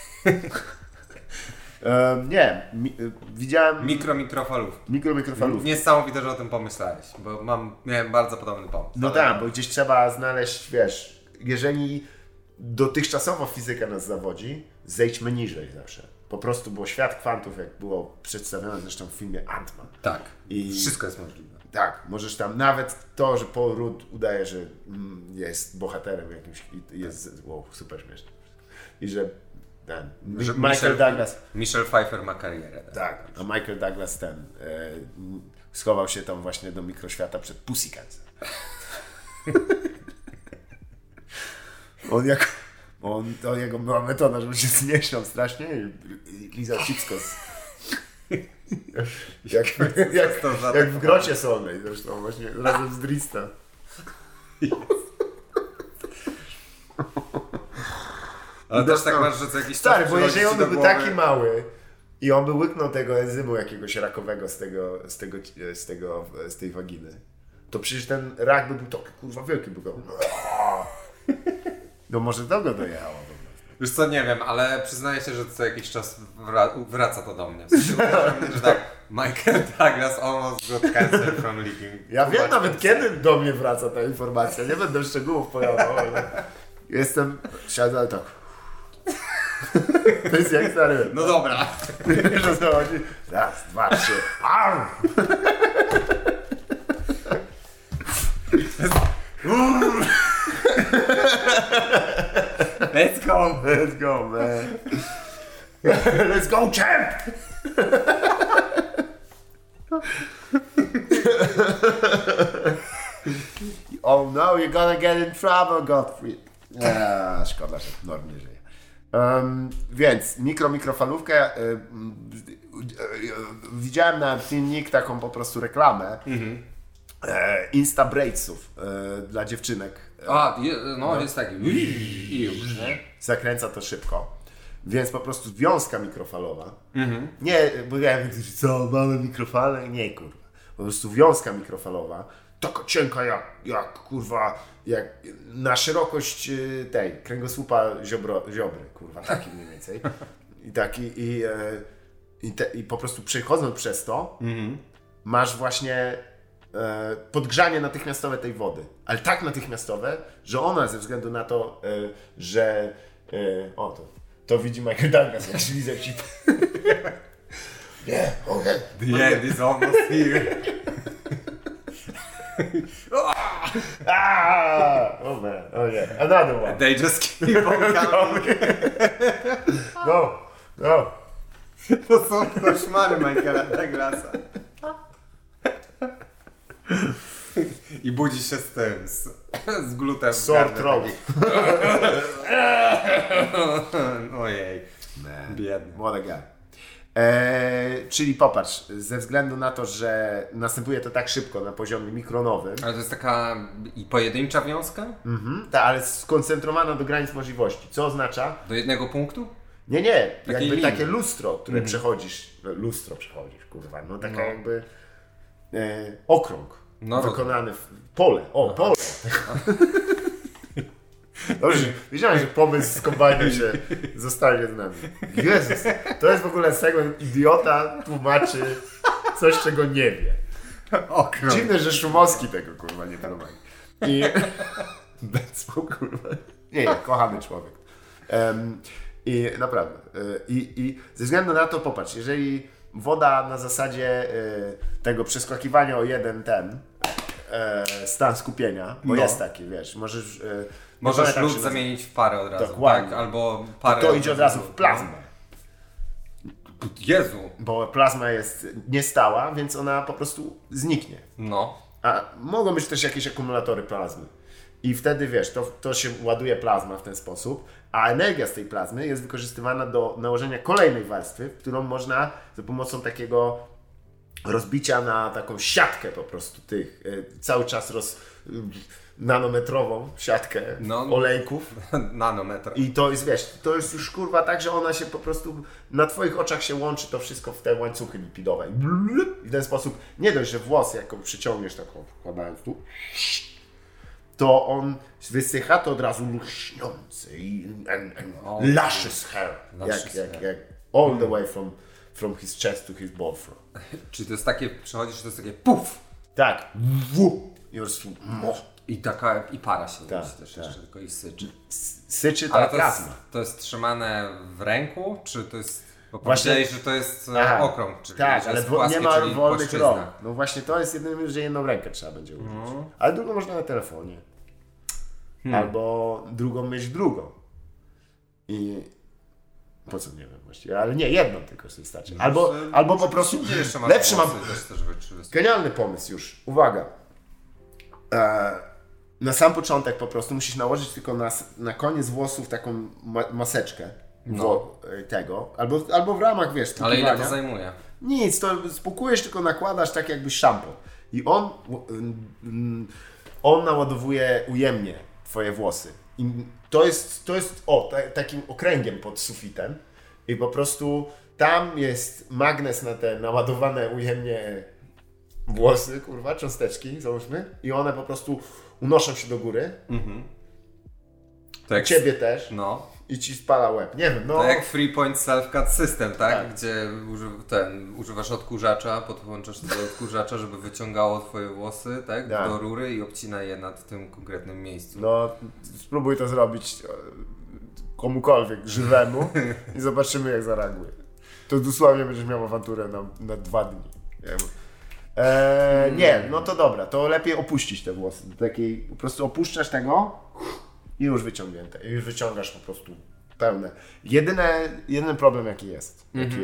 Widziałem... Mikrofalówki. Niesamowite, że o tym pomyślałeś, bo miałem bardzo podobny pomysł. No tak, bo gdzieś trzeba znaleźć, wiesz, jeżeli dotychczasowo fizyka nas zawodzi, zejdźmy niżej zawsze. Po prostu, bo świat kwantów, jak było przedstawione zresztą w filmie Ant-Man. Tak, i wszystko jest możliwe. Tak, możesz tam nawet to, że Paul Rudd udaje, że jest bohaterem jakimś i jest super śmieszny. I że Michael Douglas... Michelle Pfeiffer ma karierę. Tak, a Michael Douglas schował się tam właśnie do mikroświata przed Pussycats. To jego była metoda, żeby się znieśniał strasznie i lizał chipskos. jak w Grocie Solnej zresztą, właśnie razem z Drista. Ale też tak masz, że co jakiś stary, bo jeżeli on był taki mały i on by łyknął tego enzymu jakiegoś rakowego z tej waginy, to przecież ten rak by był taki kurwa wielki, by go... No może do go dojechało po prostu. Wiesz co, nie wiem, ale przyznaję się, że co jakiś czas wraca to do mnie. W sensie, że tak, Michael Douglas almost got cancer from leaking. Ja wiem nawet kiedy do mnie wraca ta informacja, nie będę szczegółów pojawiał, ale jestem... Siadam tak... To jest jak stary. No dobra. Wiesz o co chodzi? Raz, dwa, trzy. Au! Let's go. Let's go, man. Let's go, champ! Oh no, you're gonna get in trouble, Gottfried. Szkoda, że Norm nie żyje. Więc mikrofalówkę widziałem na Teen Nick taką po prostu reklamę Insta Braidsów dla dziewczynek. Jest taki zakręca to szybko, więc po prostu wiązka mikrofalowa nie, bo ja wiem, co, mamy mikrofale? Nie, kurwa, po prostu wiązka mikrofalowa taka cienka jak kurwa, jak na szerokość tej kręgosłupa ziobry, kurwa, taki mniej więcej. I po prostu przechodząc przez to, masz właśnie podgrzanie natychmiastowe tej wody. Ale tak natychmiastowe, że ona ze względu na to, że to widzi Michael Douglas, jak się lizał ci. Nie, okej. The end is almost here. Oh man, oh yeah, another one. They just keep on coming. No. To są koszmary Michaela Douglasa. I budzi się z tym, z glutem. Sore throat. Ojej, biedny. Młody guy. Czyli popatrz, ze względu na to, że następuje to tak szybko na poziomie mikronowym. Ale to jest taka i pojedyncza wiązka? Ale skoncentrowana do granic możliwości. Co oznacza? Do jednego punktu? Nie. Jakby linii. takie lustro, które przechodzisz. Kurwa. No taka jakby okrąg. No, wykonany w pole. Pole. Dobrze, wiedziałem, że pomysł z kombajnem się zostanie z nami. Jezus, to jest w ogóle segment idiota tłumaczy coś, czego nie wie. Okrąg. Dziwne, że Szumowski tego kurwa nie prowadzi. I Becmo, kurwa. Nie, kochany człowiek. I naprawdę. I ze względu na to, popatrz, jeżeli woda na zasadzie tego przeskakiwania o jeden stan skupienia, bo jest taki, wiesz, Możesz lód zamienić w parę od razu, dokładnie. tak? Albo parę. To idzie od razu w plazmę. Jezu. Bo plazma jest niestała, więc ona po prostu zniknie. No. A mogą być też jakieś akumulatory plazmy. I wtedy wiesz, to się ładuje plazma w ten sposób, a energia z tej plazmy jest wykorzystywana do nałożenia kolejnej warstwy, którą można za pomocą takiego rozbicia na taką siatkę po prostu tych, cały czas nanometrową siatkę olejków. Nanometr. I to jest, wiesz, to jest już kurwa tak, że ona się po prostu na twoich oczach się łączy to wszystko w te łańcuchy lipidowe. I w ten sposób nie dość, że włos jak go przyciągniesz taką wkładając tu, to on wysycha, to od razu lśniący i luscious hair. Jak all the way from his chest to his ballroom. Czyli to jest takie, przechodzisz, że to jest takie puf! Tak. I para się robi też jeszcze, tylko i syczy. Syczy ale ta plazma. To jest trzymane w ręku, czy to jest... Bo właśnie, powiedziałeś, że to jest okrąg, czyli tak, że ale jest płaskie, nie ma czyli wolnych płaszczyzna. rąk. No właśnie to jest jedynym, że jedną rękę trzeba będzie użyć. Ale drugą można na telefonie. Albo drugą mieć drugą. I po co, nie wiem właściwie, ale nie, jedną tylko sobie starczy. Albo po prostu lepszy mam... Genialny pomysł już. Uwaga. Na sam początek po prostu musisz nałożyć tylko na koniec włosów taką maseczkę tego, albo w ramach, wiesz, ale ile to zajmuje? Nic, to spłukujesz, tylko nakładasz tak jakby szampon. I on naładowuje ujemnie twoje włosy. I to jest takim okręgiem pod sufitem i po prostu tam jest magnes na te naładowane ujemnie włosy, kurwa, cząsteczki, załóżmy, i one po prostu unoszą się do góry. Tak. Ciebie też. No. I ci spala łeb. Nie wiem, no. To jak 3-point self-cut system, tak? Gdzie używasz odkurzacza, podłączasz do odkurzacza, żeby wyciągało twoje włosy, tak? Do rury i obcina je nad tym konkretnym miejscu. No, spróbuj to zrobić komukolwiek żywemu i zobaczymy, jak zareaguje. To dosłownie będziesz miał awanturę na 2 dni. Nie, no to dobra, to lepiej opuścić te włosy. Takiej, po prostu opuszczasz tego i już wyciągnięte. I już wyciągasz po prostu pełne. Jedyny problem jaki jest.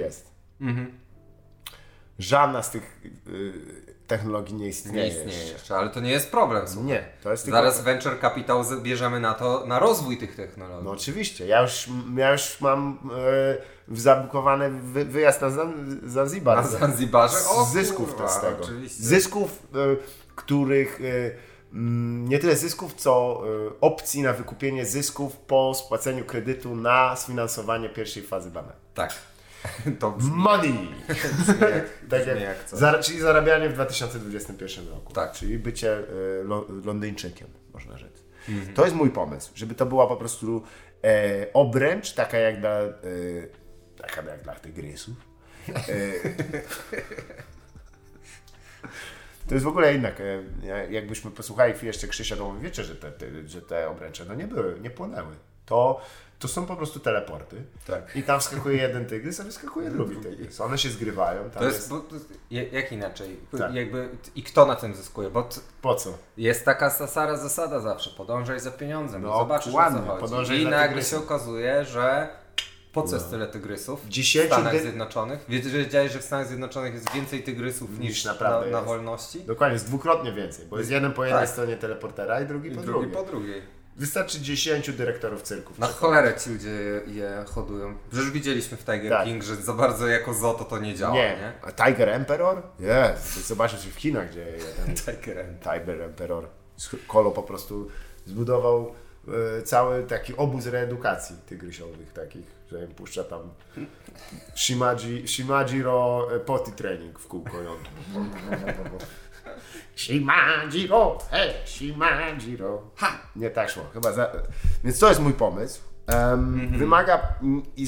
Żadna z tych technologii nie istnieje jeszcze. Ale to nie jest problem. Słuchaj. Nie, to jest tylko... Zaraz venture capital bierzemy na rozwój tych technologii. No oczywiście. Ja już mam zabukowany wyjazd na Zanzibar. Na Zanzibarze? Z zysków z tego. Oczywiście. Zysków, których... nie tyle zysków, co opcji na wykupienie zysków po spłaceniu kredytu na sfinansowanie pierwszej fazy badań. Tak. To brzmi money! brzmi jak coś. Czyli zarabianie w 2021 roku. Tak. Czyli bycie Londyńczykiem, można rzec. To jest mój pomysł, żeby to była po prostu obręcz, taka jak dla tygrysów. To jest w ogóle jednak, jakbyśmy posłuchali jeszcze Krzysia, to wiecie, że te obręcze nie płonęły. To są po prostu teleporty. Tak. I tam wskakuje jeden tygrys, a wyskakuje drugi tygrys. One się zgrywają. Tam jak inaczej? Tak. I kto na tym zyskuje? Po co? Jest taka stara zasada zawsze, podążaj za pieniądzem, zobaczysz, o co chodzi. I nagle się okazuje, że Po co jest tyle tygrysów 10 w Stanach Zjednoczonych? Wiedziałeś, że w Stanach Zjednoczonych jest więcej tygrysów niż na wolności? Dokładnie, jest dwukrotnie więcej, bo jest jeden po jednej stronie teleportera i drugi po drugiej. Wystarczy 10 dyrektorów cyrków. Na cholerę ci ludzie je hodują. Przecież widzieliśmy w Tiger King, że za bardzo jako zoto to nie działa, nie? A Tiger Emperor? Jest. Zobaczysz w Chinach, gdzie Tiger Emperor. Kolo po prostu zbudował cały taki obóz reedukacji tygrysiowych takich, że im puszcza tam Shimajiro potty training w kółko. Shimajiro, Shimajiro. Nie tak szło, chyba. Więc to jest mój pomysł. Wymaga i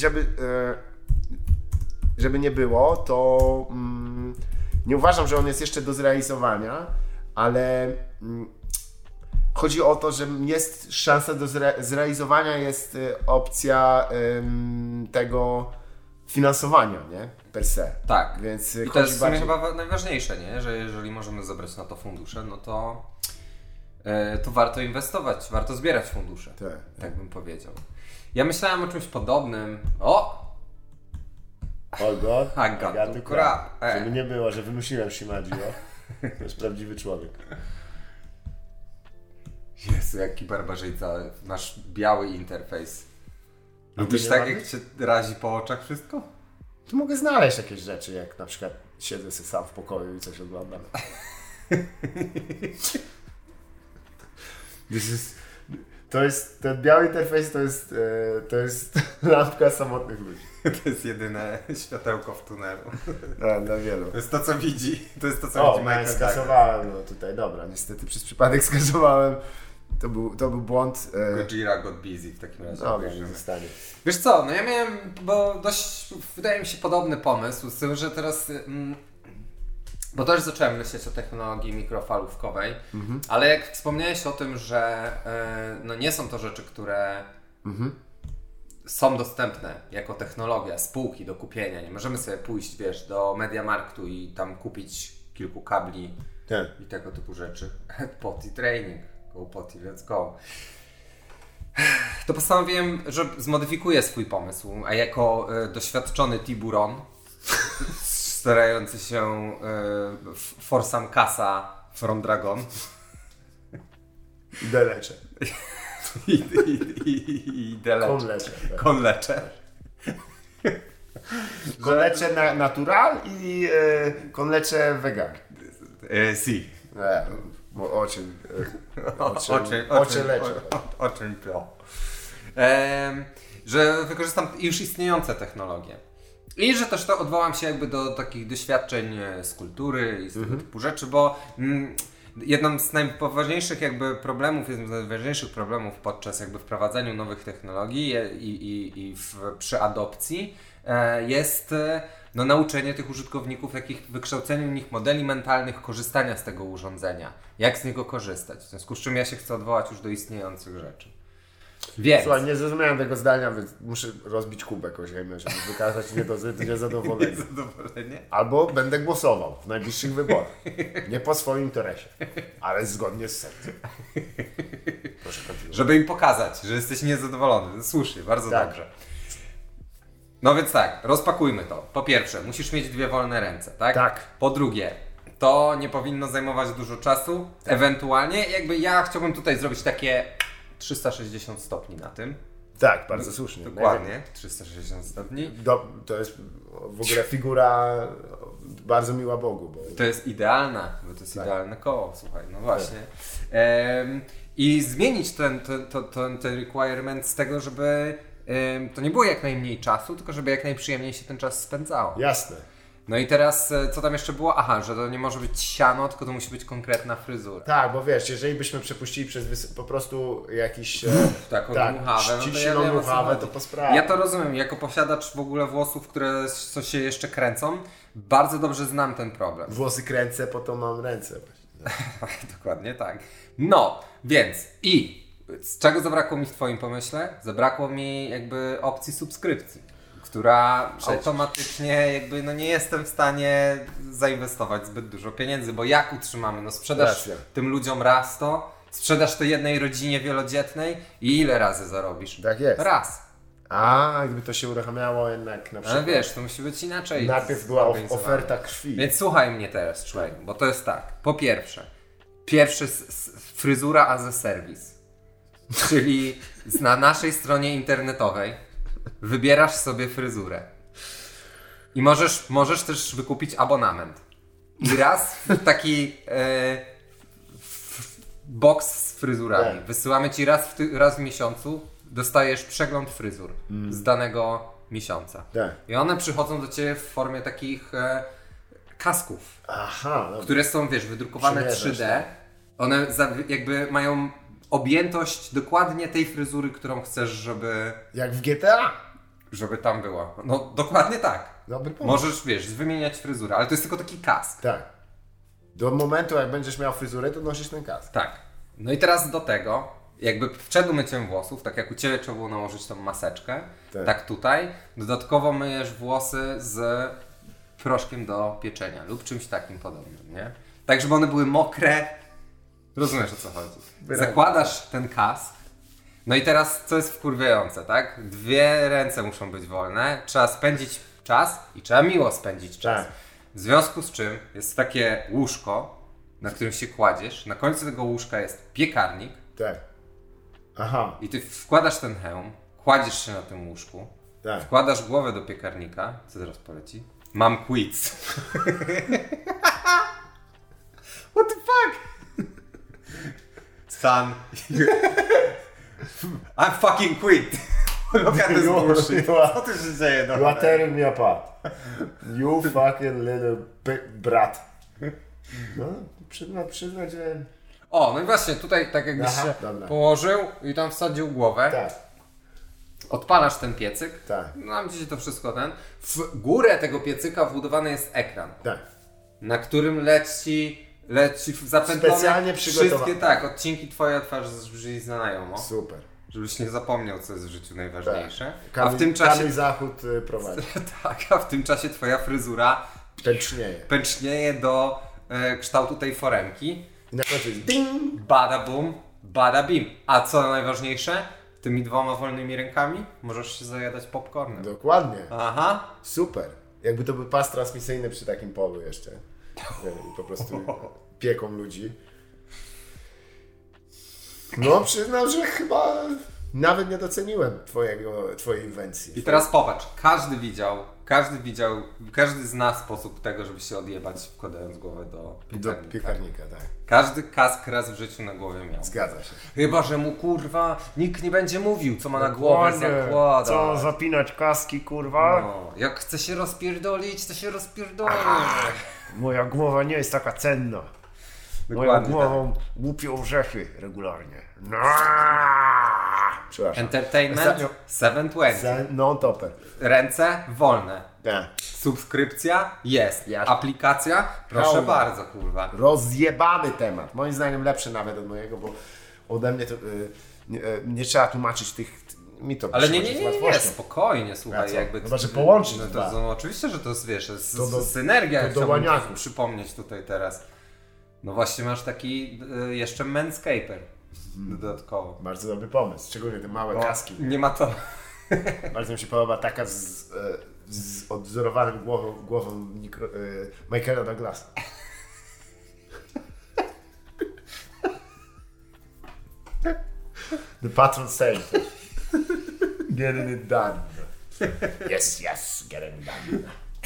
żeby nie było, to nie uważam, że on jest jeszcze do zrealizowania, ale chodzi o to, że jest szansa do zrealizowania, jest opcja tego finansowania, nie? Per se. Tak. Więc i to jest w sumie chyba najważniejsze, nie? Że jeżeli możemy zebrać na to fundusze, no to warto inwestować, warto zbierać fundusze. Tak bym powiedział. Ja myślałem o czymś podobnym. O God, I got crap. Żeby nie było, że wymyśliłem Shimajiro. To jest prawdziwy człowiek. Jezu, jaki barbarzyńca. Masz biały interfejs. Lubisz tak, jak cię razi po oczach wszystko? Tu mogę znaleźć jakieś rzeczy, jak na przykład siedzę sobie sam w pokoju i coś oglądam. Ten biały interfejs to jest lampka samotnych ludzi. To jest jedyne światełko w tunelu. Na wielu. To jest to, co widzi. To jest to, co widzi Michael. Skasowałem tutaj, dobra, niestety przez przypadek skasowałem. To był błąd. Gojira got busy w takim razie. Dobra, nie zostanie. Wiesz co, no ja miałem, bo dość, wydaje mi się, podobny pomysł, z tym, że teraz, bo też zacząłem myśleć o technologii mikrofalówkowej, ale jak wspomniałeś o tym, że no nie są to rzeczy, które są dostępne jako technologia, spółki do kupienia, nie możemy sobie pójść, wiesz, do MediaMarktu i tam kupić kilku kabli i tego typu rzeczy. Potty training. Go potty, let's go. To postanowiłem, że zmodyfikuję swój pomysł, a jako doświadczony tiburon starający się forsam kasa from Dragon i deleczę. I deleczę. Konleczę. Konleczę natural i konleczę vegan. Si. O czym to? Że wykorzystam już istniejące technologie. I że też to odwołam się jakby do takich doświadczeń z kultury i z tego typu rzeczy, bo jedną z najpoważniejszych jakby problemów, jednym z najważniejszych problemów podczas jakby wprowadzania nowych technologii przy adopcji jest no, nauczenie tych użytkowników, wykształcenie w nich modeli mentalnych korzystania z tego urządzenia. Jak z niego korzystać. W związku z czym ja się chcę odwołać już do istniejących rzeczy. Więc. Słuchaj, nie zrozumiałem tego zdania, więc muszę rozbić kubek o ziemię, żeby wykazać niezadowolenie. Albo będę głosował w najbliższych wyborach. Nie po swoim interesie, ale zgodnie z sercem. Proszę kontynuować. Żeby im pokazać, że jesteś niezadowolony. Słusznie, bardzo dobrze. No więc tak, rozpakujmy to. Po pierwsze, musisz mieć 2 wolne ręce, tak? Tak. Po drugie, to nie powinno zajmować dużo czasu. Tak. Ewentualnie, jakby ja chciałbym tutaj zrobić takie 360 stopni na tym. Tak, bardzo słusznie. Dokładnie, 360 stopni. To jest w ogóle figura bardzo miła Bogu. Bo to jest idealna, bo to jest idealne koło, słuchaj, no właśnie. I zmienić ten requirement z tego, żeby to nie było jak najmniej czasu, tylko żeby jak najprzyjemniej się ten czas spędzało. Jasne. No i teraz, co tam jeszcze było? Aha, że to nie może być siano, tylko to musi być konkretna fryzura. Tak, bo wiesz, jeżeli byśmy przepuścili przez po prostu jakiś taką dmuchawę, no to ja wiem, dmuchawę, to po sprawie. Ja to rozumiem, jako posiadacz w ogóle włosów, które się jeszcze kręcą, bardzo dobrze znam ten problem. Włosy kręcę, po to mam ręce. Dokładnie tak. No, więc z czego zabrakło mi w Twoim pomyśle? Zabrakło mi jakby opcji subskrypcji, która automatycznie jakby no nie jestem w stanie zainwestować zbyt dużo pieniędzy, bo jak utrzymamy? No sprzedasz tym ludziom raz to, sprzedasz to jednej rodzinie wielodzietnej i ile razy zarobisz? Tak jest. Raz. A, gdyby to się uruchamiało jednak na przykład. Ale wiesz, to musi być inaczej. Najpierw była zorganizowane. oferta krwi. Więc słuchaj mnie teraz, człowiek, bo to jest tak. Po pierwsze fryzura as a service. Czyli na naszej stronie internetowej wybierasz sobie fryzurę. I możesz też wykupić abonament. I raz taki box z fryzurami. Tak. Wysyłamy ci raz w miesiącu, dostajesz przegląd fryzur z danego miesiąca. Tak. I one przychodzą do ciebie w formie takich kasków, Aha, no. które są, wiesz, wydrukowane Przymierzasz, 3D. One jakby mają objętość dokładnie tej fryzury, którą chcesz, Jak w GTA. żeby tam była. No dokładnie tak. Dobry pomysł. Możesz, wiesz, wymieniać fryzurę, ale to jest tylko taki kask. Tak. Do momentu, jak będziesz miał fryzurę, to nosisz ten kask. Tak. No i teraz do tego, jakby przed umyciem włosów, tak jak u Ciebie trzeba było nałożyć tą maseczkę, tak tutaj, dodatkowo myjesz włosy z proszkiem do pieczenia lub czymś takim podobnym, nie? Tak, żeby one były mokre. Rozumiesz, o co chodzi. Zakładasz ten kask. No i teraz, co jest wkurwiające, tak? 2 ręce muszą być wolne, trzeba spędzić czas i trzeba miło spędzić czas. Tak. W związku z czym jest takie łóżko, na którym się kładziesz. Na końcu tego łóżka jest piekarnik Tak. Aha, i ty wkładasz ten hełm, kładziesz się na tym łóżku, tak. wkładasz głowę do piekarnika. Co teraz poleci? Mam quiz. What the fuck? Son. I'm fucking quit. Look at this bullshit. Co tu się dzieje? You are tearing me apart. You fucking little brat. No, przyznać, że... O, no i właśnie, tutaj tak jakbyś Aha, się dobra. położył i tam wsadził głowę. Tak, Odpalasz ten piecyk. tak, No tam ci się to wszystko w górę tego piecyka wbudowany jest ekran, tak. na którym leci zapętlone Specjalnie przygotowane. wszystkie odcinki twoja twarz brzmi znajomo. Super. Żebyś nie zapomniał, co jest w życiu najważniejsze. Tak. A w tym czasie Kamil Zachód prowadzi. tak, a w tym czasie twoja fryzura Pęcznieje. pęcznieje do kształtu tej foremki. I na końcu jest ding! Bada bum, bada bim. A co najważniejsze? Tymi 2 wolnymi rękami możesz się zajadać popcornem. Dokładnie. Aha. Super. Jakby to był pas transmisyjny przy takim polu jeszcze. Po prostu pieką ludzi. No, przyznam, że chyba nawet nie doceniłem twojej inwencji. I teraz popatrz, każdy zna sposób tego, żeby się odjebać wkładając głowę do piekarnika, tak. Każdy kask raz w życiu na głowie miał. Zgadza się. Chyba że mu kurwa nikt nie będzie mówił, co ma na głowę zakładać. Co, zapinać kaski, kurwa? No, jak chce się rozpierdolić, to się rozpierdoli. Moja głowa nie jest taka cenna. Moją Dokładnie głową łupią orzechy regularnie. No. Przepraszam. Entertainment Ostatnio- 720. Non-topper. Ręce wolne. Tak. Subskrypcja jest. Jasne. Aplikacja? Proszę Pełna. bardzo, kurwa. Rozjebany temat. Moim zdaniem lepszy nawet od mojego, bo ode mnie to nie trzeba tłumaczyć tych... Mi to Ale przychodzi z nie, łatwością. spokojnie, słuchaj, A co? jakby... Chyba, że połączyć no dwa. to oczywiście, że to jest, wiesz, To do- synergia, to jak do chciałbym łaniaków. przypomnieć tutaj teraz. No właśnie masz taki jeszcze manscaper dodatkowo. Bardzo dobry pomysł, szczególnie te małe kaski. Nie ma to... Bardzo mi się podoba taka z odwzorowanym głową Michaela Douglasa. The patron saint. Getting it done. Yes, yes, getting done.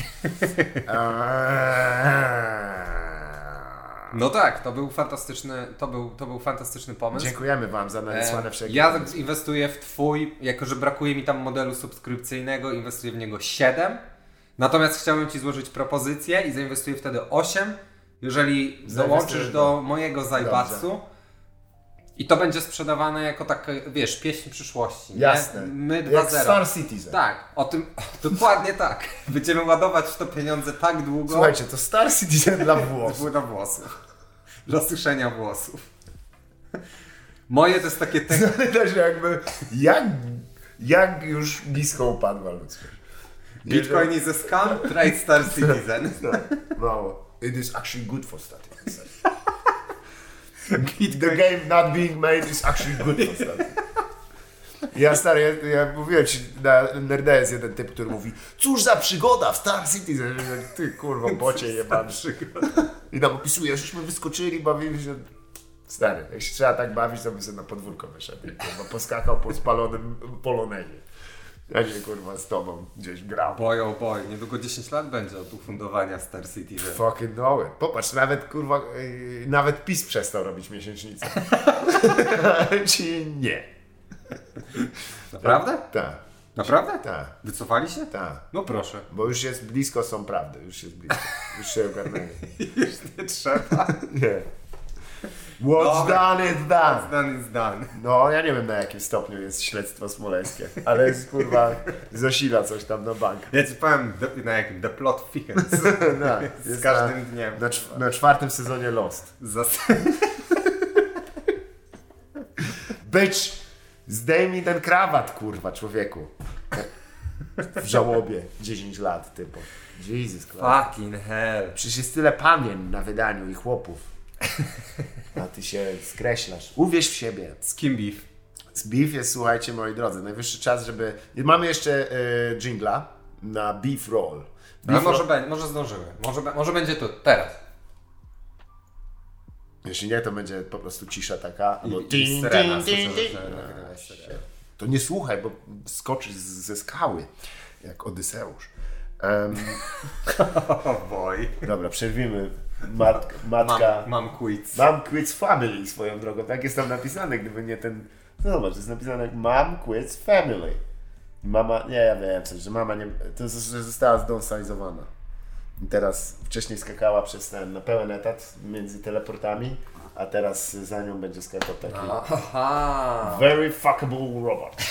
No tak, to był fantastyczny pomysł. Dziękujemy Wam za nadesłane wszelkie Ja pomysły. inwestuję w Twój, jako że brakuje mi tam modelu subskrypcyjnego, inwestuję w niego 7. Natomiast chciałbym Ci złożyć propozycję i zainwestuję wtedy 8, jeżeli dołączysz do mojego Zajbatsu. I to będzie sprzedawane jako taka, wiesz, pieśń przyszłości. Jasne. Nie? My Jak 2.0. Star Citizen. Tak, o tym, dokładnie tak. Będziemy ładować w to pieniądze tak długo. Słuchajcie, to Star Citizen dla włosów. Dla włosów. Dla suszenia włosów. Moje to jest takie... Też jakby, jak już blisko upadła ludzkość. Bitcoin is a scam, trade Star Citizen. No, it is actually good for Star Citizen. The game not being made is actually good for Star Citizen. Ja mówiłem ci, na Nerdea jest jeden typ, który mówi, cóż za przygoda w Star Citizen. Ty kurwa, bocie jebany. I tam opisuje, żeśmy wyskoczyli, bawili się. Stary, jak się trzeba tak bawić, to by sobie na podwórko wyszedł. I, kurwa, poskakał po spalonym polonezie. Ja nie kurwa z tobą gdzieś grał. Boy, niedługo 10 lat będzie od ufundowania Star Citizen. Fucking know it. Popatrz, nawet kurwa, nawet PiS przestał robić miesięcznicę. Ci nie. Naprawdę? Tak. Naprawdę? Tak. Wycofali się? Tak. No proszę. Bo już jest blisko, są prawdy. Już jest blisko. Już się ogarnęli. Już nie trzeba. Nie. What's done is done. Done is done. No, ja nie wiem na jakim stopniu jest śledztwo smoleńskie, ale jest kurwa zasila coś tam na bank. Ja ci powiem na jakim. The plot thickens. No, Z każdym dniem. Na 4. sezonie Lost. Bitch! Zdejmij ten krawat, kurwa, człowieku. W żałobie 10 lat, typu. Jesus Christ. Fucking hell. Przecież jest tyle panien na wydaniu i chłopów. A ty się skreślasz. Uwierz w siebie. Z kim beef? Z beef jest, słuchajcie, moi drodzy, najwyższy czas, żeby... Mamy jeszcze jingla na Beef Roll. Ale może zdążymy. Może będzie to teraz. Jeśli nie, to będzie po prostu cisza taka. Albo I syrena. To nie słuchaj, bo skoczysz ze skały, jak Odyseusz. Oh boy. Dobra, przerwijmy. Matka... Mam quits. Mom quits family swoją drogą. Tak jest tam napisane, gdyby nie ten... No zobacz, to jest napisane jak Mom quits family. Mama... Nie, ja wiem coś, że mama nie... To że została zdownsizzowana. I teraz wcześniej skakała przez ten na pełen etat między teleportami, a teraz za nią będzie skakał taki... Aha. Very fuckable robot.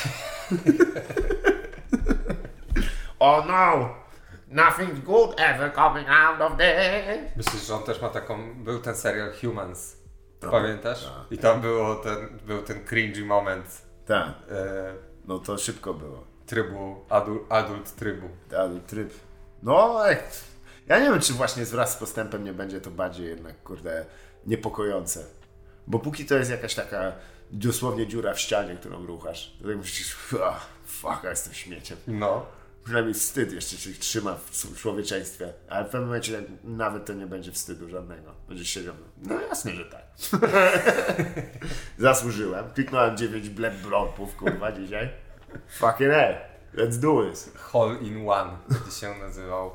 Oh no! Nothing good ever coming out of there. Myślisz, że on też ma taką... Był ten serial Humans. No, Pamiętasz? tak. I tam był ten cringy moment Tak. No to szybko było. trybu, adult trybu. Tryb. No, ja nie wiem, czy właśnie wraz z postępem nie będzie to bardziej jednak, kurde, niepokojące. Bo póki to jest jakaś taka dosłownie dziura w ścianie, którą ruchasz, to tak myślisz, fuck, ja jestem śmieciem. No. Przynajmniej wstyd jeszcze się trzyma w człowieczeństwie, ale w pewnym momencie nawet to nie będzie wstydu żadnego. Będziesz siedział, no jasne, że tak. Zasłużyłem, kliknąłem 9 bleb blopów, kurwa, dzisiaj. Fucking hell, let's do this. Hole in one, będzie się nazywał.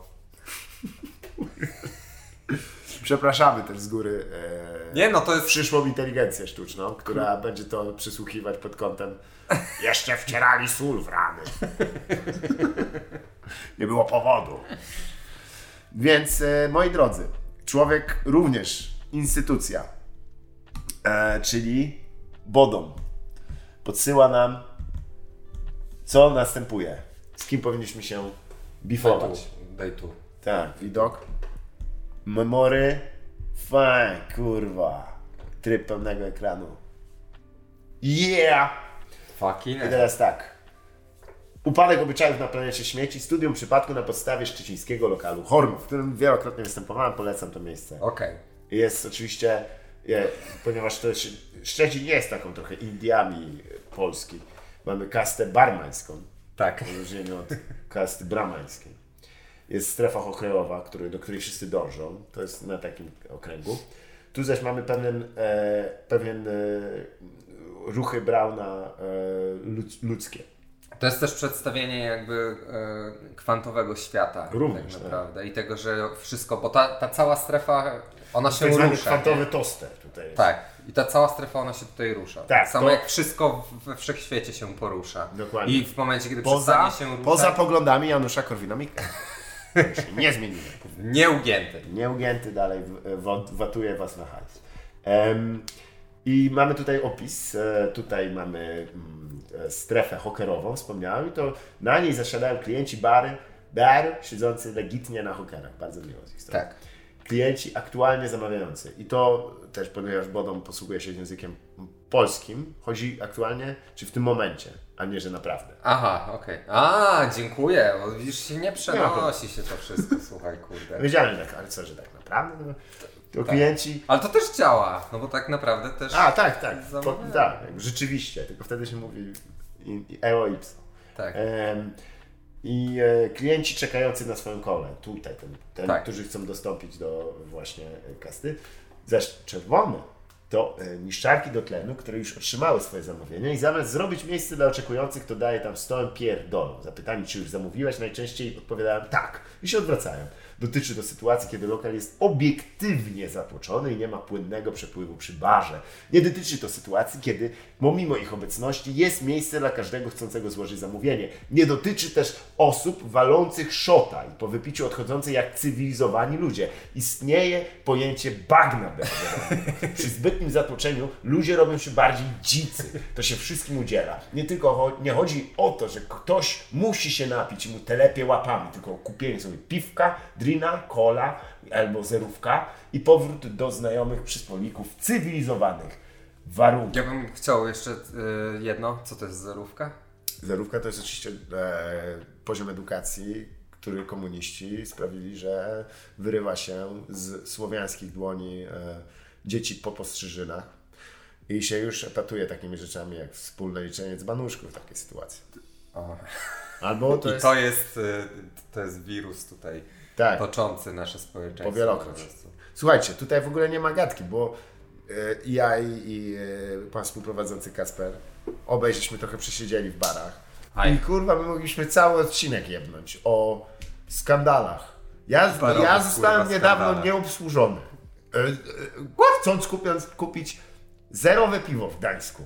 Przepraszamy też z góry Nie no, to jest... przyszłą inteligencję sztuczną, która będzie to przysłuchiwać pod kątem jeszcze wcierali sól w rany. Nie było powodu. Więc moi drodzy, człowiek również instytucja, czyli Bodom, podsyła nam, co następuje, z kim powinniśmy się bifować. Daj tu. Tak, widok. Memory. Fine, kurwa. Tryb pełnego ekranu. Yeah! Fucking I teraz tak. Upadek obyczajów na planecie śmieci. Studium przypadku na podstawie szczecińskiego lokalu Hormów, w którym wielokrotnie występowałem. Polecam to miejsce. Okej. Jest oczywiście, ponieważ to jest, Szczecin jest taką trochę Indiami Polski. Mamy kastę barmańską. Tak. W odróżnieniu od kasty bramańskiej. Jest strefa hokejowa, do której wszyscy dążą. To jest na takim okręgu. Tu zaś mamy pewien ruchy Brauna ludzkie. To jest też przedstawienie jakby kwantowego świata. Również, tak naprawdę. Tak. I tego, że wszystko, bo ta cała strefa, ona się Tak rusza. Kwantowy toster tutaj jest. Tak. I ta cała strefa, ona się tutaj rusza. Tak, samo to... jak wszystko we wszechświecie się porusza. Dokładnie. I w momencie, kiedy przestanie się ruszać... Poza poglądami Janusza Korwina-Mikke. Nie zmienimy. Nieugięty. Nieugięty dalej watuje was na hajs. I mamy tutaj opis. Tutaj mamy strefę hokerową, wspomniałem. I to na niej zasiadają klienci bar siedzący legitnie na hokerach. Bardzo miło z ich strony. Tak. Klienci aktualnie zamawiający. I to też, ponieważ Bodom posługuje się językiem polskim, chodzi aktualnie, czy w tym momencie, a nie, że naprawdę. Aha, okej. A, dziękuję, bo widzisz, się nie przenosi się to wszystko, słuchaj, kurde. Wiedziałem, że tak, ale co, że tak naprawdę? No, to tak. klienci... Ale to też działa, no bo tak naprawdę też... A, tak. Zamawiają. Tak, rzeczywiście, tylko wtedy się mówi i eo ipso. Tak. I klienci czekający na swoją kolej, tutaj, tak. którzy chcą dostąpić do właśnie kasty. Zaś czerwone to niszczarki do tlenu, które już otrzymały swoje zamówienia i zamiast zrobić miejsce dla oczekujących, to daje tam 100 pierdolów. Zapytani, czy już zamówiłeś, najczęściej odpowiadałem tak i się odwracają. Dotyczy to sytuacji, kiedy lokal jest obiektywnie zatłoczony i nie ma płynnego przepływu przy barze. Nie dotyczy to sytuacji, kiedy pomimo ich obecności jest miejsce dla każdego chcącego złożyć zamówienie. Nie dotyczy też osób walących szota i po wypiciu odchodzących jak cywilizowani ludzie. Istnieje pojęcie bagna behawioralnego. Przy zbytnim zatłoczeniu ludzie robią się bardziej dzicy. To się wszystkim udziela. Nie chodzi o to, że ktoś musi się napić i mu telepie łapami, tylko o kupienie sobie piwka, drina, cola albo zerówka i powrót do znajomych przysłowników cywilizowanych warunkach. Ja bym chciał jeszcze jedno. Co to jest zerówka? Zerówka to jest oczywiście poziom edukacji, który komuniści sprawili, że wyrywa się z słowiańskich dłoni dzieci po postrzyżynach i się już epatuje takimi rzeczami jak wspólne liczenie dzbanuszków w takiej sytuacji. Albo to jest wirus tutaj tak, toczący nasze społeczeństwo. Powielokroć. Słuchajcie, tutaj w ogóle nie ma gadki, bo ja i pan współprowadzący Kacper obaj żeśmy trochę przesiedzieli w barach. I kurwa, my mogliśmy cały odcinek jebnąć o skandalach. Ja zostałem niedawno nieobsłużony. Chcąc kupić zerowe piwo w Gdańsku.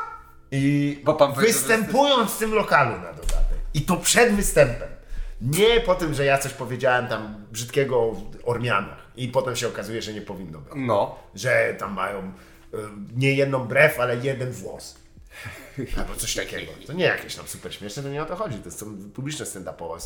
I występując w tym lokalu na dodatek. I to przed występem. Nie po tym, że ja coś powiedziałem tam brzydkiego o Ormianach. I potem się okazuje, że nie powinno być. No. Że tam mają nie jedną brew, ale jeden włos. Albo coś takiego. To nie jakieś tam super śmieszne, to nie o to chodzi. To są publiczne stand-upowe.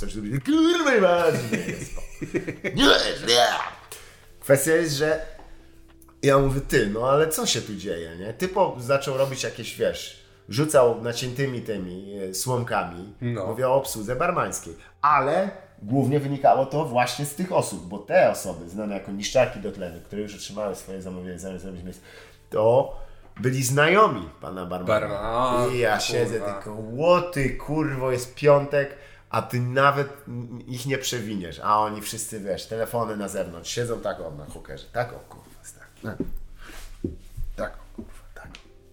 Kwestia jest, że ja mówię, no ale co się tu dzieje, nie? Typo zaczął robić jakieś, rzucał naciętymi tymi słomkami. No. Mówię o obsłudze barmańskiej. Ale głównie wynikało to właśnie z tych osób, bo te osoby, znane jako niszczarki do tlenu, które już otrzymały swoje zamówienie zamiast zrobić miejsce, to byli znajomi pana barmana. I ja siedzę tylko, łoty, kurwo, jest piątek, a ty nawet ich nie przewiniesz. A oni wszyscy, telefony na zewnątrz, siedzą tak na hookerze. Tak o, kurwa, tak. Tak o, kurwa, tak.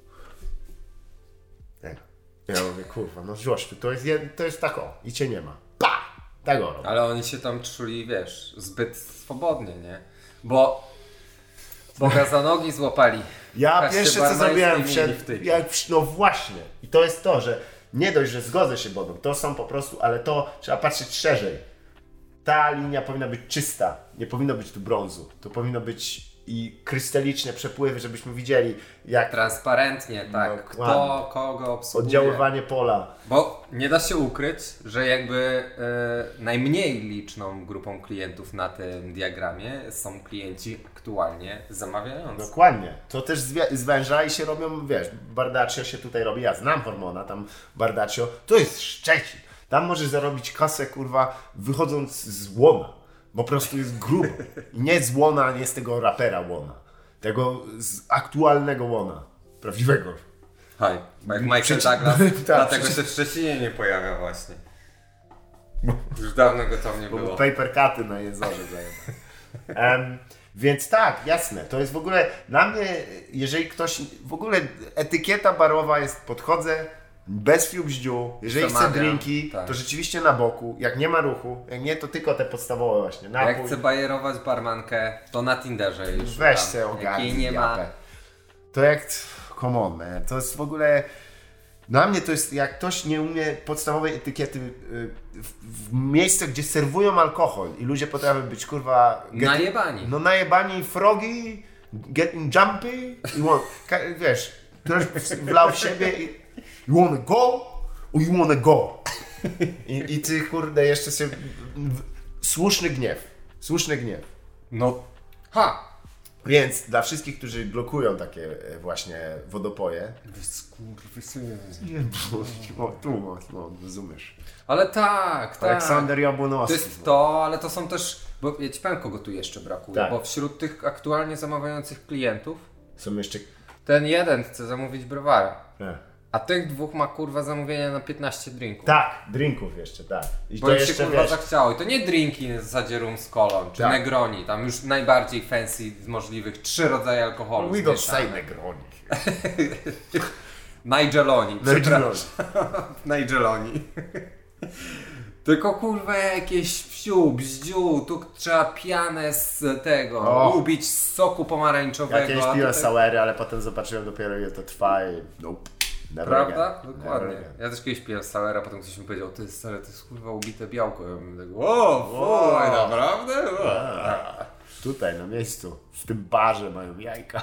Ja mówię, kurwa, no gościu, to jest tak o, i cię nie ma. Pa! Tak o. Ale oni się tam czuli, zbyt swobodnie, nie? Bo Boga za nogi złapali. Ja pierwsze co zrobiłem no właśnie. I to jest to, że nie dość, że zgodzę się Bodą, to są po prostu, ale to trzeba patrzeć szerzej. Ta linia powinna być czysta, nie powinno być tu brązu. To powinno być i krystaliczne przepływy, żebyśmy widzieli jak... Transparentnie, tak. Kto kogo obsługuje. Oddziaływanie pola. Bo nie da się ukryć, że najmniej liczną grupą klientów na tym diagramie są klienci aktualnie zamawiający. Dokładnie. To też zwęża i się robią, Bardaccio się tutaj robi. Ja znam Hormona, tam Bardaccio. To jest Szczecin. Tam możesz zarobić kasę, kurwa, wychodząc z łona. Bo po prostu jest grubo. I nie z łona, nie z tego rapera łona. Tego z aktualnego łona. Prawdziwego. Jak Michael Douglas. Dlatego się w Szczecinie nie pojawia właśnie. Już dawno go tam nie było. Paper cuty na jezorze zajęte. Więc tak, jasne. To jest w ogóle dla mnie, jeżeli ktoś... W ogóle etykieta barowa jest, podchodzę bez fiubździu, jeżeli chcę drinki, to rzeczywiście na boku, jak nie ma ruchu, jak nie, to tylko te podstawowe właśnie, napój. Jak chcę bajerować barmankę, to na Tinderze już. Weź sobie ogarnij, nie ma. To jak, come on, man. To jest w ogóle, dla mnie to jest, jak ktoś nie umie podstawowej etykiety w miejscach, gdzie serwują alkohol i ludzie potrafią być, kurwa... Najebani. No najebani, frogi, getting jumpy, i ktoś wlał w siebie i you wanna go? Or you wanna go? I ty, kurde, jeszcze sobie... Słuszny gniew. No. Więc dla wszystkich, którzy blokują takie właśnie wodopoje... rozumiesz. Ale tak. Aleksander Jabłonowski. To jest to, ale to są też... Bo ja ci powiem, kogo tu jeszcze brakuje. Tak. Bo wśród tych aktualnie zamawiających klientów... Są jeszcze... Ten jeden chce zamówić browara. A tych dwóch ma kurwa zamówienia na 15 drinków. Tak, drinków jeszcze, tak. I Bo to im się jeszcze kurwa wiesz, zachciało. I to nie drinki na zasadzie rum z kolą, czy Tak. Negroni, tam już najbardziej fancy z możliwych 3 rodzaje alkoholu. we don't say zmieszane. Negroni. Nigeloni. Negroni. Nigeloni. Tylko kurwa jakieś wsiu, bździu, tu trzeba pianę z tego, ubić z soku pomarańczowego. Jakieś a piłem tutaj- sowery, ale potem zobaczyłem dopiero ile to trwa i nope. Never Prawda? again. Dokładnie. Never again. Ja też kiedyś piłem Sour'a, potem ktoś mi powiedział, to jest stare, to jest kurwa ubite białko. Ja mówię tak, fuj, naprawdę? Tutaj na miejscu, w tym barze mają jajka.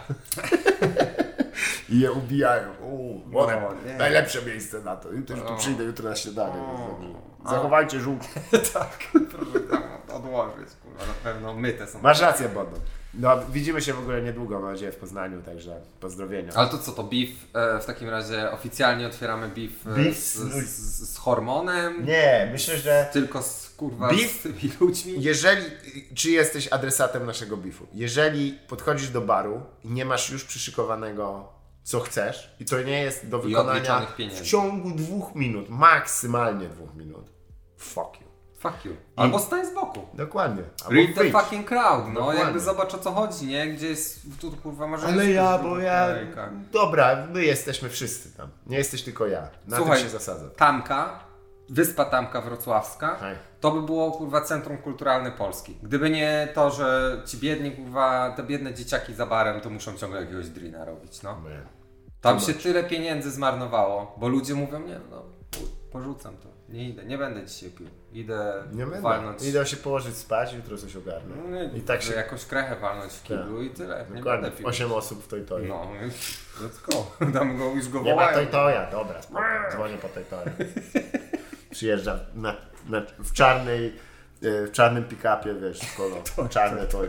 I je ubijają. nie. Najlepsze miejsce na to. Jutro tu przyjdę, jutro na śniadanie. Zachowajcie żółtki. Tak, proszę tam odłożyć, kurwa, na pewno myte są. Masz rację, Bondo. No, widzimy się w ogóle niedługo, mam nadzieję, w Poznaniu, także pozdrowienia. Ale to co, to beef? W takim razie oficjalnie otwieramy beef, Beef z hormonem? Nie, myślę, że Tylko z kurwa Beef? z tymi ludźmi? czy jesteś adresatem naszego beefu? Jeżeli podchodzisz do baru i nie masz już przyszykowanego co chcesz i to nie jest do wykonania odliczonych pieniędzy. w ciągu 2 minut, maksymalnie 2 minut, fuck you. Fuck you. Albo stań z boku. Dokładnie. Read the wyjdź. fucking crowd, no Dokładnie. jakby zobacz o co chodzi, nie? Gdzie jest, tu kurwa może... Ale jest ja, ktoś bo w ja... Ameryka. Dobra, my jesteśmy wszyscy tam. Nie jesteś tylko ja. Na Słuchaj, tym się zasadza. Tamka, wyspa Tamka wrocławska, Hej. to by było kurwa centrum kulturalne Polski. Gdyby nie to, że ci biedni kurwa, te biedne dzieciaki za barem, to muszą ciągle jakiegoś drina robić, no. Tam się tyle pieniędzy zmarnowało, bo ludzie mówią, nie no, porzucam to, nie idę, nie będę dzisiaj pił, idę Nie będę. walnąć. Idę się położyć spać, jutro coś ogarnę. No nie, I tak się... jakąś krechę walnąć w kiblu i tyle, nie Dokładnie. będę pił. 8 osób w Toy. No, let's go, tam go już go Nie ma wołają. Toya, dobra, spoko. Dzwonię po Toya. Przyjeżdża w czarnym pick-upie, wiesz, kolo, czarne Toy.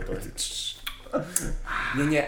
Nie,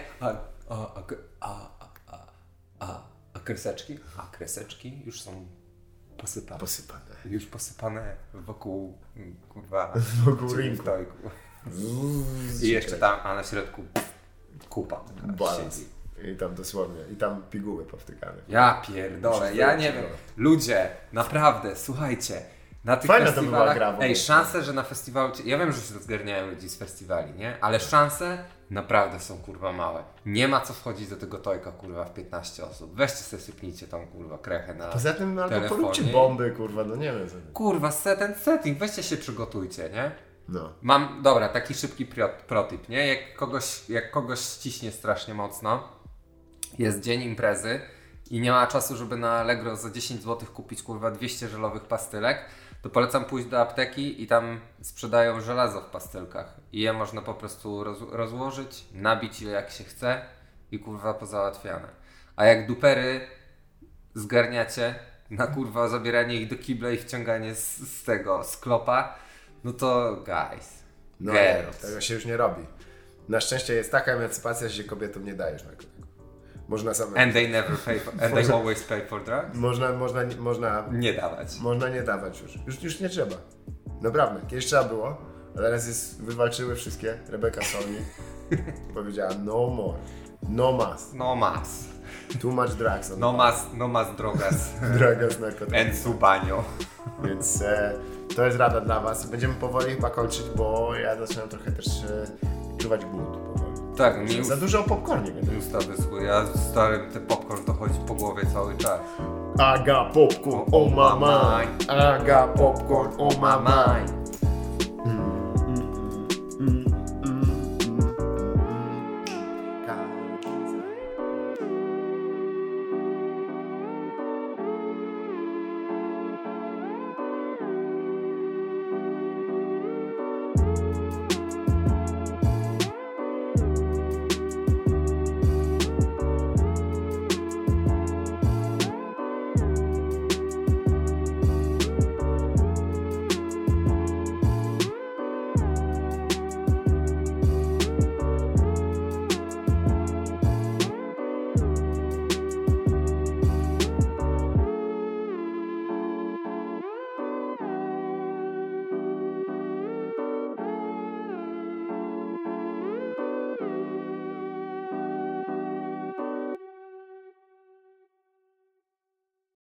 a kreseczki? A kreseczki już są posypane. Już posypane wokół, kurwa, Wokół rynku. stojku. I jeszcze tam, a na środku kupa. taka Balans. siedzi. I tam dosłownie, i tam piguły powtykane. Ja pierdolę, ja nie wiem. Ludzie, naprawdę, słuchajcie. Na tych Fajna to festiwalach, była gra w ogóle. szanse, że na festiwalu, ja wiem, że się rozgarniają ludzi z festiwali, nie? Ale szanse naprawdę są kurwa małe. Nie ma co wchodzić do tego tojka kurwa w 15 osób. Weźcie sobie sypnijcie tą kurwa krechę na Poza tym albo telefonie. poróbcie bomby, kurwa, no nie wiem. Kurwa, setting, weźcie się przygotujcie, nie? No. Mam, dobra, taki szybki protip, nie? Jak kogoś ściśnie strasznie mocno, jest dzień imprezy i nie ma czasu, żeby na Allegro za 10 zł kupić kurwa 200 żelowych pastylek, to polecam pójść do apteki i tam sprzedają żelazo w pastylkach. I je można po prostu rozłożyć, nabić ile jak się chce i kurwa pozałatwiane. A jak dupery zgarniacie na kurwa zabieranie ich do kibla i wciąganie z tego, z klopa, no to guys, No girls. tego się już nie robi. Na szczęście jest taka emancypacja, że się kobietom nie dajesz na tego. Można same... And they never pay for, and they always pay for drugs? Można Nie dawać. Można nie dawać już. Już nie trzeba. Naprawdę. Kiedyś trzeba było, a teraz wywalczyły wszystkie. Rebeka Sony powiedziała no more. No mas. No mas. Too much drugs. No mas drogas. Drugs narkotyki. And subanio. Więc to jest rada dla was. Będziemy powoli chyba kończyć, bo ja zaczynam trochę też czuwać głód powoli. Tak, mi Za dużo o popcornie. usta wyschły. Ja stary, ten popcorn to chodzi po głowie cały czas. I got popcorn on my mind. I got popcorn on my mind.